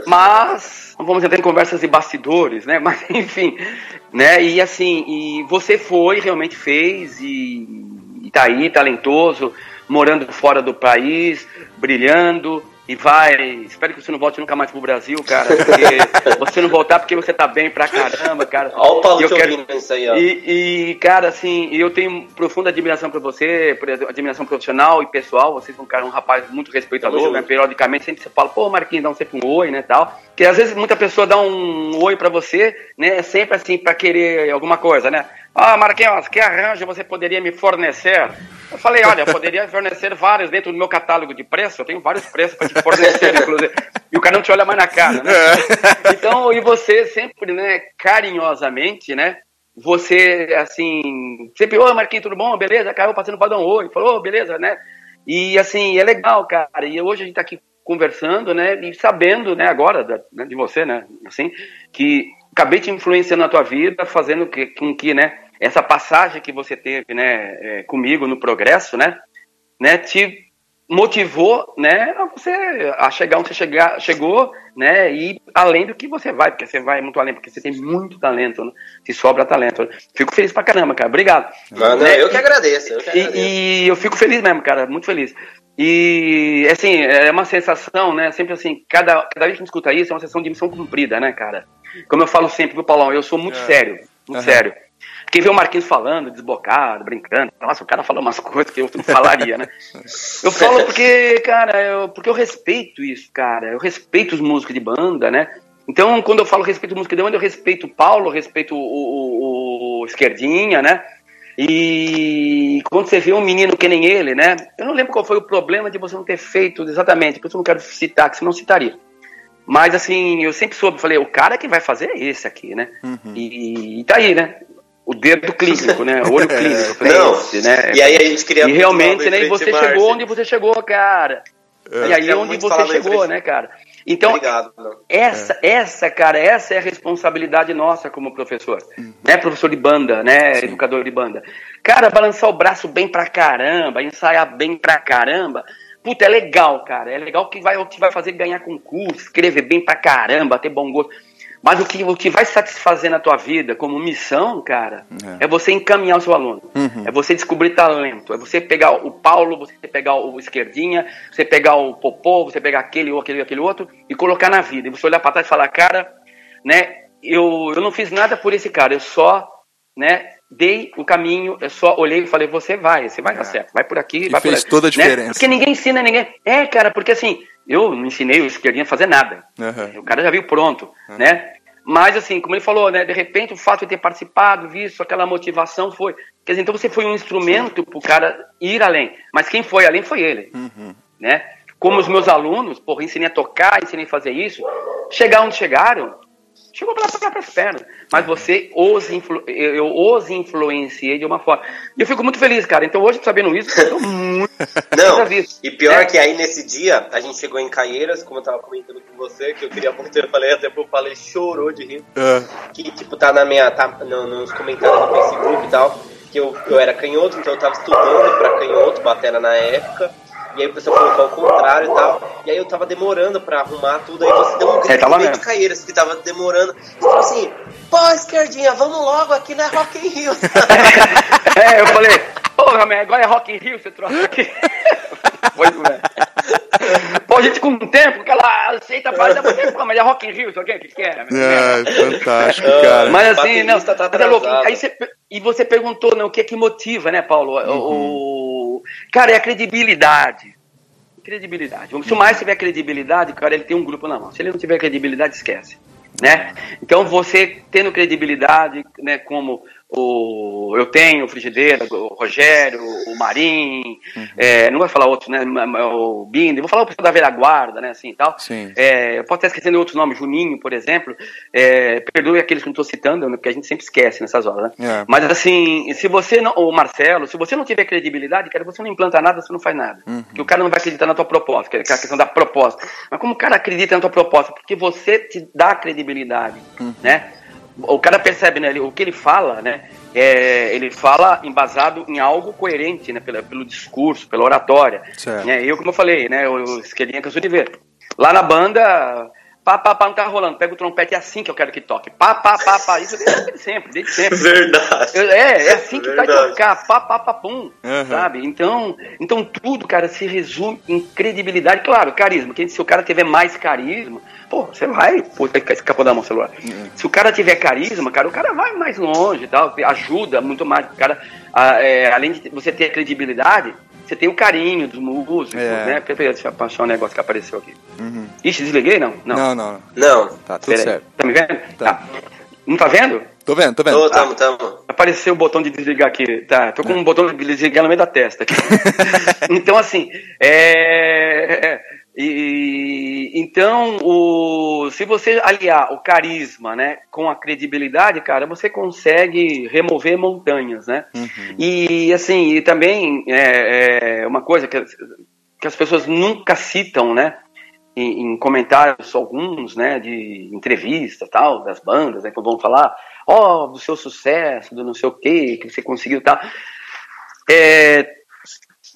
Mas, não vamos entrar em conversas de bastidores, né? Mas, enfim, né? E assim, e você foi, realmente fez, e, e tá aí, talentoso, morando fora do país, brilhando, e vai... Espero que você não volte nunca mais pro Brasil, cara, porque você não voltar porque você tá bem pra caramba, cara. Olha o Paulo eu quero... isso aí, ó. E, e, cara, assim, eu tenho profunda admiração por você, por admiração profissional e pessoal. Vocês são um, cara, um rapaz muito respeitador, né? Periodicamente sempre você fala, pô, Marquinhos, dá um sempre um oi, né, tal. Porque às vezes muita pessoa dá um oi pra você, né, sempre assim, pra querer alguma coisa, né? Ah, Marquinhos, que arranjo você poderia me fornecer? Eu falei, olha, eu poderia fornecer vários dentro do meu catálogo de preço, eu tenho vários preços para te fornecer, inclusive. E o cara não te olha mais na cara, né? Então, e você sempre, né, carinhosamente, né, você, assim, sempre, ô, Marquinhos, tudo bom? Beleza? Caiu passando para dar um oi, falou, oh, beleza, né? E, assim, é legal, cara, e hoje a gente tá aqui conversando, né, e sabendo, né, agora, da, né, de você, né, assim, que acabei te influenciando na tua vida, fazendo que, com que, né, essa passagem que você teve, né, é, comigo no Progresso, né, né, te motivou, né, a você a chegar onde você chegar, chegou, né, e além do que você vai, porque você vai muito além, porque você tem muito talento, né, se sobra talento. Né? Fico feliz pra caramba, cara, obrigado. Mano, né? eu que agradeço, eu que agradeço. E, e eu fico feliz mesmo, cara, muito feliz. E, assim, é uma sensação, né, sempre assim, cada, cada vez que a gente escuta isso, é uma sensação de missão cumprida, né, cara. Como eu falo sempre pro Paulão, eu sou muito é. sério, muito uhum. sério. Quem vê o Marquinhos falando, desbocado, brincando, nossa, o cara fala umas coisas que eu não falaria, né? Eu falo porque, cara, eu, porque eu respeito isso, cara. Eu respeito os músicos de banda, né? Então, quando eu falo respeito os músicos de banda, eu respeito o Paulo, eu respeito o, o, o Esquerdinha, né? E quando você vê um menino que nem ele, né? Eu não lembro qual foi o problema de você não ter feito exatamente, porque eu não quero citar, que você não citaria. Mas, assim, eu sempre soube, falei, o cara que vai fazer é esse aqui, né? Uhum. E, e tá aí, né? O dedo clínico, né? O olho clínico. Falei, não, esse, né? E aí a gente queria... E realmente, né? E você chegou onde você chegou, cara. É. E aí onde você chegou, né, cara? Então, Obrigado, essa, é. essa, cara, essa é a responsabilidade nossa como professor. Hum. Né? Professor de banda, né? Sim. Educador de banda. Cara, balançar o braço bem pra caramba, ensaiar bem pra caramba... Puta, é legal, cara. É legal que vai, que vai fazer ganhar concurso, escrever bem pra caramba, ter bom gosto. Mas o que, o que vai satisfazer na tua vida como missão, cara, é, é você encaminhar o seu aluno. Uhum. É você descobrir talento. É você pegar o Paulo, você pegar o Esquerdinha, você pegar o Popô, você pegar aquele ou aquele, aquele outro e colocar na vida. E você olhar pra trás e falar, cara, né, eu, eu não fiz nada por esse cara, eu só, né, dei o caminho, eu só olhei e falei, você vai, você vai é. dar certo, vai por aqui, e vai por fez aqui. toda a diferença. Né? Porque ninguém ensina ninguém. É, cara, porque assim, eu não ensinei o Esquerdinha a fazer nada. Uhum. O cara já veio pronto, uhum. né? Mas assim, como ele falou, né, de repente o fato de ter participado, visto, aquela motivação foi... Quer dizer, então você foi um instrumento pro cara ir além. Mas quem foi além foi ele, uhum. né? Como os meus alunos, porra, ensinei a tocar, ensinei a fazer isso, chegar onde chegaram, chegou para as próprias pernas. Mas você os influ... eu os influenciei de uma forma. E eu fico muito feliz, cara. Então hoje, sabendo isso, eu tô muito Não, e pior é. que aí nesse dia, a gente chegou em Caieiras, como eu tava comentando com você, que eu queria muito, eu falei, até eu falei, chorou de rir. É. Que, tipo, tá na minha, tá no, nos comentários do Facebook e tal, que eu, eu era canhoto, então eu tava estudando pra canhoto, batera na época. E aí o pessoal colocou ao contrário e tal. E aí eu tava demorando pra arrumar tudo. Aí você deu um grito no meio de Caieiras que tava demorando. Você falou assim, pô, Esquerdinha, vamos logo, aqui não é Rock in Rio. É, eu falei, porra, man, agora é Rock in Rio, você trouxe aqui. Foi, velho. Pô, gente com tempo, que ela aceita fazer, mas é Rock in Rio, isso aqui, o que que é? É, fantástico, cara. Mas assim, não, tá mas é louco. Aí você, e você perguntou, né, o que é que motiva, né, Paulo? Uhum. O, cara, é a credibilidade. Credibilidade. Se o Márcio tiver credibilidade, cara, ele tem um grupo na mão. Se ele não tiver credibilidade, esquece. Né? Então, você tendo credibilidade, né, como o, eu tenho, o Frigideira, o Rogério, o Marim, uhum. é, não vou falar outros, né, o Binder, vou falar o pessoal da velha guarda, né, assim, tal. É, eu posso estar esquecendo outros nomes, Juninho, por exemplo, é, perdoe aqueles que não estou citando, né, porque a gente sempre esquece nessas horas, né? É. Mas, assim, se você não, o Marcelo, se você não tiver credibilidade, cara, você não implanta nada, você não faz nada. Uhum. Porque o cara não vai acreditar na tua proposta, que é a questão da proposta. Mas como o cara acredita na tua proposta? Porque você te dá credibilidade, uhum. né? O cara percebe, né, o que ele fala, né, é, ele fala embasado em algo coerente, né, pelo, pelo discurso, pela oratória. Né, eu, como eu falei, né, o Esquerdinha cansou de ver. Lá na banda, pá, pá, pá, não tá rolando, pega o trompete, é assim que eu quero que toque. Pá, pá, pá, pá, isso desde sempre, desde sempre. Verdade. É, é assim que Verdade. vai tocar, pá, pá, pá, pum, uhum. sabe? Então, então tudo, cara, se resume em credibilidade, claro, carisma, porque se o cara tiver mais carisma, pô, você vai, pô, escapou da mão o celular. Uhum. Se o cara tiver carisma, cara, o cara vai mais longe e tal, ajuda muito mais. O cara, a, é, além de você ter a credibilidade, você tem o carinho dos músicos, é. né? Peraí, deixa eu achar um negócio que apareceu aqui. Uhum. Ixi, desliguei? Não, não. Não, não. Não. Tá, tudo certo. Tá me vendo? Tá. tá. Não tá vendo? Tô vendo, tô vendo. Tô, tamo, tamo. Apareceu o botão de desligar aqui. Tá, tô com é. um botão de desligar no meio da testa aqui. Então, assim, é... E, então, o, se você aliar o carisma, né, com a credibilidade, cara, você consegue remover montanhas, né? Uhum. E, assim, e também é, é uma coisa que, que as pessoas nunca citam, né, em, em comentários, alguns, né, de entrevistas, tal, das bandas, né, quando vão falar, ó, oh, do seu sucesso, do não sei o quê, que você conseguiu, tal. É...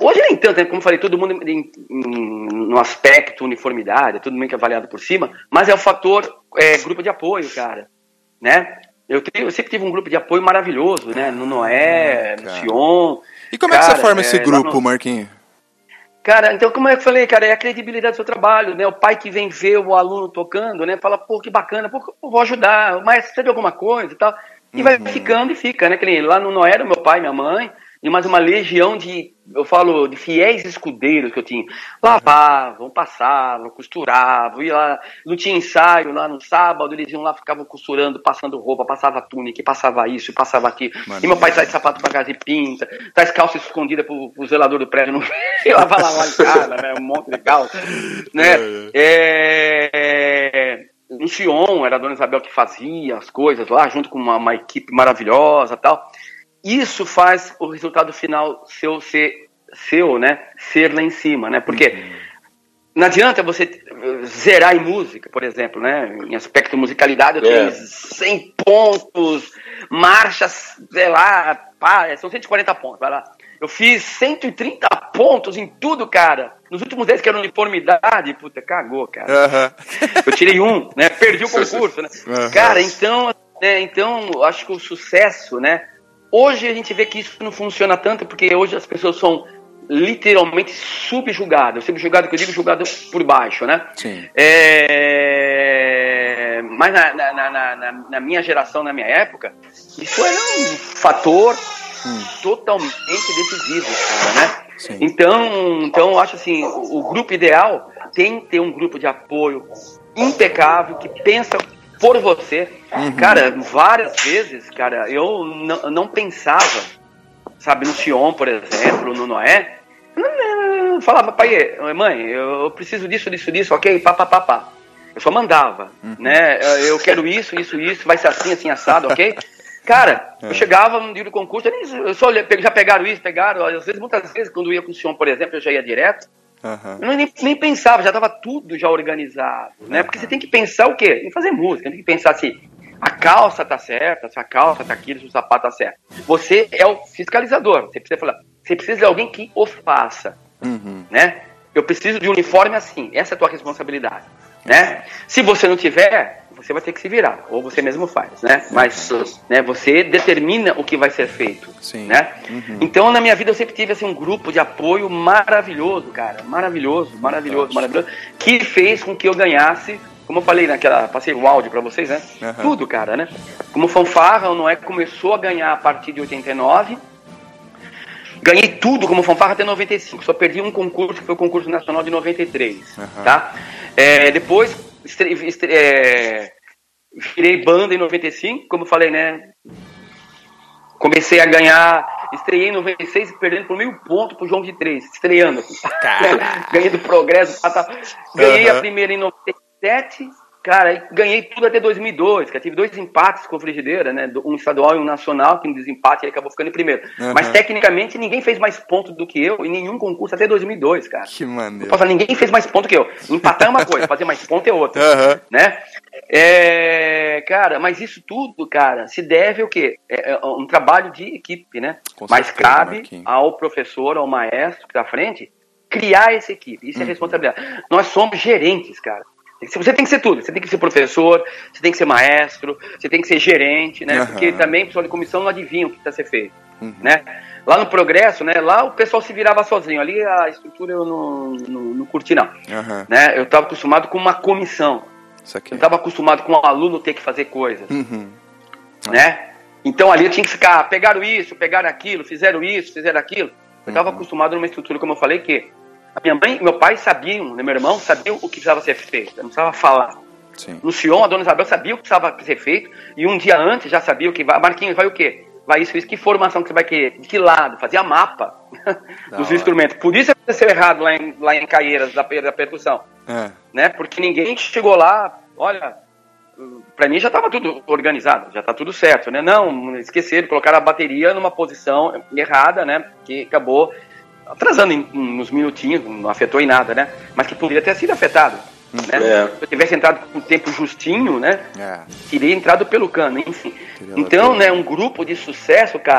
Hoje nem tanto, né? Como eu falei, todo mundo em, em, no aspecto uniformidade, todo mundo que é avaliado por cima, mas é o fator é, grupo de apoio, cara, né? Eu, tenho, eu sempre tive um grupo de apoio maravilhoso, né? No Noé, ah, no Sion. E como cara, é que você forma é, esse grupo, no... Marquinhos? Cara, então como é que eu falei, cara, é a credibilidade do seu trabalho, né? O pai que vem ver o aluno tocando, né? Fala, pô, que bacana, pô, eu vou ajudar, o maestro precisa de alguma coisa e tal. E uhum. vai ficando e fica, né? Que nem lá no Noé, era meu pai, minha mãe, e mais uma legião de, eu falo, de fiéis escudeiros que eu tinha. Lavavam, passavam, costuravam, ia lá, não tinha ensaio lá no sábado, eles iam lá, ficavam costurando, passando roupa, passava túnica, passava isso, passava aquilo. Mano, e meu pai traz sapato pra casa e pinta, traz calça escondida pro, pro zelador do prédio, não ia lavar lá em casa, né? Um monte de calça, né? É... é... No Sion, era a Dona Isabel que fazia as coisas lá, junto com uma, uma equipe maravilhosa e tal. Isso faz o resultado final seu ser, seu, né, ser lá em cima, né? Porque uhum. não adianta você zerar em música, por exemplo, né? Em aspecto musicalidade, eu tenho é. cem pontos, marchas, sei lá, pá, são cento e quarenta pontos, vai lá. Eu fiz cento e trinta pontos em tudo, cara. Nos últimos dez que era uniformidade, puta, cagou, cara. Uhum. Eu tirei um, né? Perdi o concurso, né? Uhum. Cara, então, né, então, acho que o sucesso, né? Hoje a gente vê que isso não funciona tanto, porque hoje as pessoas são literalmente subjugadas. Subjugado que eu digo, julgado por baixo, né? Sim. É... Mas na, na, na, na, na minha geração, na minha época, isso era um fator hum. totalmente decisivo, cara, né? Sim. Então, então, eu acho assim, o, o grupo ideal tem que ter um grupo de apoio impecável, que pensa por você. Uhum. Cara, várias vezes, cara, eu não, não pensava, sabe, no Sion, por exemplo, no Noé, eu falava, pai, mãe, eu preciso disso, disso, disso, ok, pá, pá, pá, pá. Eu só mandava, uhum. né, eu quero isso, isso, isso, vai ser assim, assim, assado, ok? Cara, é. eu chegava no dia do concurso, eu só já pegaram isso, pegaram, às vezes, muitas vezes, quando eu ia com o Sion, por exemplo, eu já ia direto, uhum. eu nem, nem pensava, já estava tudo já organizado, né? Uhum. Porque você tem que pensar o quê? Em fazer música, tem que pensar se a calça tá certa, se a calça tá aquilo, se o sapato tá certo. Você é o fiscalizador, você precisa falar, você precisa de alguém que o faça, uhum. né? Eu preciso de um uniforme assim, essa é a tua responsabilidade, né? Se você não tiver, você vai ter que se virar, ou você mesmo faz, né? Mas né, você determina o que vai ser feito, Sim. né? Uhum. Então, na minha vida, eu sempre tive assim, um grupo de apoio maravilhoso, cara, maravilhoso, maravilhoso, maravilhoso, que fez com que eu ganhasse, como eu falei naquela, passei o áudio pra vocês, né? Uhum. Tudo, cara, né? Como fanfarra, o Noé começou a ganhar a partir de oitenta e nove, ganhei tudo como fanfarra até noventa e cinco, só perdi um concurso, que foi o concurso nacional de noventa e três, uhum. tá? É, depois... Estre... Estre... É... virei banda em noventa e cinco, como eu falei, né? Comecei a ganhar, estreiei em noventa e seis, perdendo por meio ponto pro João de Três, estreando. Ganhei do Progresso, ganhei uhum. a primeira em noventa e sete, cara, e ganhei tudo até dois mil e dois, que eu tive dois empates com a Frigideira, né? Um estadual e um nacional, que no desempate ele acabou ficando em primeiro. Uhum. Mas tecnicamente ninguém fez mais pontos do que eu em nenhum concurso até dois mil e dois, cara. Que maneiro. Eu posso falar, ninguém fez mais ponto que eu. Empatar é uma coisa, fazer mais ponto é outra, uhum. né? É, cara, mas isso tudo, cara, se deve ao quê? É, é um trabalho de equipe, né? Com mas certeza, cabe Marquinhos. Ao professor, ao maestro que tá à frente, criar essa equipe. Isso uhum. é responsabilidade. Nós somos gerentes, cara. Você tem que ser tudo, você tem que ser professor, você tem que ser maestro, você tem que ser gerente, né? Uhum. Porque também o pessoal de comissão não adivinha o que está a ser feito, uhum. né? Lá no Progresso, né? Lá o pessoal se virava sozinho, ali a estrutura eu não, não, não curti não, uhum. né? Eu estava acostumado com uma comissão, eu estava acostumado com o aluno ter que fazer coisas, uhum. né? Então ali eu tinha que ficar, pegaram isso, pegaram aquilo, fizeram isso, fizeram aquilo. Eu estava uhum. acostumado numa estrutura, como eu falei, que a minha mãe e meu pai sabiam, né, meu irmão, sabiam o que precisava ser feito, eu não precisava falar. Sim. No Sion, a Dona Isabel sabia o que precisava ser feito, e um dia antes já sabia o que vai. Marquinhos, vai o quê? Vai isso, isso, que formação que você vai querer? De que lado? Fazia mapa dos hora. Instrumentos. Por isso aconteceu errado lá em, lá em Caieiras, da, da percussão. É. Né? Porque ninguém chegou lá, olha, pra mim já estava tudo organizado, já está tudo certo, né? Não, esqueceram, colocaram a bateria numa posição errada, né? Que acabou atrasando em, em, uns minutinhos, não afetou em nada, né? Mas que poderia ter sido afetado. Né? É. Se eu tivesse entrado com o tempo justinho, né? É. Teria entrado pelo cano, enfim. Teria então, né, um grupo de sucesso, cara,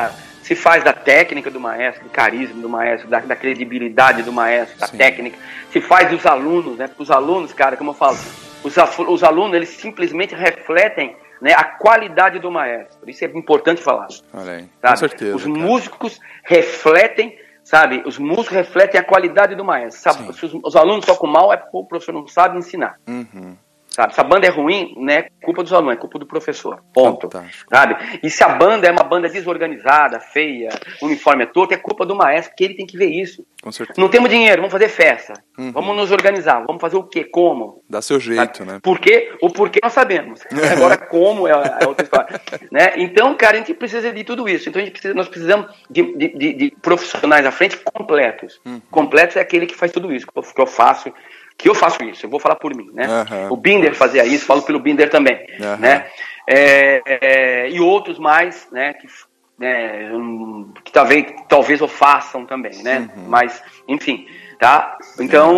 se faz da técnica do maestro, do carisma do maestro, da, da credibilidade do maestro, da Sim. técnica, se faz dos alunos, né? Os alunos, cara, como eu falo, os, os alunos, eles simplesmente refletem, né, a qualidade do maestro. Isso é importante falar. Olha aí, sabe? Com certeza. Os cara. músicos refletem, sabe? Os músicos refletem a qualidade do maestro. Sabe? Se os, os alunos tocam mal, é porque o professor não sabe ensinar. Uhum. Sabe? Se a banda é ruim, não é culpa dos alunos, é culpa do professor. Ponto. Fantástico. Sabe? E se a banda é uma banda desorganizada, feia, o uniforme é torto, é culpa do maestro, porque ele tem que ver isso. Com certeza. Não temos dinheiro, vamos fazer festa. Uhum. Vamos nos organizar. Vamos fazer o quê? Como? Dá seu jeito, sabe? né? Por quê? O porquê nós sabemos. Agora, como é, é outra história. Né? Então, cara, a gente precisa de tudo isso. Então, a gente precisa, nós precisamos de, de, de, de profissionais à frente completos. Uhum. Completos é aquele que faz tudo isso, que eu faço. Que eu faço isso, eu vou falar por mim, né? Uhum. O Binder fazia isso, falo pelo Binder também, uhum. né? É, é, e outros mais, né? Que, né, que talvez, talvez o façam também, né? Uhum. Mas, enfim, tá? Então,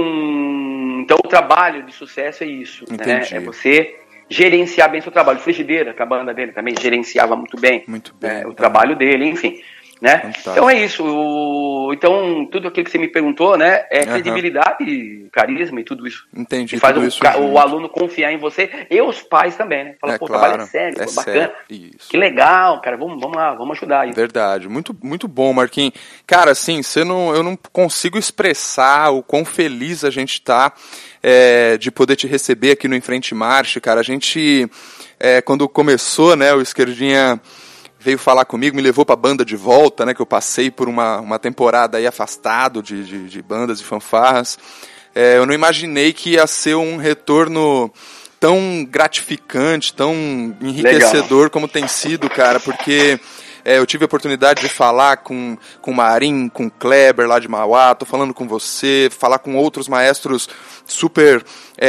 uhum. então, o trabalho de sucesso é isso, Entendi. né? É você gerenciar bem seu trabalho. Frigideira, que a banda dele também gerenciava muito bem, muito bem né, o trabalho dele, enfim. Né? Então é isso. O, então, tudo aquilo que você me perguntou, né? É credibilidade, uhum. carisma e tudo isso. Entendi. E faz tudo o, isso o, o aluno confiar em você e os pais também, né? Fala, é, pô, o claro. trabalho é sério, é pô, bacana. Isso. Que legal, cara. Vamos, vamos lá, vamos ajudar aí. Verdade. Muito, muito bom, Marquinhos. Cara, assim, você não, eu não consigo expressar o quão feliz a gente tá é, de poder te receber aqui no Em Frente Marche, cara. A gente, é, quando começou, né, o Esquerdinha veio falar comigo, me levou pra banda de volta, né, que eu passei por uma, uma temporada aí afastado de, de, de bandas e fanfarras. É, eu não imaginei que ia ser um retorno tão gratificante, tão enriquecedor Legal. Como tem sido, cara, porque é, eu tive a oportunidade de falar com, com o Marim, com o Kleber lá de Mauá, tô falando com você, falar com outros maestros super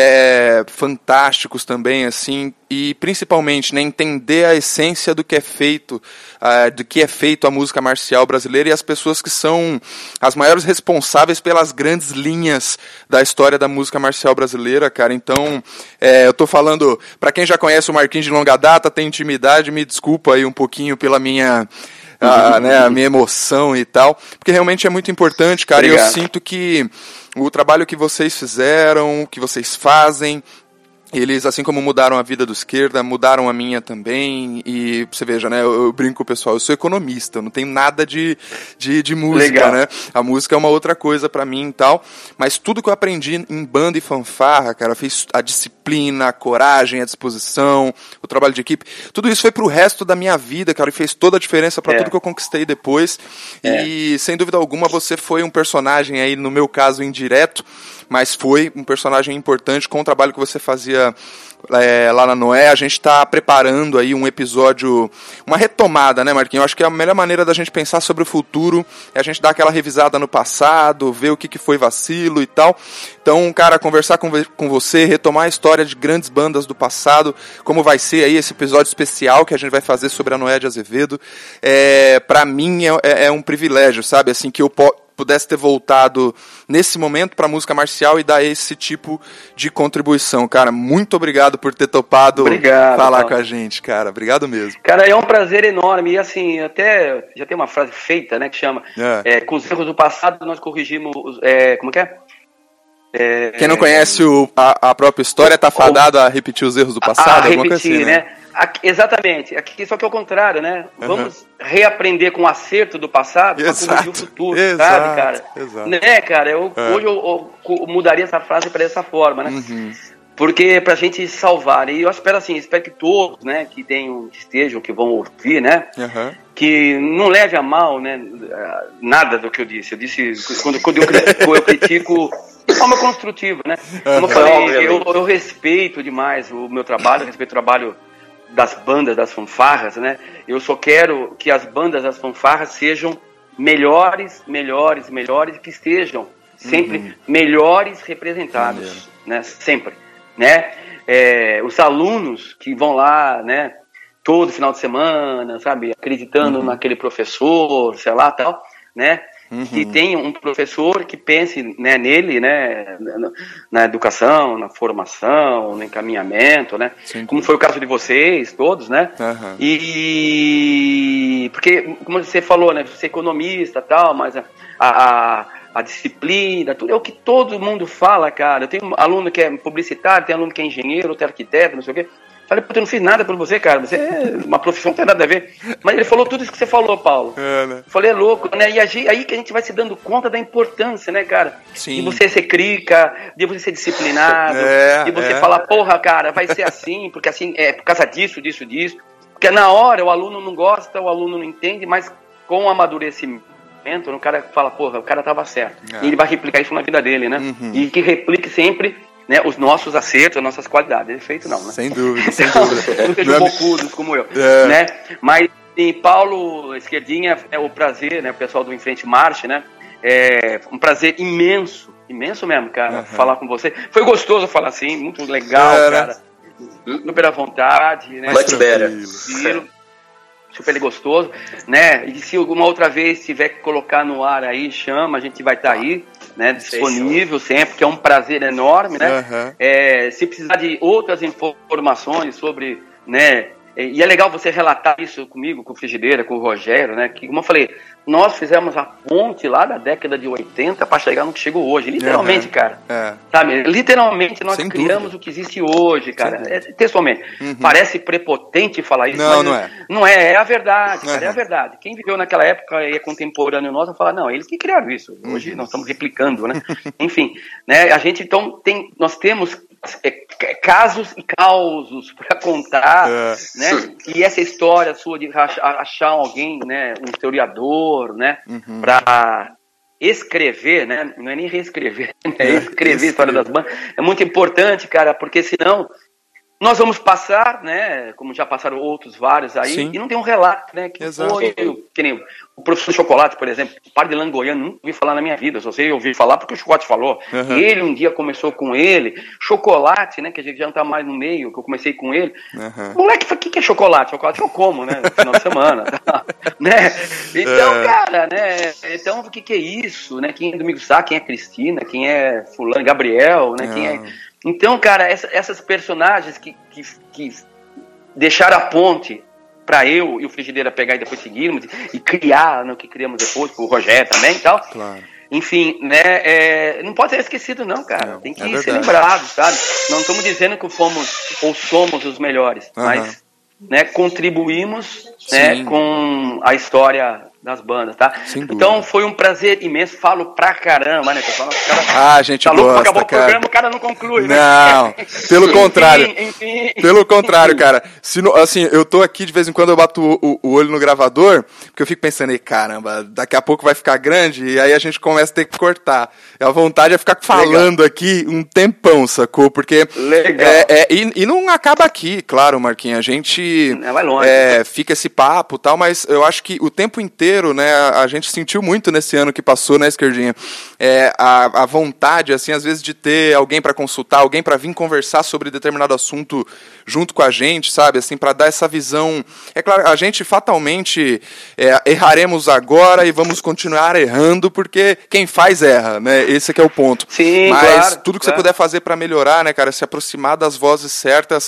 é, fantásticos também, assim, e principalmente, né, entender a essência do que é feito, uh, do que é feito a música marcial brasileira e as pessoas que são as maiores responsáveis pelas grandes linhas da história da música marcial brasileira, cara. Então, é, eu tô falando, pra quem já conhece o Marquinhos de longa data, tem intimidade, me desculpa aí um pouquinho pela minha... A, né, a minha emoção e tal, porque realmente é muito importante, cara. Obrigado. E eu sinto que o trabalho que vocês fizeram, que vocês fazem, eles, assim como mudaram a vida do Esquerda, mudaram a minha também. E você veja, né, eu, eu brinco com o pessoal, eu sou economista, eu não tenho nada de, de, de música, Legal. Né? A música é uma outra coisa pra mim e tal, mas tudo que eu aprendi em banda e fanfarra, cara, fiz a disciplina, a coragem, a disposição, o trabalho de equipe, tudo isso foi pro resto da minha vida, cara, e fez toda a diferença pra é. tudo que eu conquistei depois. É. E, sem dúvida alguma, você foi um personagem aí, no meu caso, indireto, mas foi um personagem importante com o trabalho que você fazia é, lá na Noé. A gente está preparando aí um episódio, uma retomada, né, Marquinhos? Eu acho que a melhor maneira da gente pensar sobre o futuro é a gente dar aquela revisada no passado, ver o que, que foi vacilo e tal. Então, cara, conversar com, com você, retomar a história de grandes bandas do passado, como vai ser aí esse episódio especial que a gente vai fazer sobre a Noé de Azevedo, é, pra mim é, é um privilégio, sabe? Assim, que eu posso pudesse ter voltado nesse momento para música marcial e dar esse tipo de contribuição. Cara, muito obrigado por ter topado obrigado, falar Paulo. Com a gente, cara. Obrigado mesmo. Cara, é um prazer enorme. E assim, até já tem uma frase feita, né, que chama é. É, com os erros do passado nós corrigimos... É, como que é? É... Quem não conhece o, a, a própria história tá fadado a repetir os erros do passado? A, a repetir, assim, né? né? Aqui, exatamente. Aqui, só que é o contrário, né? Uhum. Vamos reaprender com o acerto do passado para corrigir o futuro, exato, sabe, cara? Exato. Né, cara? Eu, é. Hoje eu, eu mudaria essa frase para essa forma, né? Uhum. Porque pra gente salvar, e eu espero assim, espero que todos, né, que tenham, que estejam, que vão ouvir, né, uhum. que não leve a mal, né, nada do que eu disse. Eu disse, quando, quando eu, eu critico de forma construtiva, né? Como eu falei, eu, eu respeito demais o meu trabalho, eu respeito o trabalho das bandas, das fanfarras, né? Eu só quero que as bandas das fanfarras sejam melhores, melhores, melhores, que estejam sempre uhum. melhores representados, uhum. né? Sempre, né? É, os alunos que vão lá, né? Todo final de semana, sabe? Acreditando uhum. naquele professor, sei lá, tal, né? Uhum. Que tenha um professor que pense, né, nele, né, na, na educação, na formação, no encaminhamento, né, Sim. como foi o caso de vocês todos, né, uhum. e e porque, como você falou, né, você é economista e tal, mas a, a, a disciplina, tudo é o que todo mundo fala, cara. Eu tenho um aluno que é publicitário, tem aluno que é engenheiro, outro é arquiteto, não sei o quê. Falei, pô, eu não fiz nada por você, cara. Você é uma profissão que não tem nada a ver. Mas ele falou tudo isso que você falou, Paulo. É, né? Eu falei, é louco, né? E aí que a gente vai se dando conta da importância, né, cara? Sim. De você ser crica, de você ser disciplinado, é, de você é. falar, porra, cara, vai ser assim, porque assim, é por causa disso, disso, disso. Porque na hora o aluno não gosta, o aluno não entende, mas com o amadurecimento, o cara fala, porra, o cara tava certo. É. E ele vai replicar isso na vida dele, né? Uhum. E que replique sempre... Né, os nossos acertos, as nossas qualidades. Defeito não, né? Sem dúvida, sem dúvida. Não sejam bocudos como eu. É. Né? Mas, em Paulo Esquerdinha, é o prazer, né? O pessoal do Enfrente Marche, né? É um prazer imenso, imenso mesmo, cara, uhum. falar com você. Foi gostoso falar assim, muito legal, é, cara. Né? Super à vontade, né? Much better. Super gostoso, né? E se alguma outra vez tiver que colocar no ar aí, chama, a gente vai estar tá aí, né? Disponível sempre, que é um prazer enorme, né? Uhum. É, se precisar de outras informações sobre, né? E é legal você relatar isso comigo, com o Frigideira, com o Rogério, né? Que, como eu falei, nós fizemos a ponte lá da década de oitenta para chegar no que chegou hoje. Literalmente, uhum. cara. É. Sabe? Literalmente nós Sem criamos dúvida. o que existe hoje, cara. É, textualmente. Uhum. Parece prepotente falar isso, não, mas não é. Não é, é a verdade, cara. Uhum. É a verdade. Quem viveu naquela época e é contemporâneo nosso vai falar, não, eles que criaram isso. Hoje uhum. nós estamos replicando, né? Enfim, né? A gente, então, tem, nós temos é, casos e causos para contar, é. né? E essa história sua de achar alguém, né? Um historiador, né? Uhum. Para escrever, né? Não é nem reescrever, né? É escrever a história das bandas. É muito importante, cara, porque senão nós vamos passar, né? Como já passaram outros vários aí, Sim. e não tem um relato, né? Que Exato. foi, que nem o professor Chocolate, por exemplo, o par de Langoiano, nunca ouvi falar na minha vida, só sei ouvir falar porque o Chocolate falou. Uhum. Ele um dia começou com ele, Chocolate, né? Que a gente já não tá mais no meio, que eu comecei com ele. Uhum. Moleque, o que, que é chocolate? Chocolate eu como, né? No final de semana, tá? Né? Então, é. cara, né? Então, o que, que é isso, né? Quem é Domingo Sá, quem é Cristina, quem é Fulano, Gabriel, né? Uhum. Quem é... Então, cara, essa, essas personagens que, que, que deixaram a ponte para eu e o Frigideira pegar e depois seguirmos e criar no que criamos depois, com o Rogério também e tal. Claro. Enfim, né, é, não pode ser esquecido não, cara. Não, tem que é ser lembrado, sabe? Não estamos dizendo que fomos ou somos os melhores, uhum. mas né, contribuímos né, com a história das bandas, tá? Então foi um prazer imenso, falo pra caramba, né, pessoal? Cara, ah, gente tá louco, acabou cara. o programa, o cara não conclui, né? Não, pelo contrário. Enfim, enfim. Pelo contrário, cara. Se no, assim, eu tô aqui, de vez em quando eu bato o, o olho no gravador, porque eu fico pensando, caramba, daqui a pouco vai ficar grande, e aí a gente começa a ter que cortar. E a vontade é ficar falando Legal. aqui um tempão, sacou? Porque... Legal. É, é, e, e não acaba aqui, claro, Marquinhos, a gente... É, vai longe. É, fica esse papo e tal, mas eu acho que o tempo inteiro né, a gente sentiu muito nesse ano que passou, né, Esquerdinha? É, a, a vontade, assim, às vezes de ter alguém para consultar, alguém para vir conversar sobre determinado assunto junto com a gente, sabe? Assim, para dar essa visão. É claro, a gente fatalmente é, erraremos agora e vamos continuar errando, porque quem faz erra, né? Esse que é o ponto. Sim, Mas claro, tudo que claro. você puder fazer para melhorar, né, cara? Se aproximar das vozes certas,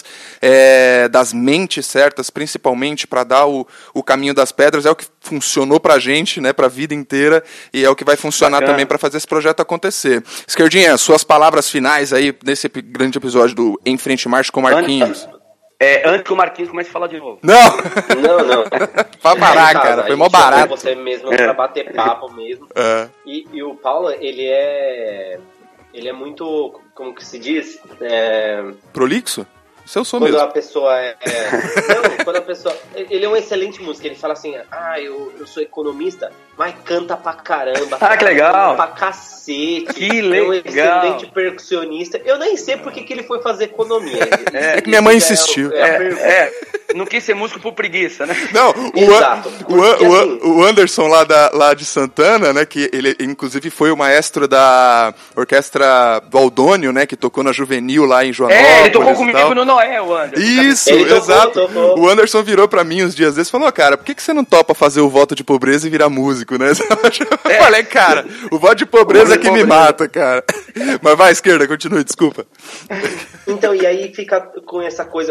é, das mentes certas, principalmente para dar o, o caminho das pedras, é o que funcionou pra gente, né, pra vida inteira, e é o que vai funcionar Bacana. também para fazer esse projeto acontecer. Esquerdinha, suas palavras finais aí nesse grande episódio do Em Frente Marche com Marquinhos. É, antes que o Marquinhos comece a falar de novo. Não! Não, não. Pra parar, cara, foi mó barato. Você mesmo, é. pra bater papo mesmo. É. E, e o Paulo, ele é... Ele é muito, como que se diz? É... Prolixo? Isso eu sou quando mesmo. a pessoa é, é... Não, quando a pessoa... Ele é um excelente músico. Ele fala assim, ah, eu, eu sou economista, mas canta pra caramba. Ah, que legal. Pra cacete. Que legal. É um excelente percussionista. Eu nem sei porque que ele foi fazer economia. É, é que minha mãe insistiu. É, é, é, não quis ser músico por preguiça, né? Não, o, Exato, o, o, assim, o Anderson lá, da, lá de Santana, né, que ele inclusive foi o maestro da orquestra do Aldônio, né, que tocou na Juvenil lá em Joanópolis. É, ele tocou comigo no Noé, o Anderson. Isso, ele exato. Tocou, tocou. O Anderson virou pra mim uns dias desses e falou, cara, por que, que você não topa fazer o voto de pobreza e virar músico, né? Eu é. falei, cara, o voto de pobreza é que me mata, cara. Mas vai, Esquerda, continue, desculpa. Então, e aí fica com essa coisa...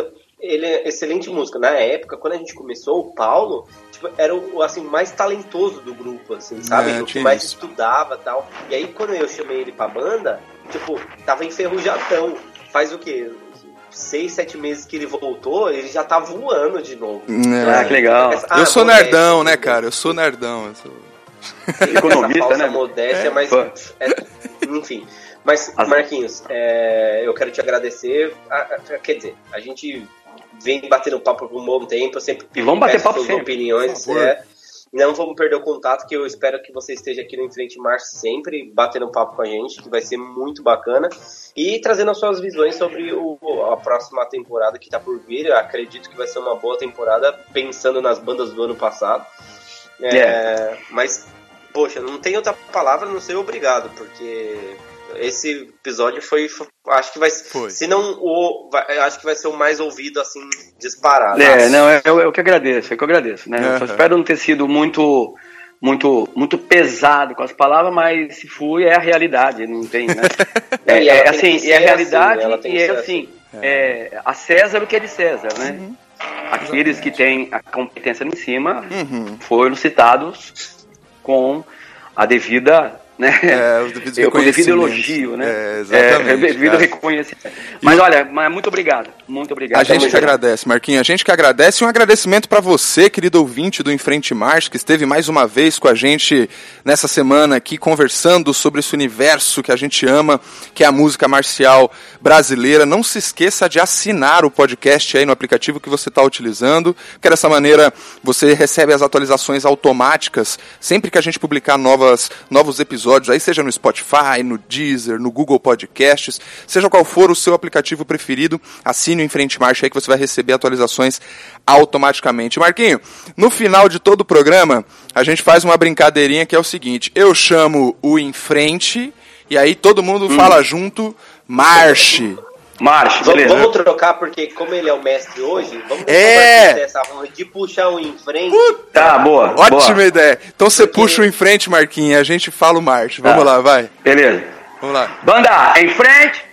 ele é excelente músico. Na época, quando a gente começou, o Paulo tipo, era o assim, mais talentoso do grupo, assim, sabe? É, o que mais isso. estudava e tal. E aí, quando eu chamei ele pra banda, tipo, tava enferrujadão. Faz o quê? Seis, sete meses que ele voltou, ele já tá voando de novo. É. Ah, que legal. Ah, eu sou modéstia, nerdão, né, cara? Eu sou nerdão. Eu sou... Economista, né? Modéstia, é, mas... É, enfim... Mas, Marquinhos, é, eu quero te agradecer. A, a, quer dizer, a gente vem batendo papo por um bom tempo, eu sempre e vamos bater papo suas sempre. opiniões. É, não vamos perder o contato, que eu espero que você esteja aqui no Enfrente Marche sempre, batendo papo com a gente, que vai ser muito bacana. E trazendo as suas visões sobre o, a próxima temporada que está por vir. Eu acredito que vai ser uma boa temporada, pensando nas bandas do ano passado. É, yeah. Mas, poxa, não tem outra palavra a não ser obrigado, porque... Esse episódio foi, acho que vai, foi. se não o, vai, acho que vai ser o mais ouvido assim disparado. É, não, eu, eu que agradeço, eu que agradeço, né? Uhum. Eu só espero não ter sido muito, muito, muito pesado com as palavras, mas se fui é a realidade, não tem, né? é, é assim, é a realidade assim, e é assim, é, a César o que é de César, né? Uhum. Aqueles que têm a competência em cima uhum. foram citados com a devida né? É, o devido reconhecimento. O devido elogio, né? É, exatamente. É, o devido reconhecimento. Mas olha, muito obrigado, muito obrigado. A gente que agradece, Marquinhos, a gente que agradece. Um agradecimento para você, querido ouvinte do Enfrente Marche, que esteve mais uma vez com a gente nessa semana aqui, conversando sobre esse universo que a gente ama, que é a música marcial brasileira. Não se esqueça de assinar o podcast aí no aplicativo que você está utilizando, porque dessa maneira você recebe as atualizações automáticas sempre que a gente publicar novas, novos episódios. Aí seja no Spotify, no Deezer, no Google Podcasts, seja qual for o seu aplicativo preferido, assine o Enfrente Marche aí que você vai receber atualizações automaticamente. Marquinho, no final de todo o programa, a gente faz uma brincadeirinha que é o seguinte, eu chamo o Enfrente e aí todo mundo hum. fala junto, marche. Marche, vamos, vamos trocar, porque como ele é o mestre hoje, vamos é. essa ronda de puxar um em frente. Puta, tá, boa. Ótima boa. ideia. Então você porque... puxa o em frente, Marquinhos, e a gente fala o marche. Vamos tá. lá, vai. Beleza. Vamos lá. Banda, em frente.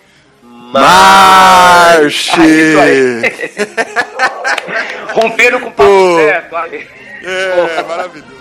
Marche! Ah, Romperam com o papo certo. É, maravilhoso.